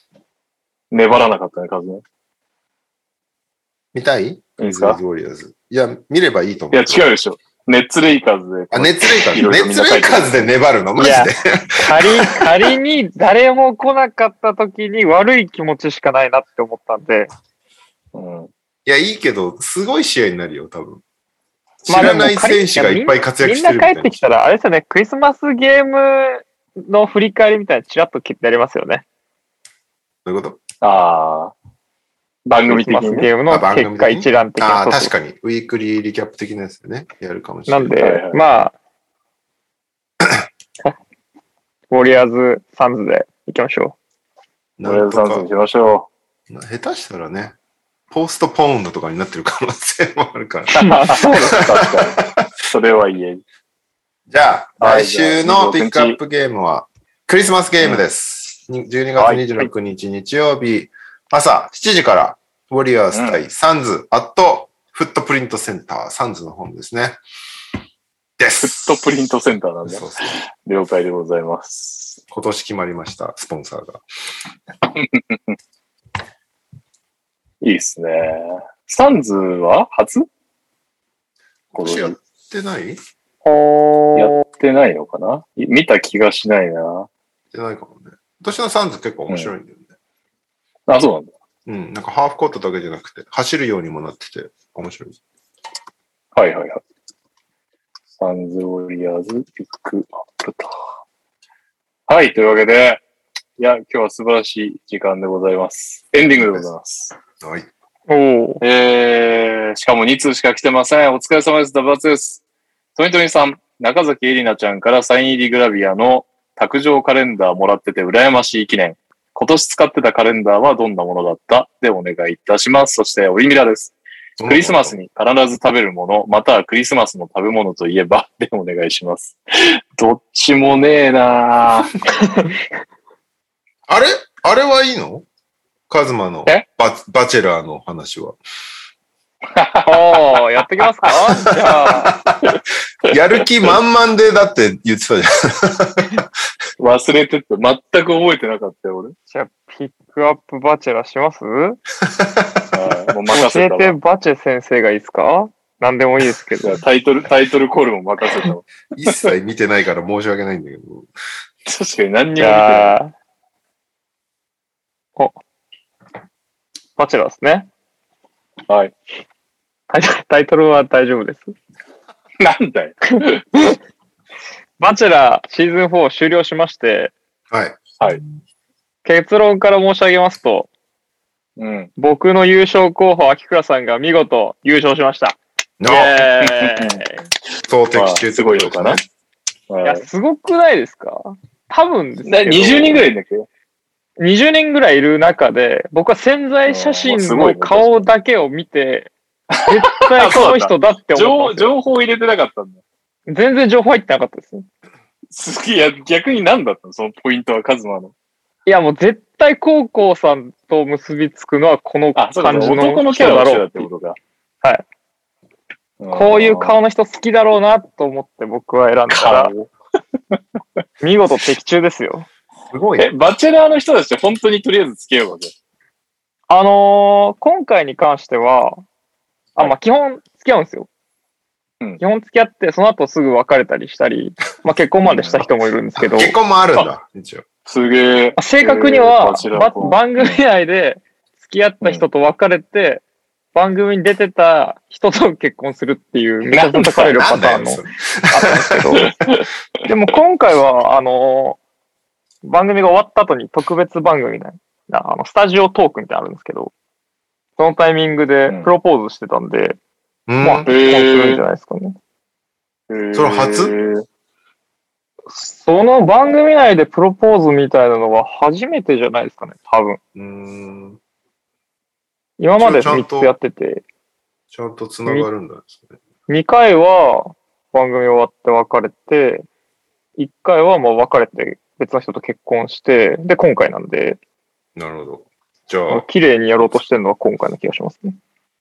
粘らなかったね、数ね。 見たい？ いいですか？ ウォリアーズ。いいや、見ればいいと思う。 いや、違うでしょ。ネッツレイカーズで。 あ、ネッツレイカーズ。ネッツレイカーズで粘るのマジで。 仮、仮に誰も来なかった時に悪い気持ちしかないなって思ったんで。 うん。 いや、いいけど、すごい試合になるよ、多分。知らない選手がいっぱい活躍してるみたいな。 みんな帰ってきたら、あれですよね、クリスマスゲームの振り返りみたいなチラッとやりますよね。 どういうこと？ ああ。番組的に、ね。 クリスマスゲームの結果一覧的な。 ああ、確かに。ウィークリーリキャップ的なやつでね、やるかもしれない。 なんで、はいはい、まあ、ウォリアーズ・サンズで行きましょう。ウォリアーズ・サンズに行きましょう。下手したらね、ポストポーンドとかになってる可能性もあるから。 そうですか、確かに。それは言え。 じゃあ、来週のピックアップゲームは、クリスマスゲームです。うん、じゅうにがつにじゅうろくにち日曜日、朝しちじから、ウォリアーズ対サンズ、アット、フットプリントセンター、サンズの本ですね。です。 フットプリントセンターなんだ。 そうそう。 了解でございます。 今年決まりました、スポンサーが。 いいっすね。サンズは初？ 今年やってない？ やってないのかな？見た気がしないな。やってないかもね。今年のサンズ結構面白いんだよね。 うん、あ、そうなんだ。 うん、なんかハーフコートだけじゃなくて、走るようにもなってて、面白い。 はいはいはい。サンズウォリアーズピックアップと。はい、というわけで、いや、今日は素晴らしい時間でございます。エンディングでございます。 はい。 おえー、しかもに通しか来てません。お疲れ様です。ダブアツです。トニトニさん、中崎えりなちゃんからサイン入りグラビアの卓上カレンダーもらってて羨ましい記念。今年使ってたカレンダーはどんなものだったでお願いいたします。そして、オリミラです。クリスマスに必ず食べるもの、またはクリスマスの食べ物といえばでお願いします。どっちもねえなぁ。 あれあれはいいの？カズマのバ、バチェラーの話は。 ああ、やってきますか？じゃあ。 やる気満々でだって言ってたじゃん。 忘れてて、全く覚えてなかったよ、俺。 じゃあ、ピックアップバチェラーします？ もう任せたわ。 教えてバチェ先生がいいですか？何でもいいですけど。 タイトル、タイトルコールも任せたわ。 一切見てないから申し訳ないんだけど。 確かに何にも見てない。 お、バチェラーですね。 はい。 タイトルは大丈夫です。 なんだよ。 バチェラーシーズンフォー終了しまして、 はい。 はい。 結論から申し上げますと、 うん、 僕の優勝候補、秋倉さんが見事優勝しました。イェーイそう的中すごいのかな、 はい、いや、すごくないですか？多分ですけど。 にじゅうにんぐらいいるんだっけ？ にじゅうにんぐらいいる中で、僕は潜在写真の顔だけを見て、絶対この人だって思った情報入れてなかったんだ。 全然情報入ってなかったですね。 すげえ、いや、逆に何だったのそのポイントは、カズマの。 いや、もう絶対高校さんと結びつくのはこの感じの男のキャラをしてたってことか。 はい。こういう顔の人好きだろうなと思って僕は選んだら、見事的中ですよ。 すごい。 え、バチェラーの人たちって本当にとりあえず付き合うわけ？ あのー、今回に関しては、あ、まあ、基本付き合うんですよ。うん、基本付き合って、その後すぐ別れたりしたり、まあ、結婚までした人もいるんですけど。 結婚もあるんだ、一応。 すげえ。 正確には、番組内で付き合った人と別れて、うん、番組に出てた人と結婚するっていう、めちゃくちゃかれるパターンの、あったんですけど。でも今回は、あの、番組が終わった後に特別番組で、あの、スタジオトークみたいなのあるんですけど、そのタイミングでプロポーズしてたんで、うん、まあ、結婚するんじゃないですかね。 それ初？ その番組内でプロポーズみたいなのは初めてじゃないですかね、多分。 うーん今までみっつやってて。 ちゃんと繋がるんだですね。 にかいは番組終わって別れて、いっかいはもう別れて別の人と結婚して、で、今回なんで。 なるほど。じゃあ。 綺麗にやろうとしてるのは今回の気がしますね。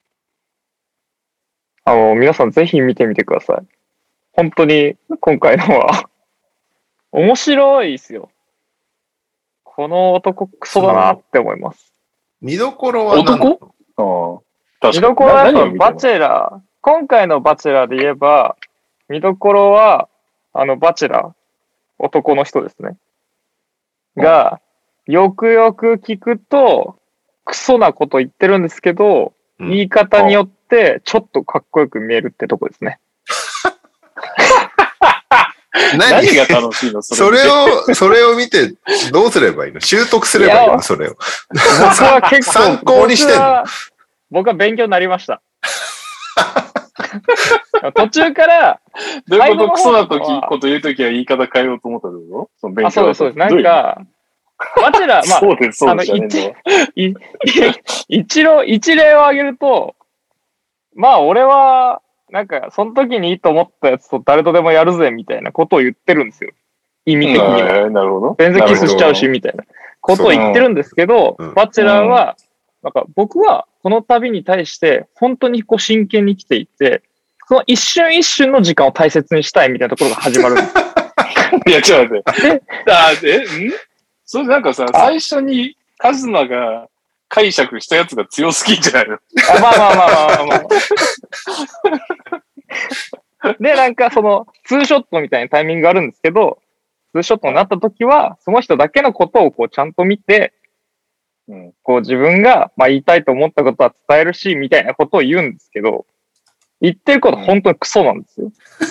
あの、皆さんぜひ見てみてください。本当に今回のは面白いですよ。この男クソだなって思います。 見どころは何？ 男？ああ。 見どころはやっぱバチェラー、 今回のバチェラーで言えば、見どころは、あの、バチェラー、男の人ですね。が、よくよく聞くと、クソなこと言ってるんですけど、 うん、 言い方によってちょっとかっこよく見えるってとこですね。 何何が楽しいのそれそれを、それを見てどうすればいいの？習得すればいいのそれを。 僕は結構、 参考にしてんの？ 僕は勉強になりました。途中から、 どういうことクソな時こと言うときは言い方変えようと思ったってことその勉強あ、そうです、そうです。なんか、バチェラー、まあ、 そうです、そうです、ね。 一例、一例を挙げると、まあ、俺は、なんか、その時にいいと思ったやつと誰とでもやるぜ、みたいなことを言ってるんですよ。意味的には。 なるほど。 全然キスしちゃうし、みたいなことを言ってるんですけど、うん、バチェラーは、なんか、僕は、この旅に対して、本当にこう真剣に来ていて、その一瞬一瞬の時間を大切にしたいみたいなところが始まるんです。 いや、ちょっと待って。あ、え、んそれなんかさ、最初にカズマが解釈したやつが強すぎんじゃないの？ あまあまあまあまあまあ、まあ。で、なんかその、ツーショットみたいなタイミングがあるんですけど、ツーショットになった時は、その人だけのことをこうちゃんと見て、うん、こう自分がまあ言いたいと思ったことは伝えるし、みたいなことを言うんですけど、言ってること本当にクソなんですよ。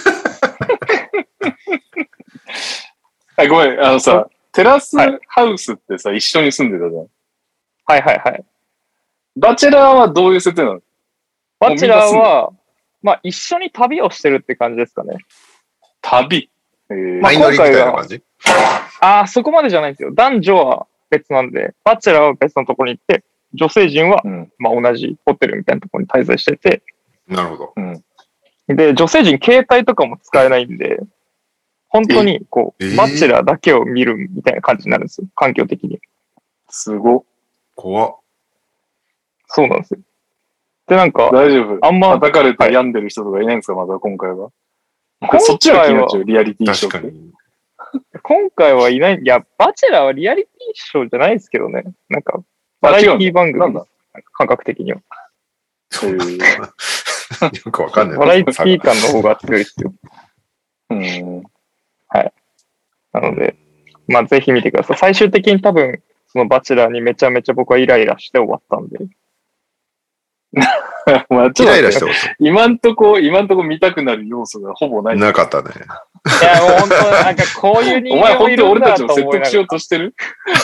あ、ごめん、あのさ、テラスハウスってさ、はい、一緒に住んでたじゃん。 はいはいはい。 バチェラーはどういう設定なの？ バチェラーは、まあ一緒に旅をしてるって感じですかね。 旅？ えー、まあ今回は、 ああ、そこまでじゃないんですよ。男女は別なんで、バチェラーは別のところに行って、女性陣は、うん、まあ同じホテルみたいなところに滞在してて、 なるほど。 うん。で、女性陣携帯とかも使えないんで、本当に、こう、えー、バチェラーだけを見るみたいな感じになるんですよ。環境的に。 すご。 怖っ。 そうなんですよ。で、なんか、 大丈夫。 あんま。 叩かれて病んでる人とかいないんですか、はい、まだ今回は。そっちは気になっちゃう、リアリティショーって。 今回はいない。いや、バチェラーはリアリティショーじゃないですけどね。なんか、バラエティ番組なんだ。感覚的には。 よくわかんない。 バラエティ感の方が強いですよ。 うん。 はい。なので、まあぜひ見てください。最終的に多分、そのバチェラーにめちゃめちゃ僕はイライラして終わったんで。 まあ、ちょっとイライラしてます。 今んとこ、今んとこ見たくなる要素がほぼない。 なかったね。 いや、もう本当なんかこういう人間もいるんだと思いながら。お前本当俺たちを説得しようとしてる？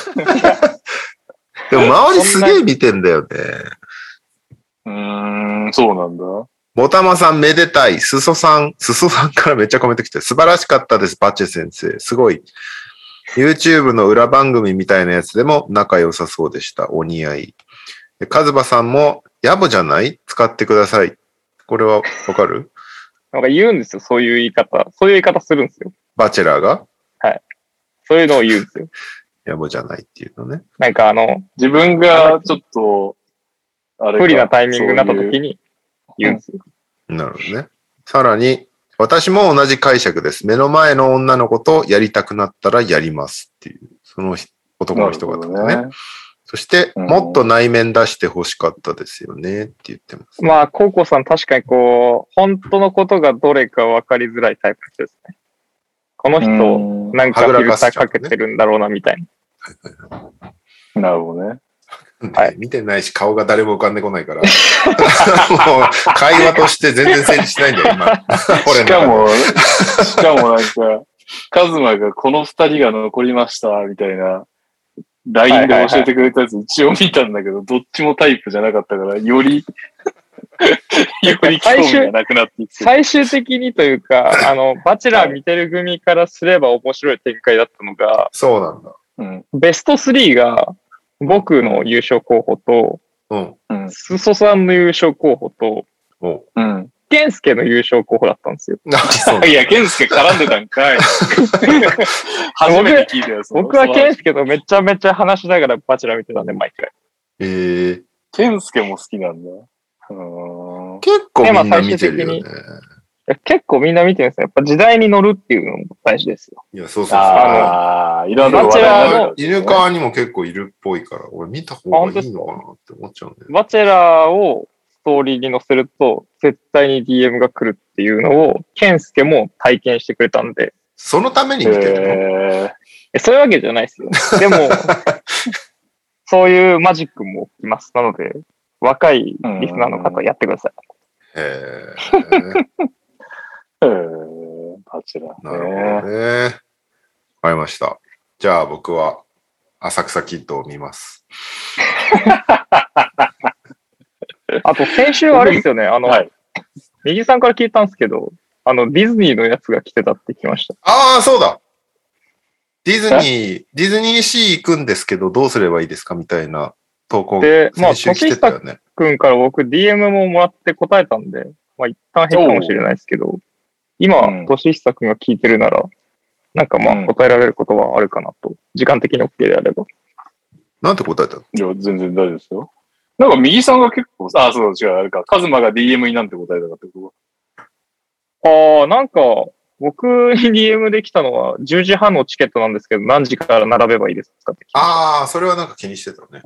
でも周りすげえ見てんだよね。 うーん、そうなんだ。 ボタマさんめでたい。すそさん、すそさんからめっちゃコメント来て、素晴らしかったです、バチェ先生。すごい。YouTube の裏番組みたいなやつでも仲良さそうでした。お似合い。カズバさんも、野暮じゃない？使ってください。これはわかる？ なんか言うんですよ、そういう言い方。そういう言い方するんですよ。 バチェラーが？ はい。そういうのを言うんですよ。 野暮じゃないっていうのね。 なんかあの、 自分がちょっと、 あれ不利なタイミングになった時に言うんですよ。 なるほどね。さらに、私も同じ解釈です。目の前の女の子とやりたくなったらやりますっていう、その男の人がね。ねそして、うん、もっと内面出して欲しかったですよねって言ってます。 まあ、コウコさん確かにこう、本当のことがどれか分かりづらいタイプですね。この人、なんかフィルターかけてるんだろうなみたいな。なるほどね。 はい、見てないし、顔が誰も浮かんでこないから。もう、会話として全然成立しないんだよ、今。 しかも、しかもなんか、カズマがこの二人が残りました、みたいな、ライン で教えてくれたやつ一応見たんだけど、どっちもタイプじゃなかったから、より、より興味がなくなっていく。 最終的にというか、あの、バチェラー見てる組からすれば面白い展開だったのが、 そうなんだ。 うん、ベストスリーが、僕の優勝候補と、 うん、 すそさんの優勝候補と、 うん、 ケンスケの優勝候補だったんですよ。 いや、ケンスケ絡んでたんかい。初めて聞いたよ、 僕はケンスケとめちゃめちゃ話しながらバチェラー見てたんで、毎回。 えー、 ケンスケも好きなんだ。 結構みんな見てるよね。 結構みんな見てるんですよ。やっぱ時代に乗るっていうのも大事ですよ。 いや、そうそうそう。 ああ、いろんなバチェラーの。 犬川にも結構いるっぽいから、俺見た方がいいのかなって思っちゃうんだよ。 バチェラーをストーリーに載せると、絶対に ディーエム が来るっていうのを、ケンスケも体験してくれたんで。 そのために見てるの？ えー、そういうわけじゃないですよ。でも、そういうマジックも起きます。なので、若いリスナーの方やってください。 へえ。へー、バチェラーね。 なるほどね。わかりました。じゃあ僕は浅草キッドを見ます。 あと先週あれですよね、あの、はい、右さんから聞いたんですけど、あの、ディズニーのやつが来てたって聞きました。 ああ、そうだ。ディズニー、ディズニーシー行くんですけど、どうすればいいですかみたいな投稿が先週来てたよね。まあ、 君から僕 ディーエム ももらって答えたんで、まあ一旦変かもしれないですけど、今、俊久君が聞いてるなら、なんかまあ答えられることはあるかなと。時間的に OK であれば。 なんて答えたの？ いや、全然大丈夫ですよ。なんか右さんが結構、あ、そう、違う、あれか。カズマが ディーエム になんて答えたかってこと？ ああ、なんか、僕に ディーエム できたのはじゅうじはんのチケットなんですけど、何時から並べばいいですかって聞いた。 ああ、それはなんか気にしてたね。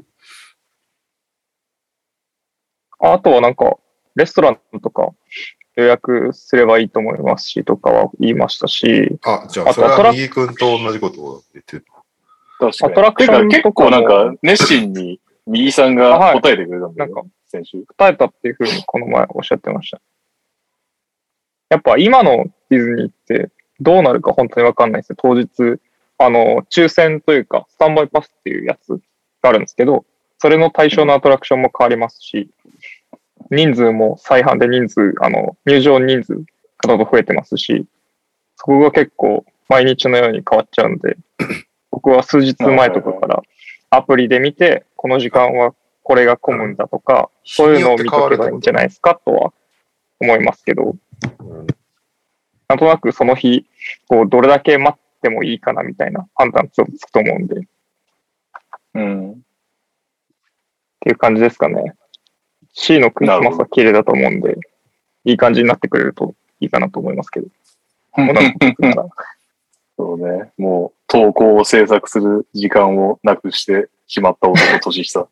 あとはなんか、レストランとか予約すればいいと思いますし、とかは言いましたし。 あ、じゃあ、それは右君と同じことを言ってる。 確かに。アトラクション結構なんか、熱心に右さんが答えてくれたんだよ、 はい、なんか、 先週。 答えたっていうふうにこの前おっしゃってました。やっぱ今のディズニーってどうなるか本当にわかんないですよ。当日、あの、抽選というか、スタンバイパスっていうやつがあるんですけど、それの対象のアトラクションも変わりますし、人数も再販で人数、あの、入場人数がどんどん増えてますし、そこが結構毎日のように変わっちゃうんで、僕は数日前とかからアプリで見て、この時間はこれが混むんだとか、そういうのを見とけばいいんじゃないですかとは思いますけど、なんとなくその日、こう、どれだけ待ってもいいかなみたいな判断つくと思うんで。 うん。 っていう感じですかね。C のクリスマスは綺麗だと思うんで、いい感じになってくれるといいかなと思いますけど。 そうね。もう、投稿を制作する時間をなくしてしまった男、年下。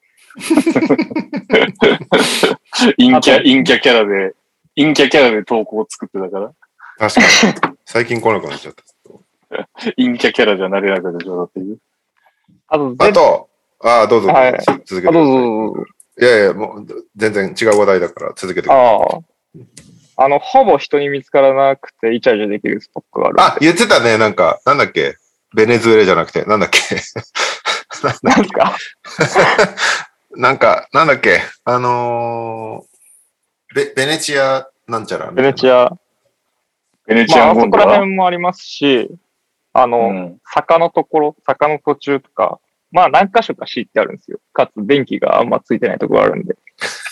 陰キャ、陰キャキャラで、陰キャキャラで投稿を作ってたから。 確かに。最近来なくなっちゃった。 陰キャキャラじゃなれなくなっちゃったっていう。 あと、 あと、ああ、どうぞ、 はい、 続けてください。 あ、どうぞどうぞ。 いやいや、もう全然違う話題だから続けてください。 ああ。あの、ほぼ人に見つからなくてイチャイチャできるスポットがある。 あ、言ってたね。なんか、なんだっけ。ベネズエラじゃなくて、なんだっけ。 なんですかなんか、なんだっけ。あのー、ベ、ベネチアなんちゃら。 ベネチア。 ベネチアまあ、あそこら辺もありますし、あの、うん、坂のところ、坂の途中とか、まあ何箇所か敷いてあるんですよ。かつ電気があんまついてないところがあるんで。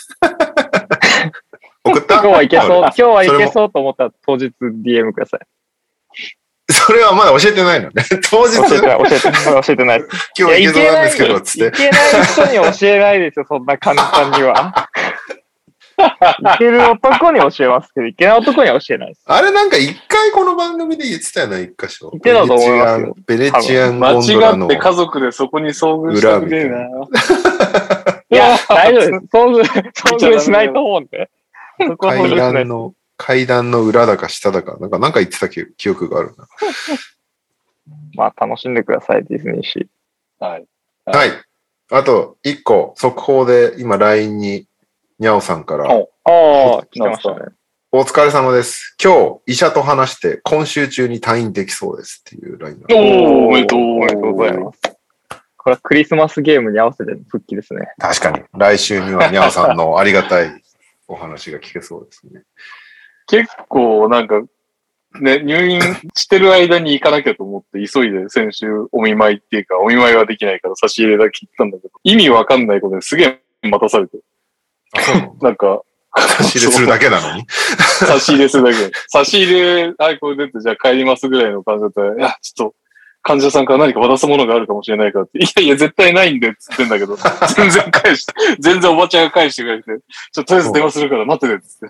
送った今日はいけそう、今日はいけそうと思ったら当日 ディーエム ください。 それはまだ教えてないのね。当日。 教えてない、教えてない、教えてない。 今日はいけそうなんですけど、つって。 いけない人に教えないですよ、そんな簡単には。いける男に教えますけど、いけない男には教えないです。 あれなんか一回この番組で言ってたよな、一箇所。 言ってたと思いますよ。 ベネチアンゴンドラの。 間違って家族でそこに遭遇したくねえな。 いや、大丈夫です。遭遇、遭遇しないと思うんで。 階段の、階段の裏だか下だか、なんか、なんか言ってた記憶があるな。 まあ、楽しんでください、ディズニーシー。はい。 はい。あと、一個、速報で、今、ライン に、にゃおさんから。 ああ、来てましたね。 お疲れ様です。今日、医者と話して、今週中に退院できそうですっていうライン。 おー、おめでとう。 おめでとうございます。これはクリスマスゲームに合わせての復帰ですね。 確かに。来週にはにゃおさんのありがたいお話が聞けそうですね。 結構、なんか、ね、入院してる間に行かなきゃと思って、急いで先週お見舞いっていうか、お見舞いはできないから差し入れだけ行ったんだけど、意味わかんないことですげえ待たされて。なんか、 差し入れするだけなのに差し入れするだけ。差し入れ、はい、これ出て、じゃあ帰りますぐらいの感じだったら、いや、ちょっと、患者さんから何か渡すものがあるかもしれないからって、いやいや、絶対ないんで、つってんだけど、全然返して、全然おばちゃんが返してくれて、ちょっととりあえず電話するから待ってて、つって。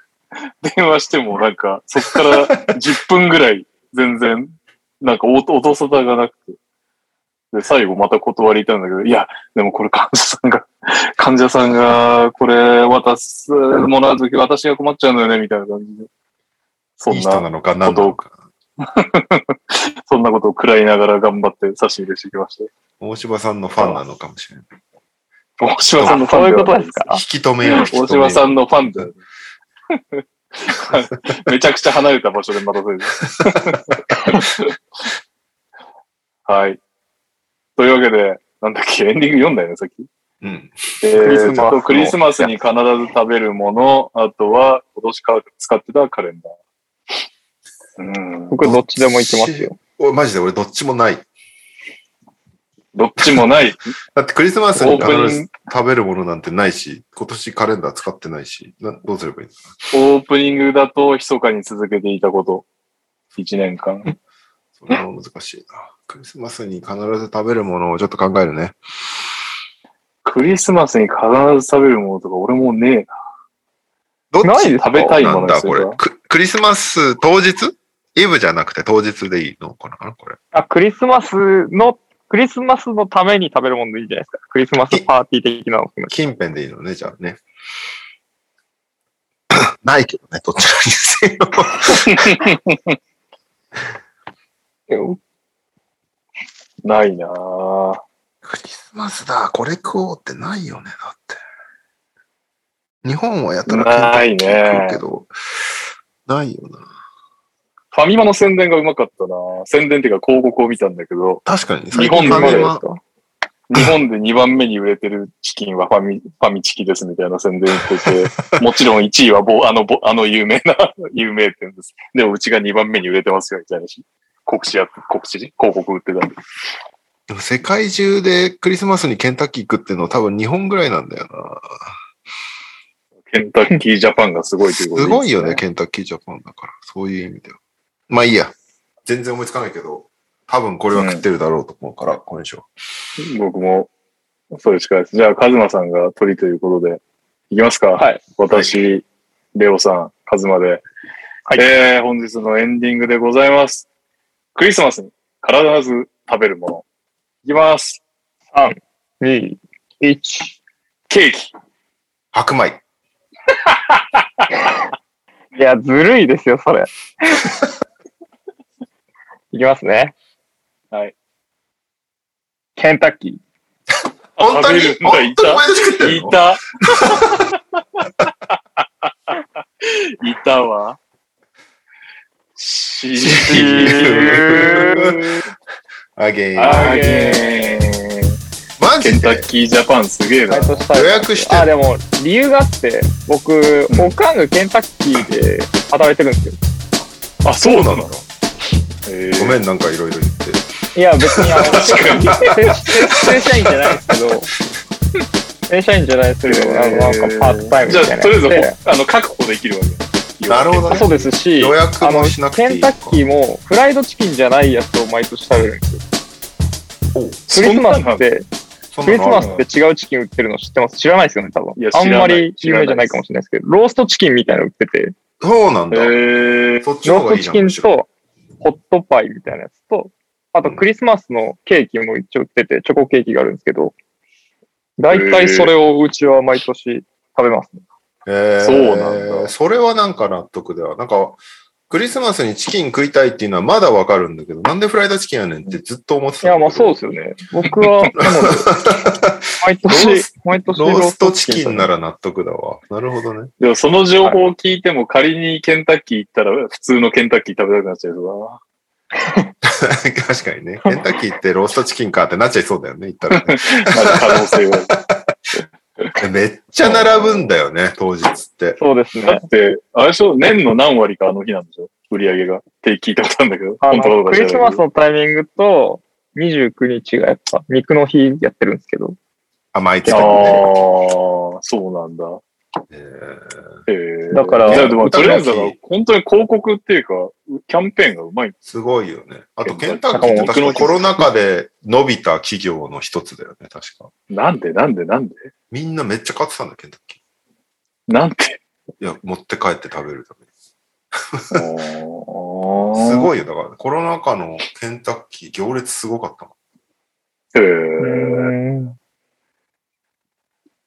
電話しても、なんか、そっからじゅっぷんぐらい、全然、なんか音、音沙汰がなくて。で、最後また断りたんだけど、いや、でもこれ患者さんが患者さんがこれ渡す、もらうとき私が困っちゃうのよね、みたいな感じで。そんなことを。いい人なのか何なのか。そんなことを食らいながら頑張って差し入れしてきました。 大柴さんのファンなのかもしれない。 大柴さんのファンそういうことですか？ 引き止めよう。 大柴さんのファンで。めちゃくちゃ離れた場所で待たせる。はい。というわけで、なんだっけ、エンディング読んだよね、さっき。 うん。 えー、とクリスマスに必ず食べるもの、あとは今年使ってたカレンダー。 うん、僕どっちでもいけますよ。 おマジで俺どっちもない。 どっちもない。 だってクリスマスに必ず食べるものなんてないし、今年カレンダー使ってないし、などうすればいいんですか？ オープニングだと密かに続けていたこと。いちねんかん。 それは難しいな。クリスマスに必ず食べるものをちょっと考えるね。 クリスマスに必ず食べるものとか俺もねえな。 どっち食べたいものなんだこれク。クリスマス当日イブじゃなくて当日でいいのかなこれ。 あ、クリスマスの、クリスマスのために食べるものでいいじゃないですか。クリスマスパーティー的なの。 近辺でいいのね、じゃあね。ないけどね、どっちらにせよ。 ないなぁ。 クリスマスだ、これ食おうってないよね、だって。日本はやったらケンタッキー食うけど、ない、ね、ないよな。 ファミマの宣伝がうまかったな。宣伝っていうか広告を見たんだけど。 確かに。 日本で、日本でにばんめに売れてるチキンはファミ、ファミチキですみたいな宣伝言ってて、もちろんいちいはぼあのぼあの有名な有名店です。でもうちがにばんめに売れてますよみたいなし。告知や、告知広告売ってたんで。 でも世界中でクリスマスにケンタッキー食ってるの多分日本ぐらいなんだよな。 ケンタッキージャパンがすごいということですね。すごいよね、ケンタッキージャパンだから。そういう意味では。まあいいや。全然思いつかないけど、多分これは食ってるだろうと思うから、うん、これにしよう。僕も、それしかないです。じゃあ、カズマさんが鳥ということで、いきますか。 はい。 私、はい、レオさん、カズマで。はい。えー、本日のエンディングでございます。クリスマスに必ず食べるもの。いきます。 さん、に、いち。 ケーキ。 白米。 いや、ずるいですよ、それ。いきますね。 はい。 ケンタッキー。 本当にいたいたいたわ。しーあげー。 あげー。マジでケンタッキージャパンすげえな。 予約して。 あ、でも理由があって、僕、うん、おかんがケンタッキーで働いてるんですよ。 あ、そうなの？ごめん、なんかいろいろ言って。 いや、別にあの、正社員じゃないですけど、正社員じゃないですけど、あの、なんかパートタイムみたいな。 じゃあ、とりあえず、あの、確保できるわけ。 なるほどね。 そうですし、 予約もしなくていい。 ケンタッキーもフライドチキンじゃないやつを毎年食べるんですよ。クリスマスって、クリスマスって違うチキン売ってるの知ってます？知らないですよね、多分。あんまり有名じゃないかもしれないですけど、ローストチキンみたいなの売ってて。 そうなんだ。 えー、 そっちの方がいいじゃん。 ローストチキンと、ホットパイみたいなやつと、あとクリスマスのケーキも一応売ってて、チョコケーキがあるんですけど、だいたいそれをうちは毎年食べますね。 えー、 そうなんだ。 それはなんか納得では。なんか、クリスマスにチキン食いたいっていうのはまだわかるんだけど、なんでフライドチキンやねんってずっと思ってた。 いや、まあそうですよね。僕は、なので、毎年、毎年ローストチキンなら納得だわ。なるほどね。 でもその情報を聞いても、仮にケンタッキー行ったら普通のケンタッキー食べたくなっちゃいそうだな。 確かにね。ケンタッキーってローストチキンかってなっちゃいそうだよね、言ったら、ね。 まだ可能性は。 めっちゃ並ぶんだよね、当日って。 そうですね。 だって、あれでしょ、年の何割かあの日なんでしょ、売り上げが。って聞いたことあるんだけど。 あのクリスマスのタイミングとにじゅうくにちがやっぱ肉の日やってるんですけど。 あ、毎月、 ね。ああ、そうなんだ。 えー、えー、だから、でもとりあえず本当に広告っていうか、キャンペーンがうまい。 すごいよね。あと、ケンタッキーって確かコロナ禍で伸びた企業の一つだよね、確か。 なんでなんでなんでみんなめっちゃ買ってたんだ、ケンタッキー。なんていや、持って帰って食べるために。すごいよ。だから、コロナ禍のケンタッキー、行列すごかったもん。 へー。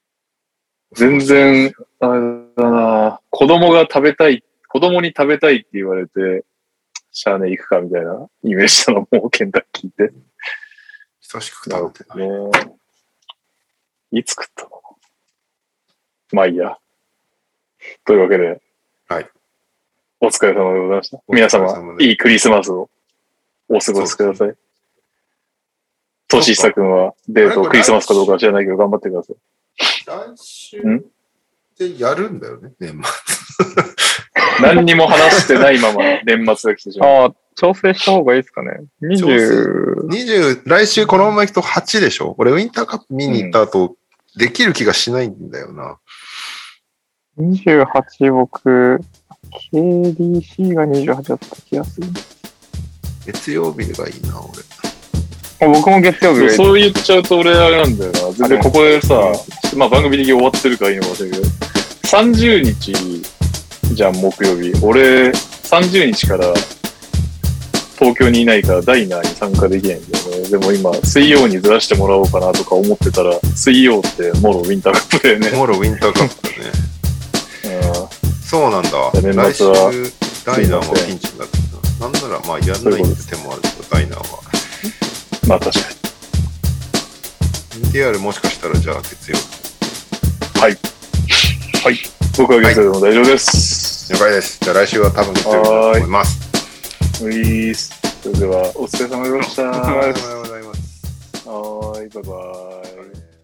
全然、あれだな、子供が食べたい、子供に食べたいって言われて、シャーネ行くかみたいなイメージしたのもケンタッキーって。 久しく食べてない。 ね、いつ食ったの？まあいいや。というわけで、 はい。 お疲れ様でございました。皆様、いいクリスマスをお過ごしください。トシヒサ君はデート、クリスマスかどうかは知らないけど頑張ってください。 来週でやるんだよね、年末。 何にも話してないまま年末が来てしまう。 ああ、調整した方がいいですかね。にじゅう。 にじゅう、来週このまま行くとはちでしょ。俺ウィンターカップ見に行った後、うん、できる気がしないんだよな。 にじゅうはち僕、ケーディーシー がにじゅうはちだった気がする。 月曜日がいいな、俺。 僕も月曜日がいい。 そう、そう言っちゃうと俺あれなんだよな。全然ここでさ、まあ番組的に終わってるからいいのかもしれないけど、さんじゅうにちじゃん、木曜日。俺、さんじゅうにちから東京にいないからダイナーに参加できないんだよね。でも今、水曜にずらしてもらおうかなとか思ってたら、水曜ってモロウィンターカップだよね。 モロウィンターカップだね。そうなんだわ。来週、ダイナーもピンチになってた。なんなら、まあ、やんないって手もあるけど、ダイナーは。 まあ、確かに。エヌティーアール もしかしたら、じゃあ、月曜日。はい。はい。僕は月曜日でも大丈夫です。 了解です。じゃあ、来週は多分月曜日だと思います。 ういーす。それでは、お疲れ様でした。 お疲れ様でございます。 はい、バイバイ。